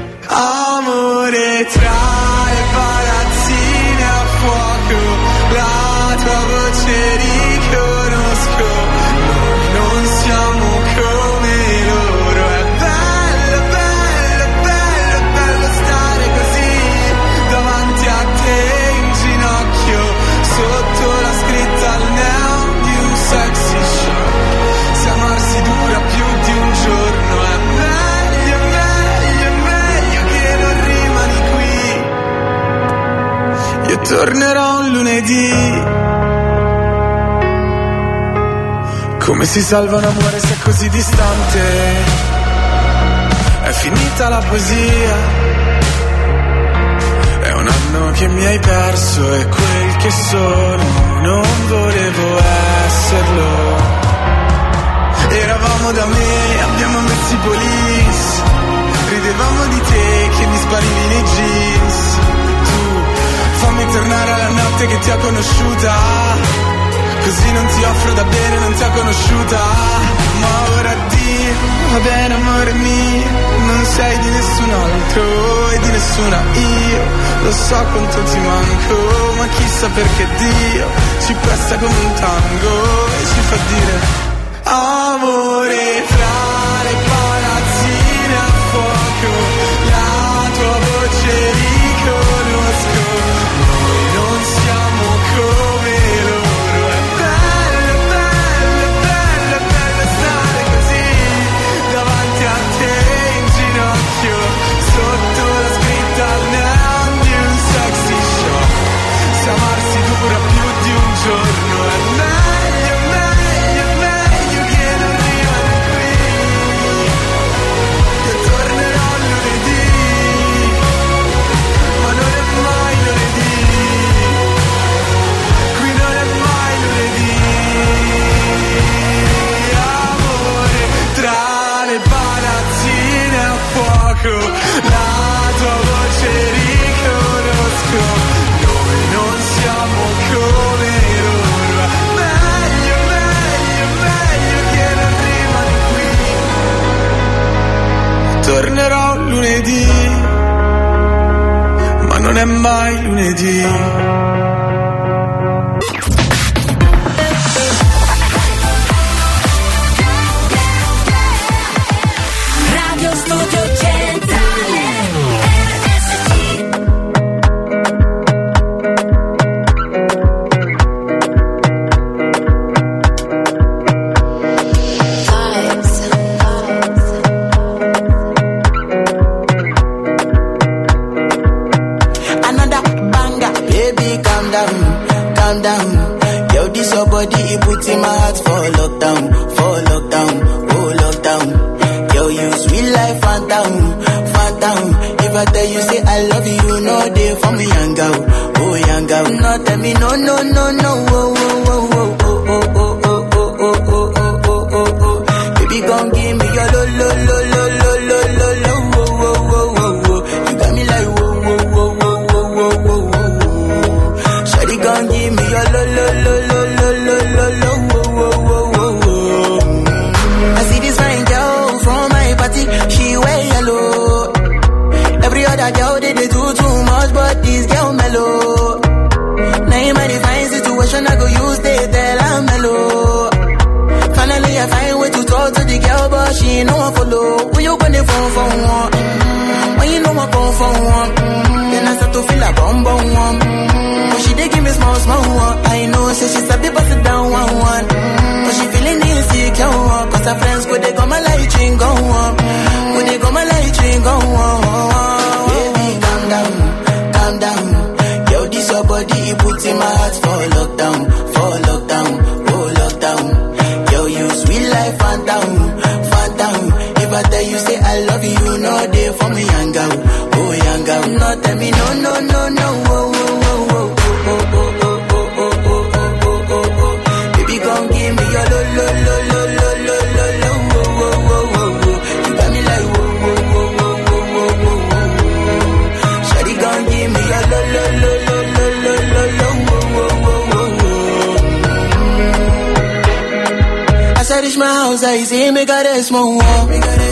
amore tra le palazzine a fuoco. La tua voce riconosco, noi non siamo come loro. È bello, bello, bello, bello stare così davanti a te in ginocchio, sotto la scritta al neon di un sexy show. Se amarsi dura più di un giorno è meglio, meglio, meglio che non rimani qui. Io tornerò un lunedì. Come si salva un amore se è così distante? È finita la poesia. È un anno che mi hai perso e quel che sono non volevo esserlo. Eravamo da me, abbiamo messo i police. Ridevamo di te che mi sparivi nei jeans. Tu fammi tornare alla notte che ti ho conosciuta, così non ti offro da bere, non ti ho conosciuta. Ma ora addio, va bene amore mio, non sei di nessun altro e di nessuna io. Lo so quanto ti manco, ma chissà perché Dio ci pesta come un tango e ci fa dire amore tra le palazzine a fuoco. La tua voce riconosco, noi non siamo come loro. È bello, bello, bello, bello stare così davanti a te in ginocchio, sotto la scritta al neon di un sexy show. Se amarsi dura più di un giorno è meglio, meglio, meglio che non rimani qui. Io tornerò lunedì, ma non è mai lunedì. Qui non è mai lunedì. Amore tra le palazzine a fuoco, la tua voce riconosco, noi non siamo come loro. Meglio, meglio, meglio che non rimani qui. Tornerò lunedì, ma non è mai lunedì. Radio Studio Centrale RSC. Another banger, baby calm down, fan down. If I tell you say I love you, no day for me, young girl, oh young girl. No tell me no, no, no, no, oh, oh, oh, oh, oh, oh, oh, oh, oh, oh, oh, oh, oh, oh. Baby, gon' give me your lo, lo, lo, lo, lo, lo, lo, lo, oh, oh, oh, oh, oh. You got me like whoa, whoa, whoa, whoa, whoa, whoa, whoa, whoa. Shawty gon' give me your lo, lo, lo, lo, lo, lo, lo, lo, oh, oh, oh, oh, oh. I see this fine girl from my party, she wear yellow. Every other girl they do too much, but this girl mellow. Now in my divine situation, I go use they tell I'm mellow. Finally I find way to talk to the girl, but she ain't no one follow. When you gonna phone for one? When you know I come for one? Then I start to feel a bum bum one. But she dey give me small small one. I know, say she sabi bust it down one one. But she feeling insecure, cause her friends go they go my light ring go on. Go they go my light ring go on. Baby, calm down, calm down. Yo, this your body, it puts in my heart for lockdown, oh lockdown. Yo, you sweet life, phantom, phantom. If I tell you say I love you, no day for me, young girl, oh young girl. No tell me no, no, no, no, oh, oh, oh, oh, oh, oh, oh, oh, oh, oh, oh, oh, oh. Baby, gon' give me your lo, lo, lo, lo, lo, lo, lo, lo, oh, oh, oh, oh, oh. You got me like whoa, whoa, whoa, whoa, whoa, whoa, whoa, whoa. Shawty gon' give me your lo, lo, lo, lo, lo, lo, lo, lo, oh, oh, oh, oh, oh. As I reach my house, I see me got a small wall.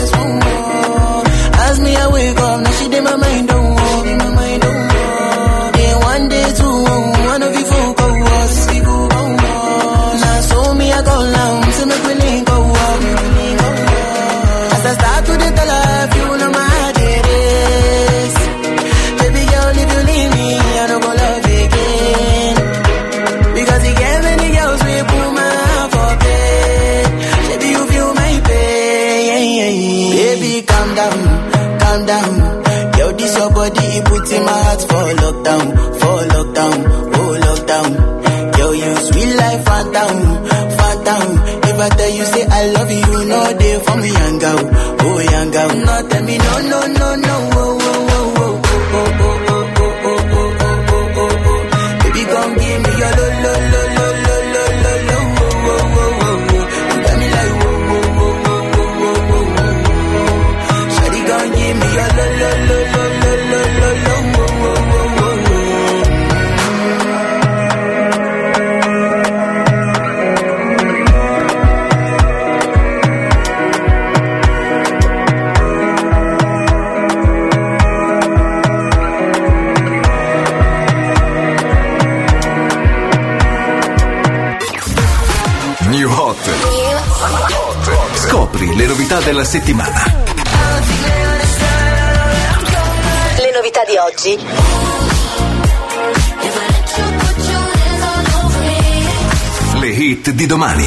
As me I wake up, now she did my mind don't walk. Then one day two, one of you folk go was. Now so me I go down, so me willing go walk. As I start to the life, you know my heart it is. Baby girl, if you leave me, I don't go love again. Because you get many girls we put my heart for bed. Baby, you feel my pain. Baby, calm down, calm down. Yo, this your body, it puts in my heart for lockdown, oh lockdown. Yo, you sweet life, phantom, phantom. If I tell you say I love you, no day for me, young girl, oh young girl. No tell me no, no, no, no, oh, oh, oh, oh, oh, oh, oh, oh, oh, oh, oh, oh, oh. Baby, gon' give me your lo, lo, lo, lo, lo, lo, lo, lo, oh, oh, oh, oh, oh. You got me like whoa, whoa, whoa, whoa, whoa, whoa, whoa, whoa. Shawty gon' give me your lo, lo, lo, lo, lo, lo, lo, lo, oh, oh, oh, oh, oh. New Hot. Scopri le novità della settimana. Le novità di oggi. Le hit di domani.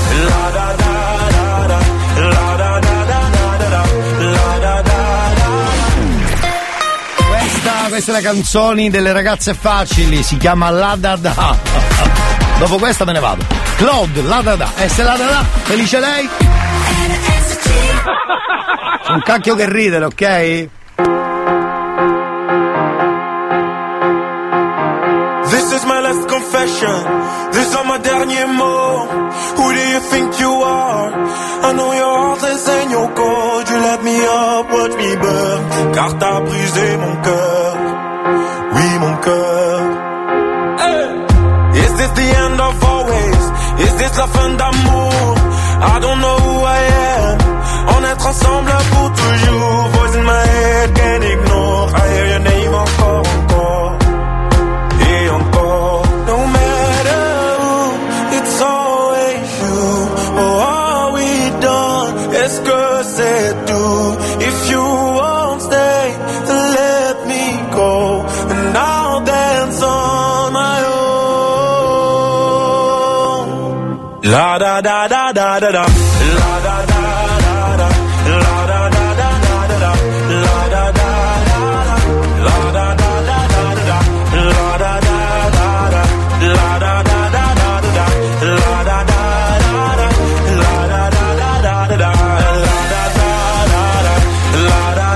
Queste le canzoni delle ragazze facili, si chiama La Da Da. Dopo questa me ne vado. Claude, La Da Da. E se La Da Da, felice lei? C'è un cacchio che ridere, ok? This is my last confession. These are my derniers mots. Who do you think you are? I know your heart is in your code. You let me up, watch me burn. Car t'as brisé mon cœur. Oui, mon cœur. Hey. Is this the end of always? Is this la fin d'amour? I don't know who I am. On est ensemble pour toujours. Voice in my head, can't ignore. I hear your name encore. Et encore. No matter who, it's always you. Oh, are we done? Est-ce que c'est tout? If you won't stay, then let me go. And I'll dance on my own. La da da da da da da. La da da da da. La da da da da da. La da da da da. La da da da da da. La da da da da. La da da da da da. La da da da da. La da da da da da. La da da da da. La da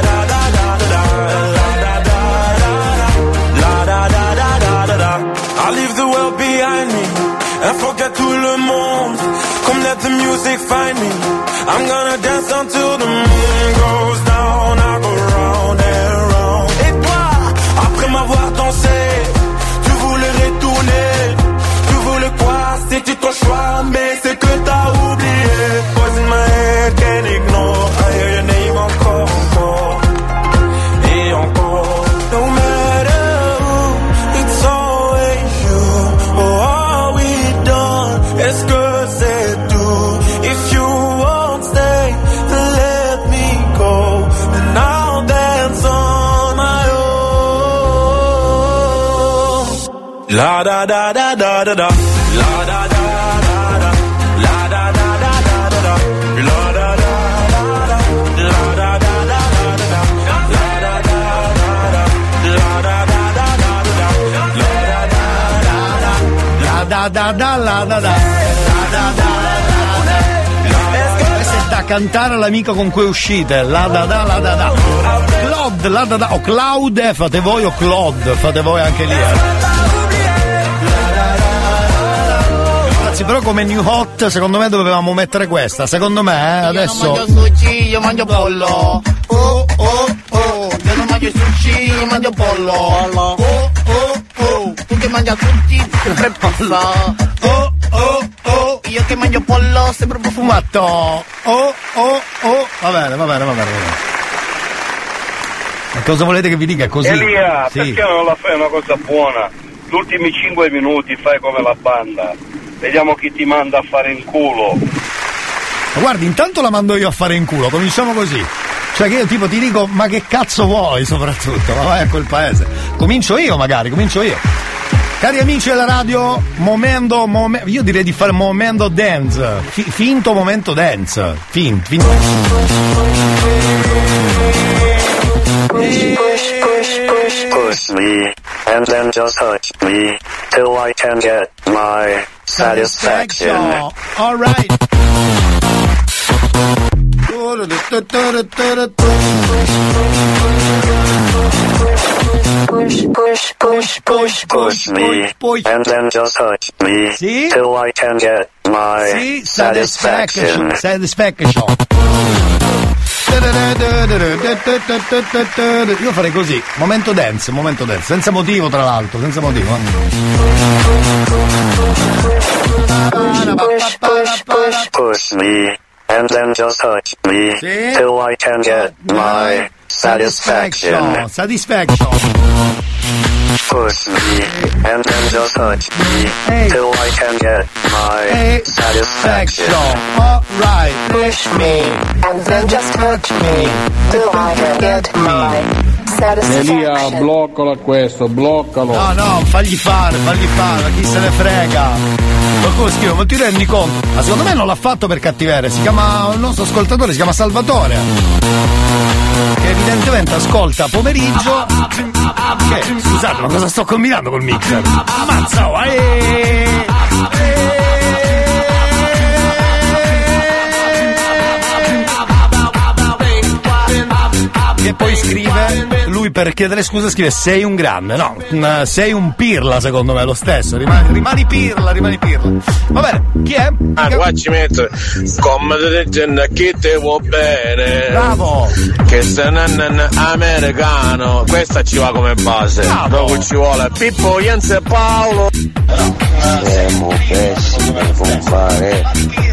I'm gonna dance until the moon goes down. I go round and round. Et toi, après m'avoir dansé, tu voulais retourner. Tu voulais quoi? C'était ton choix, mais c'est que t'as oublié. Voice in my head, can't ignore. I hear your name encore, encore. Et encore. No matter who, it's always you. Oh, are we done? Est-ce que c'est tout? If you won't stay, then let me go. And I'll dance on my own. La da da da da da da. La da da da da. La da da da da da. La da da da da. La da da da da da. La da da da da. La da da da da da. La da da da. Questo è da cantare all'amico con cui uscite. La da da la da da. Claude, la da da. O Claude fate voi o Claude fate voi anche lì. Ragazzi, però come New Hot secondo me dovevamo mettere questa. Secondo me adesso. Io non mangio sushi, io mangio pollo. Oh oh oh. Io non mangio sushi, io mangio pollo. Oh oh oh. Tu che mangi sushi, sempre pollo. Oh oh oh. Io che mangio pollo, sempre profumato. Oh oh oh. Va bene. Ma cosa volete che vi dica? Così? Elia, sì. Perché non la fai una cosa buona? Gli ultimi 5 minuti fai come la banda. Vediamo chi ti manda a fare in culo. Ma guardi, intanto la mando io a fare in culo, cominciamo così. Cioè che io tipo ti dico, ma che cazzo vuoi soprattutto? Ma vai a quel paese. Comincio io. Cari amici della radio, io direi di fare momento dance. Finto momento dance. Finto. Push me, and then just touch me, till I can get my satisfaction. All right. Push me, and then just touch me, till I can get my satisfaction. Io farei così, momento dance, senza motivo tra l'altro, Push me, and then just touch me, till I can get my satisfaction. Push me, and then just touch me, till I can get my satisfaction. Alright. Push me, and then just touch me, till I can get my satisfaction. Elia, bloccalo questo, bloccalo. No, fagli fare, ma chi se ne frega. Qualcuno scrive, ma ti rendi conto? Ma secondo me non l'ha fatto per cattiveria, il nostro ascoltatore si chiama Salvatore, che evidentemente ascolta pomeriggio. Scusate, ma cosa sto combinando col mixer? Ammazza, che poi scrive, lui per chiedere scusa scrive sei un grande, no, sei un pirla secondo me lo stesso, rimani pirla. Va bene, chi è? Qua ci metto come te dicono che te vuoi bene. Bravo. Che sei un americano, questa ci va come base. Dopo ci vuole Pippo, Jens e Paolo. Siamo pessimi a fare.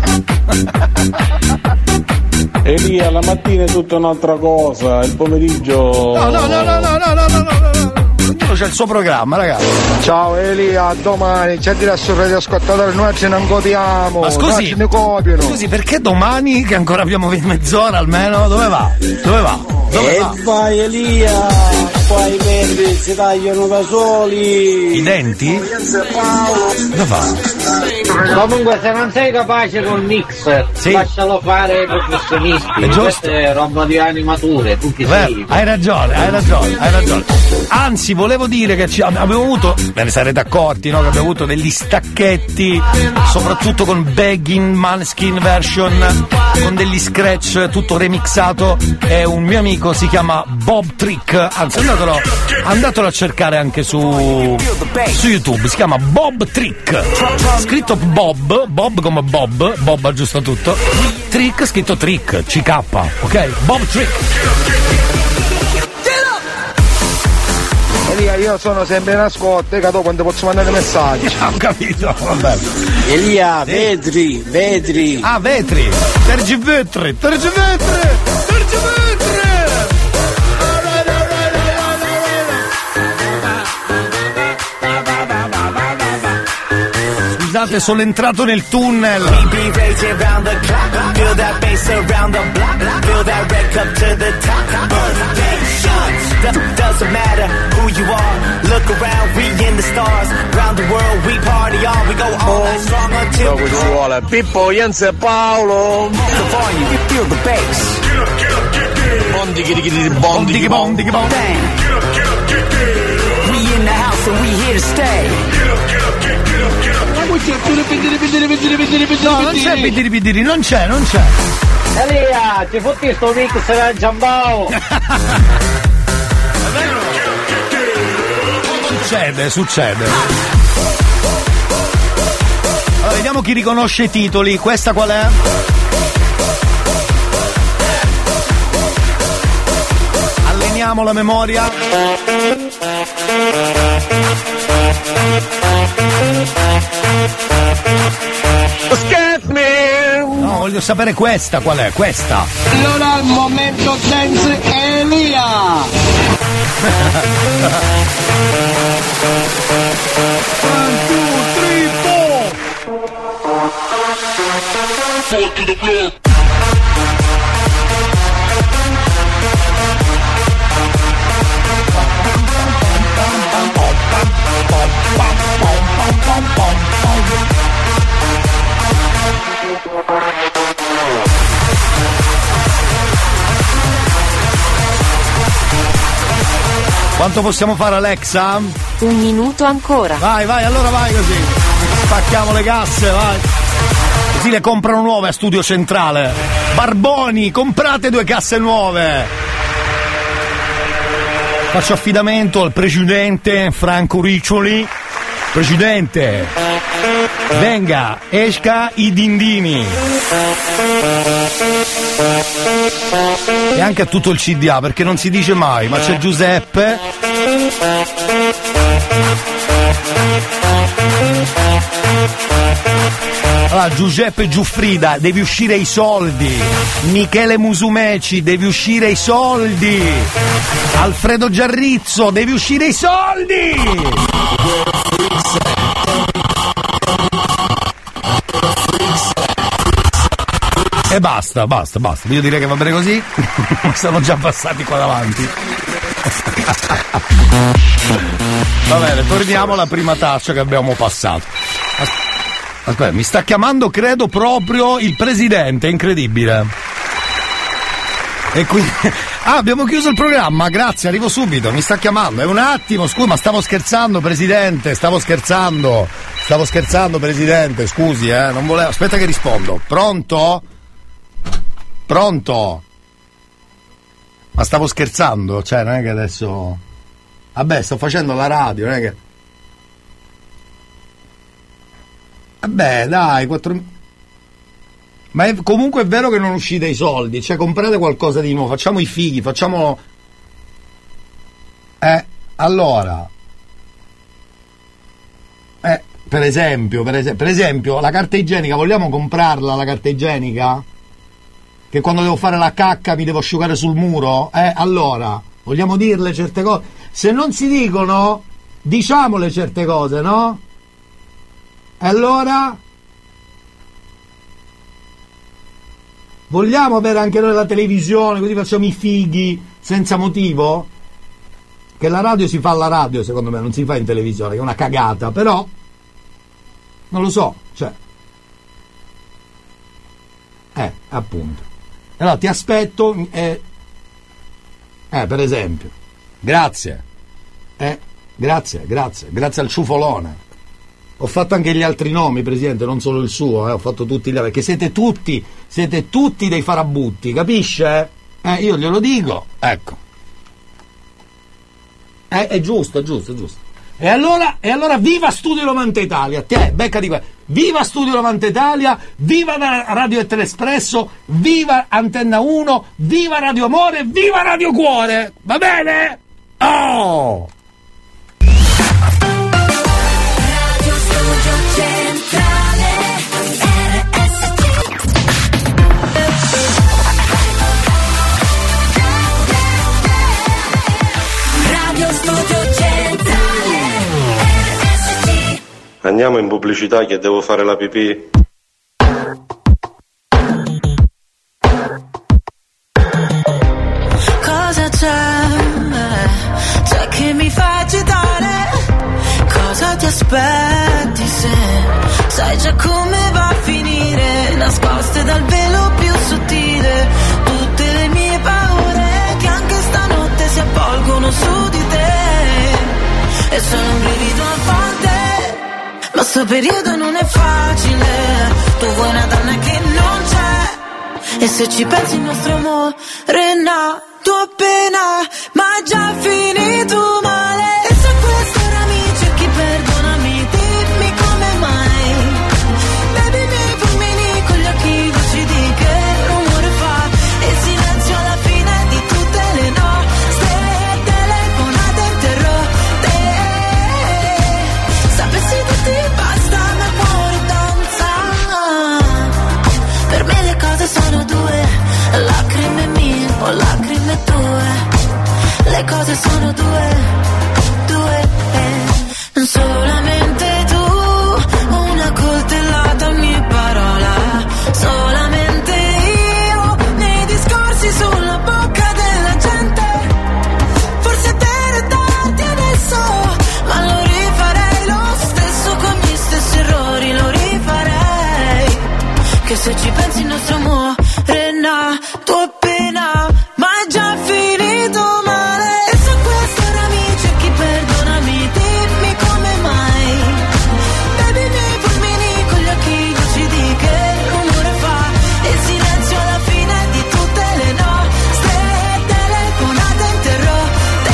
Elia, la mattina è tutta un'altra cosa, il pomeriggio. No. Ognuno c'ha il suo programma, ragazzi. Ciao Elia, a domani. C'è di adesso radioascoltatore, noi ce ne copiamo. Ma scusi, ce ne copiano. Scusi, perché domani, che ancora abbiamo mezz'ora almeno, dove va? Vai Elia, poi i denti si tagliano da soli. I denti? Cosa fa? Comunque se non sei capace col mixer, lascialo fare ai professionisti. Questa è roba di animature, tutti sì. Hai ragione. Anzi, volevo dire che abbiamo avuto, ve ne sarete accorti, no? Che abbiamo avuto degli stacchetti, soprattutto con Beggin Maneskin version, con degli scratch, tutto remixato. E un mio amico amico si chiama Bob Trick, anzi andatelo a cercare anche su YouTube, si chiama Bob Trick, scritto Bob come Bob aggiusta tutto, Trick scritto Trick, CK, ok? Bob Trick. Elia, io sono sempre in ascolto, e cato quando posso mandare messaggi. Ho capito, vabbè. Elia, vetri. Ah, vetri. Tergivetri. Scusate, sono entrato nel tunnel. Doesn't matter who you are. Look around, we in the stars. Round the world, we party on. We go all night strong until ci vuole Pippo, Jens e Paolo. The volume, you feel the bass. Bondi. We in the house and we here to stay. No, non c'è pidiri, non c'è. Elia, ti fotti sto mix da Giambao. Succede. Allora, vediamo chi riconosce i titoli. Questa qual è? Alleniamo la memoria. No, voglio sapere questa qual è? Questa. Allora al momento dance Elia. 1, 2, 3, 4. 4 to the floor. Quanto possiamo fare, Alexa? 1 minuto ancora. Vai, allora vai così. Stacchiamo le casse, vai. Così le comprano nuove a Studio Centrale. Barboni, comprate 2 casse nuove. Faccio affidamento al presidente Franco Riccioli. Presidente, venga, esca i dindini. E anche a tutto il CDA, perché non si dice mai, ma c'è Giuseppe. Allora, Giuseppe Giuffrida, devi uscire i soldi. Michele Musumeci, devi uscire i soldi. Alfredo Giarrizzo, devi uscire i soldi. E basta. Voglio dire che va bene così. Sono già passati qua davanti. Va bene, torniamo alla prima traccia che abbiamo passato. Aspetta, mi sta chiamando, credo, proprio il presidente, è incredibile. E quindi... Ah, abbiamo chiuso il programma, grazie, arrivo subito, mi sta chiamando. È un attimo, scusi, ma stavo scherzando, presidente, stavo scherzando, presidente, scusi, non volevo... Aspetta che rispondo. Pronto? Ma stavo scherzando, cioè non è che adesso... Vabbè, sto facendo la radio, non è che... Vabbè, dai, 4... Ma comunque è vero che non uscite i soldi, cioè comprate qualcosa di nuovo, facciamo i fighi, facciamo... Allora... Per esempio, la carta igienica, vogliamo comprarla la carta igienica? Che quando devo fare la cacca mi devo asciugare sul muro? Allora, vogliamo dirle certe cose? Se non si dicono, diciamole certe cose, no? Allora... Vogliamo avere anche noi la televisione, così facciamo i fighi senza motivo? Che la radio si fa alla radio, secondo me, non si fa in televisione, che è una cagata, però non lo so, cioè appunto. Allora ti aspetto per esempio. Grazie. Grazie al ciufolone. Ho fatto anche gli altri nomi, presidente, non solo il suo, ho fatto tutti gli altri, perché siete tutti dei farabutti, capisce? Io glielo dico, ecco. È giusto. E allora viva Studio 90 Italia, becca di qua. Viva Studio 90 Italia, viva Radio e Telespresso, viva Antenna 1, viva Radio Amore, viva Radio Cuore, va bene? Oh! Radio Studio Centrale RSC. Radio Studio Centrale RSC. Andiamo in pubblicità che devo fare la pipì. Cosa c'è? C'è che mi fa agitare? Cosa ti aspetti se sai già come va a finire? Nascoste dal velo più sottile tutte le mie paure che anche stanotte si avvolgono su di te. E sono un brivido a volte, ma sto periodo non è facile. Tu vuoi una donna che non c'è, e se ci pensi il nostro amore è nato appena, ma è già finito male. E se questo ora mi cerchi, perdonami, dimmi come mai. Bevi i miei fulmini con gli occhi lucidi, che rumore fa il silenzio alla fine di tutte le nostre telefonate interrotte. Sapessi che ti basta, ma il cuore danza. Per me le cose sono due, lacrime mie o lacrime tue. Le cose sono due, solamente tu, una coltellata ogni parola, solamente io, nei discorsi sulla bocca della gente. Forse te darti adesso, ma lo rifarei lo stesso con gli stessi errori, lo rifarei. Che se ci pensi il nostro amore è nato appena, ma è già finito male. E se questo ora mi cerchi, perdonami, dimmi come mai. Bevi i miei fulmini con gli occhi lucidi, che rumore fa il silenzio alla fine di tutte le nostre telefonate interrotte.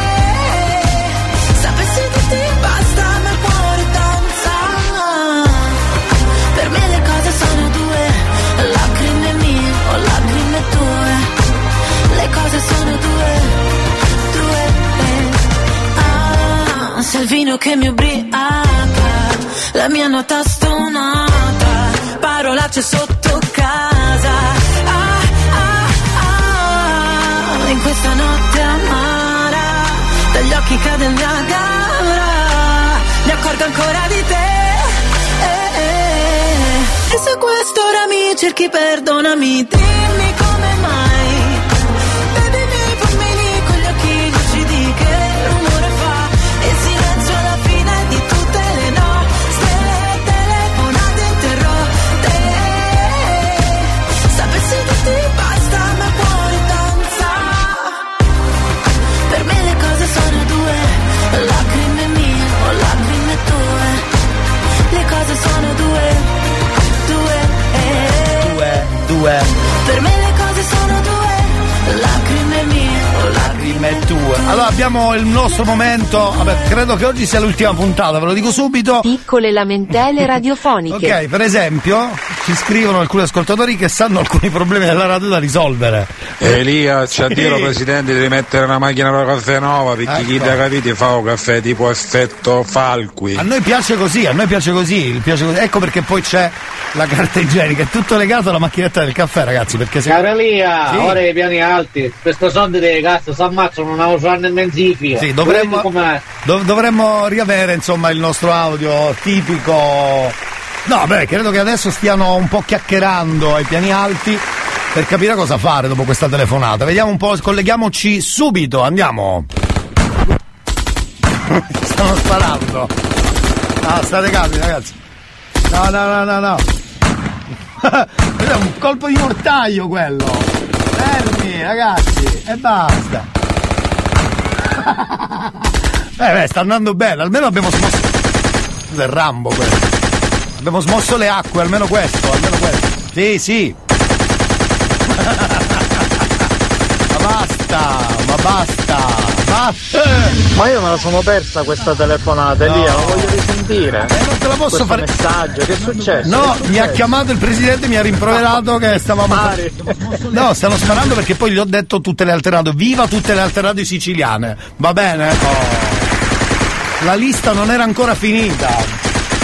Sapessi che ti basta, ma il cuore danza. Per me le cose sono due, lacrime mie o lacrime tue. Le cose sono due, se il vino che mi ubriaca, la mia nota stonata, parolacce sotto casa. In questa notte amara, dagli occhi cade il Niagara, mi accorgo ancora di te. E se questo ora mi cerchi, perdonami, dimmi come mai. Bevi i miei fulmini con gli occhi lucidi, che rumore fa il silenzio alla fine di tutte le nostre telefonate interrotte. Sapessi che ti basta, ma il cuore danza. Per me le cose sono due, lacrime mie o lacrime tue. Le cose sono due. Per me le cose sono due, lacrime mie o lacrime tue. Allora abbiamo il nostro momento, vabbè, credo che oggi sia l'ultima puntata, ve lo dico subito. Piccole lamentele radiofoniche. Ok, per esempio ci scrivono alcuni ascoltatori che sanno alcuni problemi della radio da risolvere. Elia, c'ha detto presidente di mettere una macchina per caffè nuova, perché chi da capite fa un caffè tipo effetto Falqui. A noi piace così, ecco perché poi c'è la carta igienica, è tutto legato alla macchinetta del caffè, ragazzi, perché se... Cara Elia, sì. Ora i piani alti, questo sonde delle casse si ammazzano, non usano nemmeno zifio. Sì, dovremmo riavere insomma il nostro audio tipico. No, beh, credo che adesso stiano un po' chiacchierando ai piani alti per capire cosa fare dopo questa telefonata. Vediamo un po', colleghiamoci subito, andiamo. Stanno sparando. Ah, state calmi, ragazzi. No. È un colpo di mortaio quello. Fermi, ragazzi, e basta. Sta andando bene, almeno abbiamo smosso. Cos'è Rambo questo? Abbiamo smosso le acque, almeno questo. Sì. Basta! Ma io me la sono persa questa telefonata, Elia, la voglio risentire. Non te la posso fare. Messaggio, che è successo? No, mi ha chiamato il presidente e mi ha rimproverato che stavamo. No, stanno sparando perché poi gli ho detto tutte le altre radio. Viva tutte le altre radio siciliane! Va bene? Oh. La lista non era ancora finita.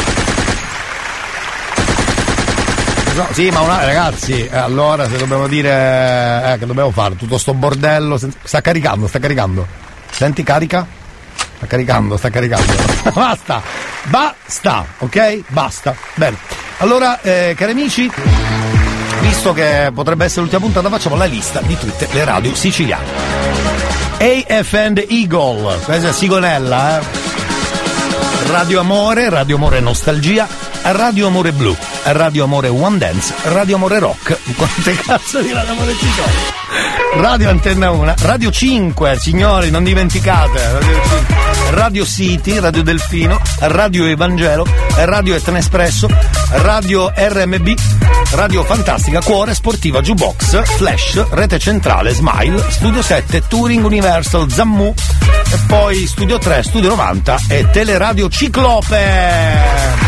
No, sì, ma ragazzi, allora se dobbiamo dire che dobbiamo fare tutto sto bordello, sta caricando. Senti, carica? Sta caricando. Basta, ok? Basta. Bene. Allora, cari amici, visto che potrebbe essere l'ultima puntata, facciamo la lista di tutte le radio siciliane. AF and Eagle, questa è Sigonella, Radio Amore Nostalgia, Radio Amore Blu, Radio Amore One Dance, Radio Amore Rock. Quante cazzo di Radio Amore ci sono? Radio Antenna 1, Radio 5, signori, non dimenticate, Radio City, Radio Delfino, Radio Evangelo, Radio Etna Espresso, Radio RMB, Radio Fantastica, Cuore, Sportiva, Jukebox, Flash, Rete Centrale, Smile, Studio 7, Touring Universal, Zammu, e poi Studio 3, Studio 90 e Teleradio Ciclope.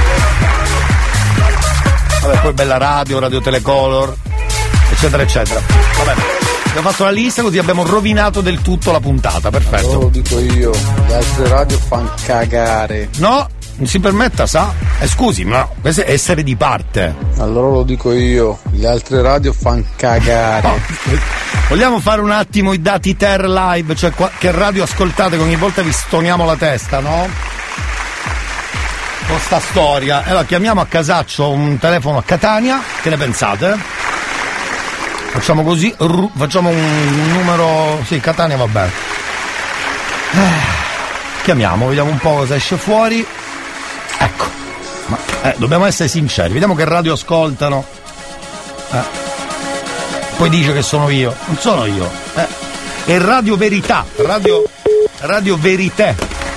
Vabbè, poi Bella Radio, Radio Telecolor, eccetera. Vabbè, abbiamo fatto la lista così abbiamo rovinato del tutto la puntata, perfetto. Allora lo dico io, le altre radio fanno cagare. No, non si permetta, sa? Scusi, ma questo è essere di parte. Allora lo dico io, le altre radio fanno cagare. No. Vogliamo fare un attimo i dati Ter live, cioè che radio ascoltate che ogni volta vi stoniamo la testa, no? Con sta storia. Allora chiamiamo a casaccio un telefono a Catania, che ne pensate? Facciamo così, facciamo un numero. Sì, Catania va bene. Chiamiamo, vediamo un po' cosa esce fuori. Ecco. Ma dobbiamo essere sinceri, vediamo che radio ascoltano. Poi dice che sono io. Non sono io. È Radio Verità. Radio Verité.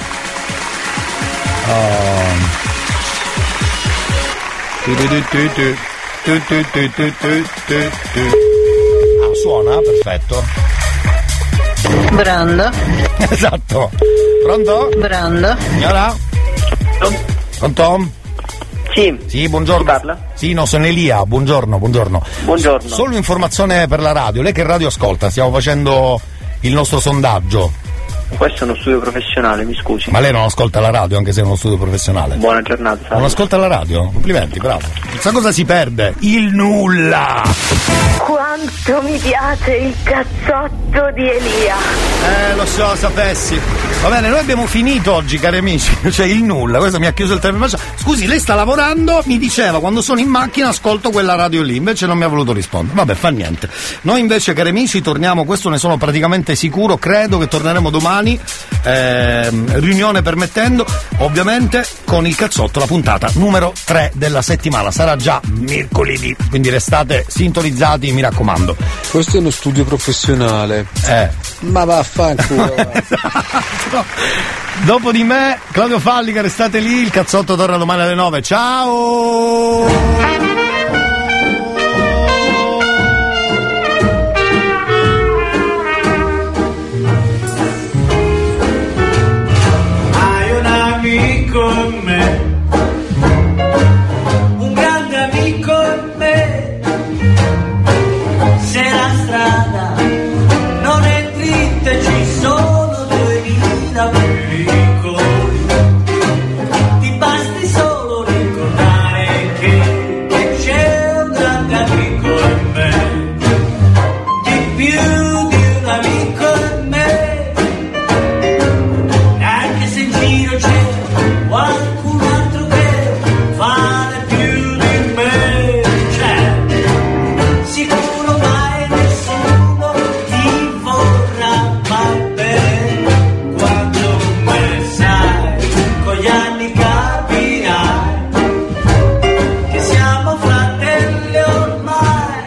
Suona, perfetto. Brando. Esatto. Pronto? Brando. Signora? Pronto? Sì, buongiorno. Chi parla? Sì, no, sono Elia, buongiorno. Buongiorno. Solo informazione per la radio. Lei che radio ascolta? Stiamo facendo il nostro sondaggio. Questo è uno studio professionale, mi scusi. Ma lei non ascolta la radio anche se è uno studio professionale? Buona giornata. Salve. Non ascolta la radio? Complimenti, bravo. Sa cosa si perde? Il nulla! Quanto mi piace il cazzotto di Elia. Lo so, sapessi. Va bene, noi abbiamo finito oggi, cari amici. Cioè il nulla, questo mi ha chiuso il telefono. Scusi, lei sta lavorando, mi diceva quando sono in macchina ascolto quella radio lì, invece non mi ha voluto rispondere. Vabbè, fa niente. Noi invece, cari amici, torniamo, questo ne sono praticamente sicuro, credo che torneremo domani. Riunione permettendo, ovviamente con il cazzotto, la puntata numero 3 della settimana sarà già mercoledì, quindi restate sintonizzati, mi raccomando. Questo è uno studio professionale. Ma vaffanculo. Esatto. Dopo di me Claudio Fallica, restate lì, il cazzotto torna domani alle 9. Ciao. Con me, un grande amico in me, se la strada non è dritta e ci sono 2000 pericoli, ti basti solo ricordare che c'è un grande amico in me, di più di un amico in me, anche se in giro c'è qualcun altro che vale più di me, c'è sicuro mai nessuno ti vorrà bene quanto me, sai, con gli anni capirai che siamo fratelli ormai,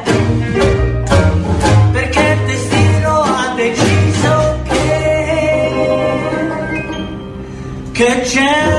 perché il destino ha deciso che c'è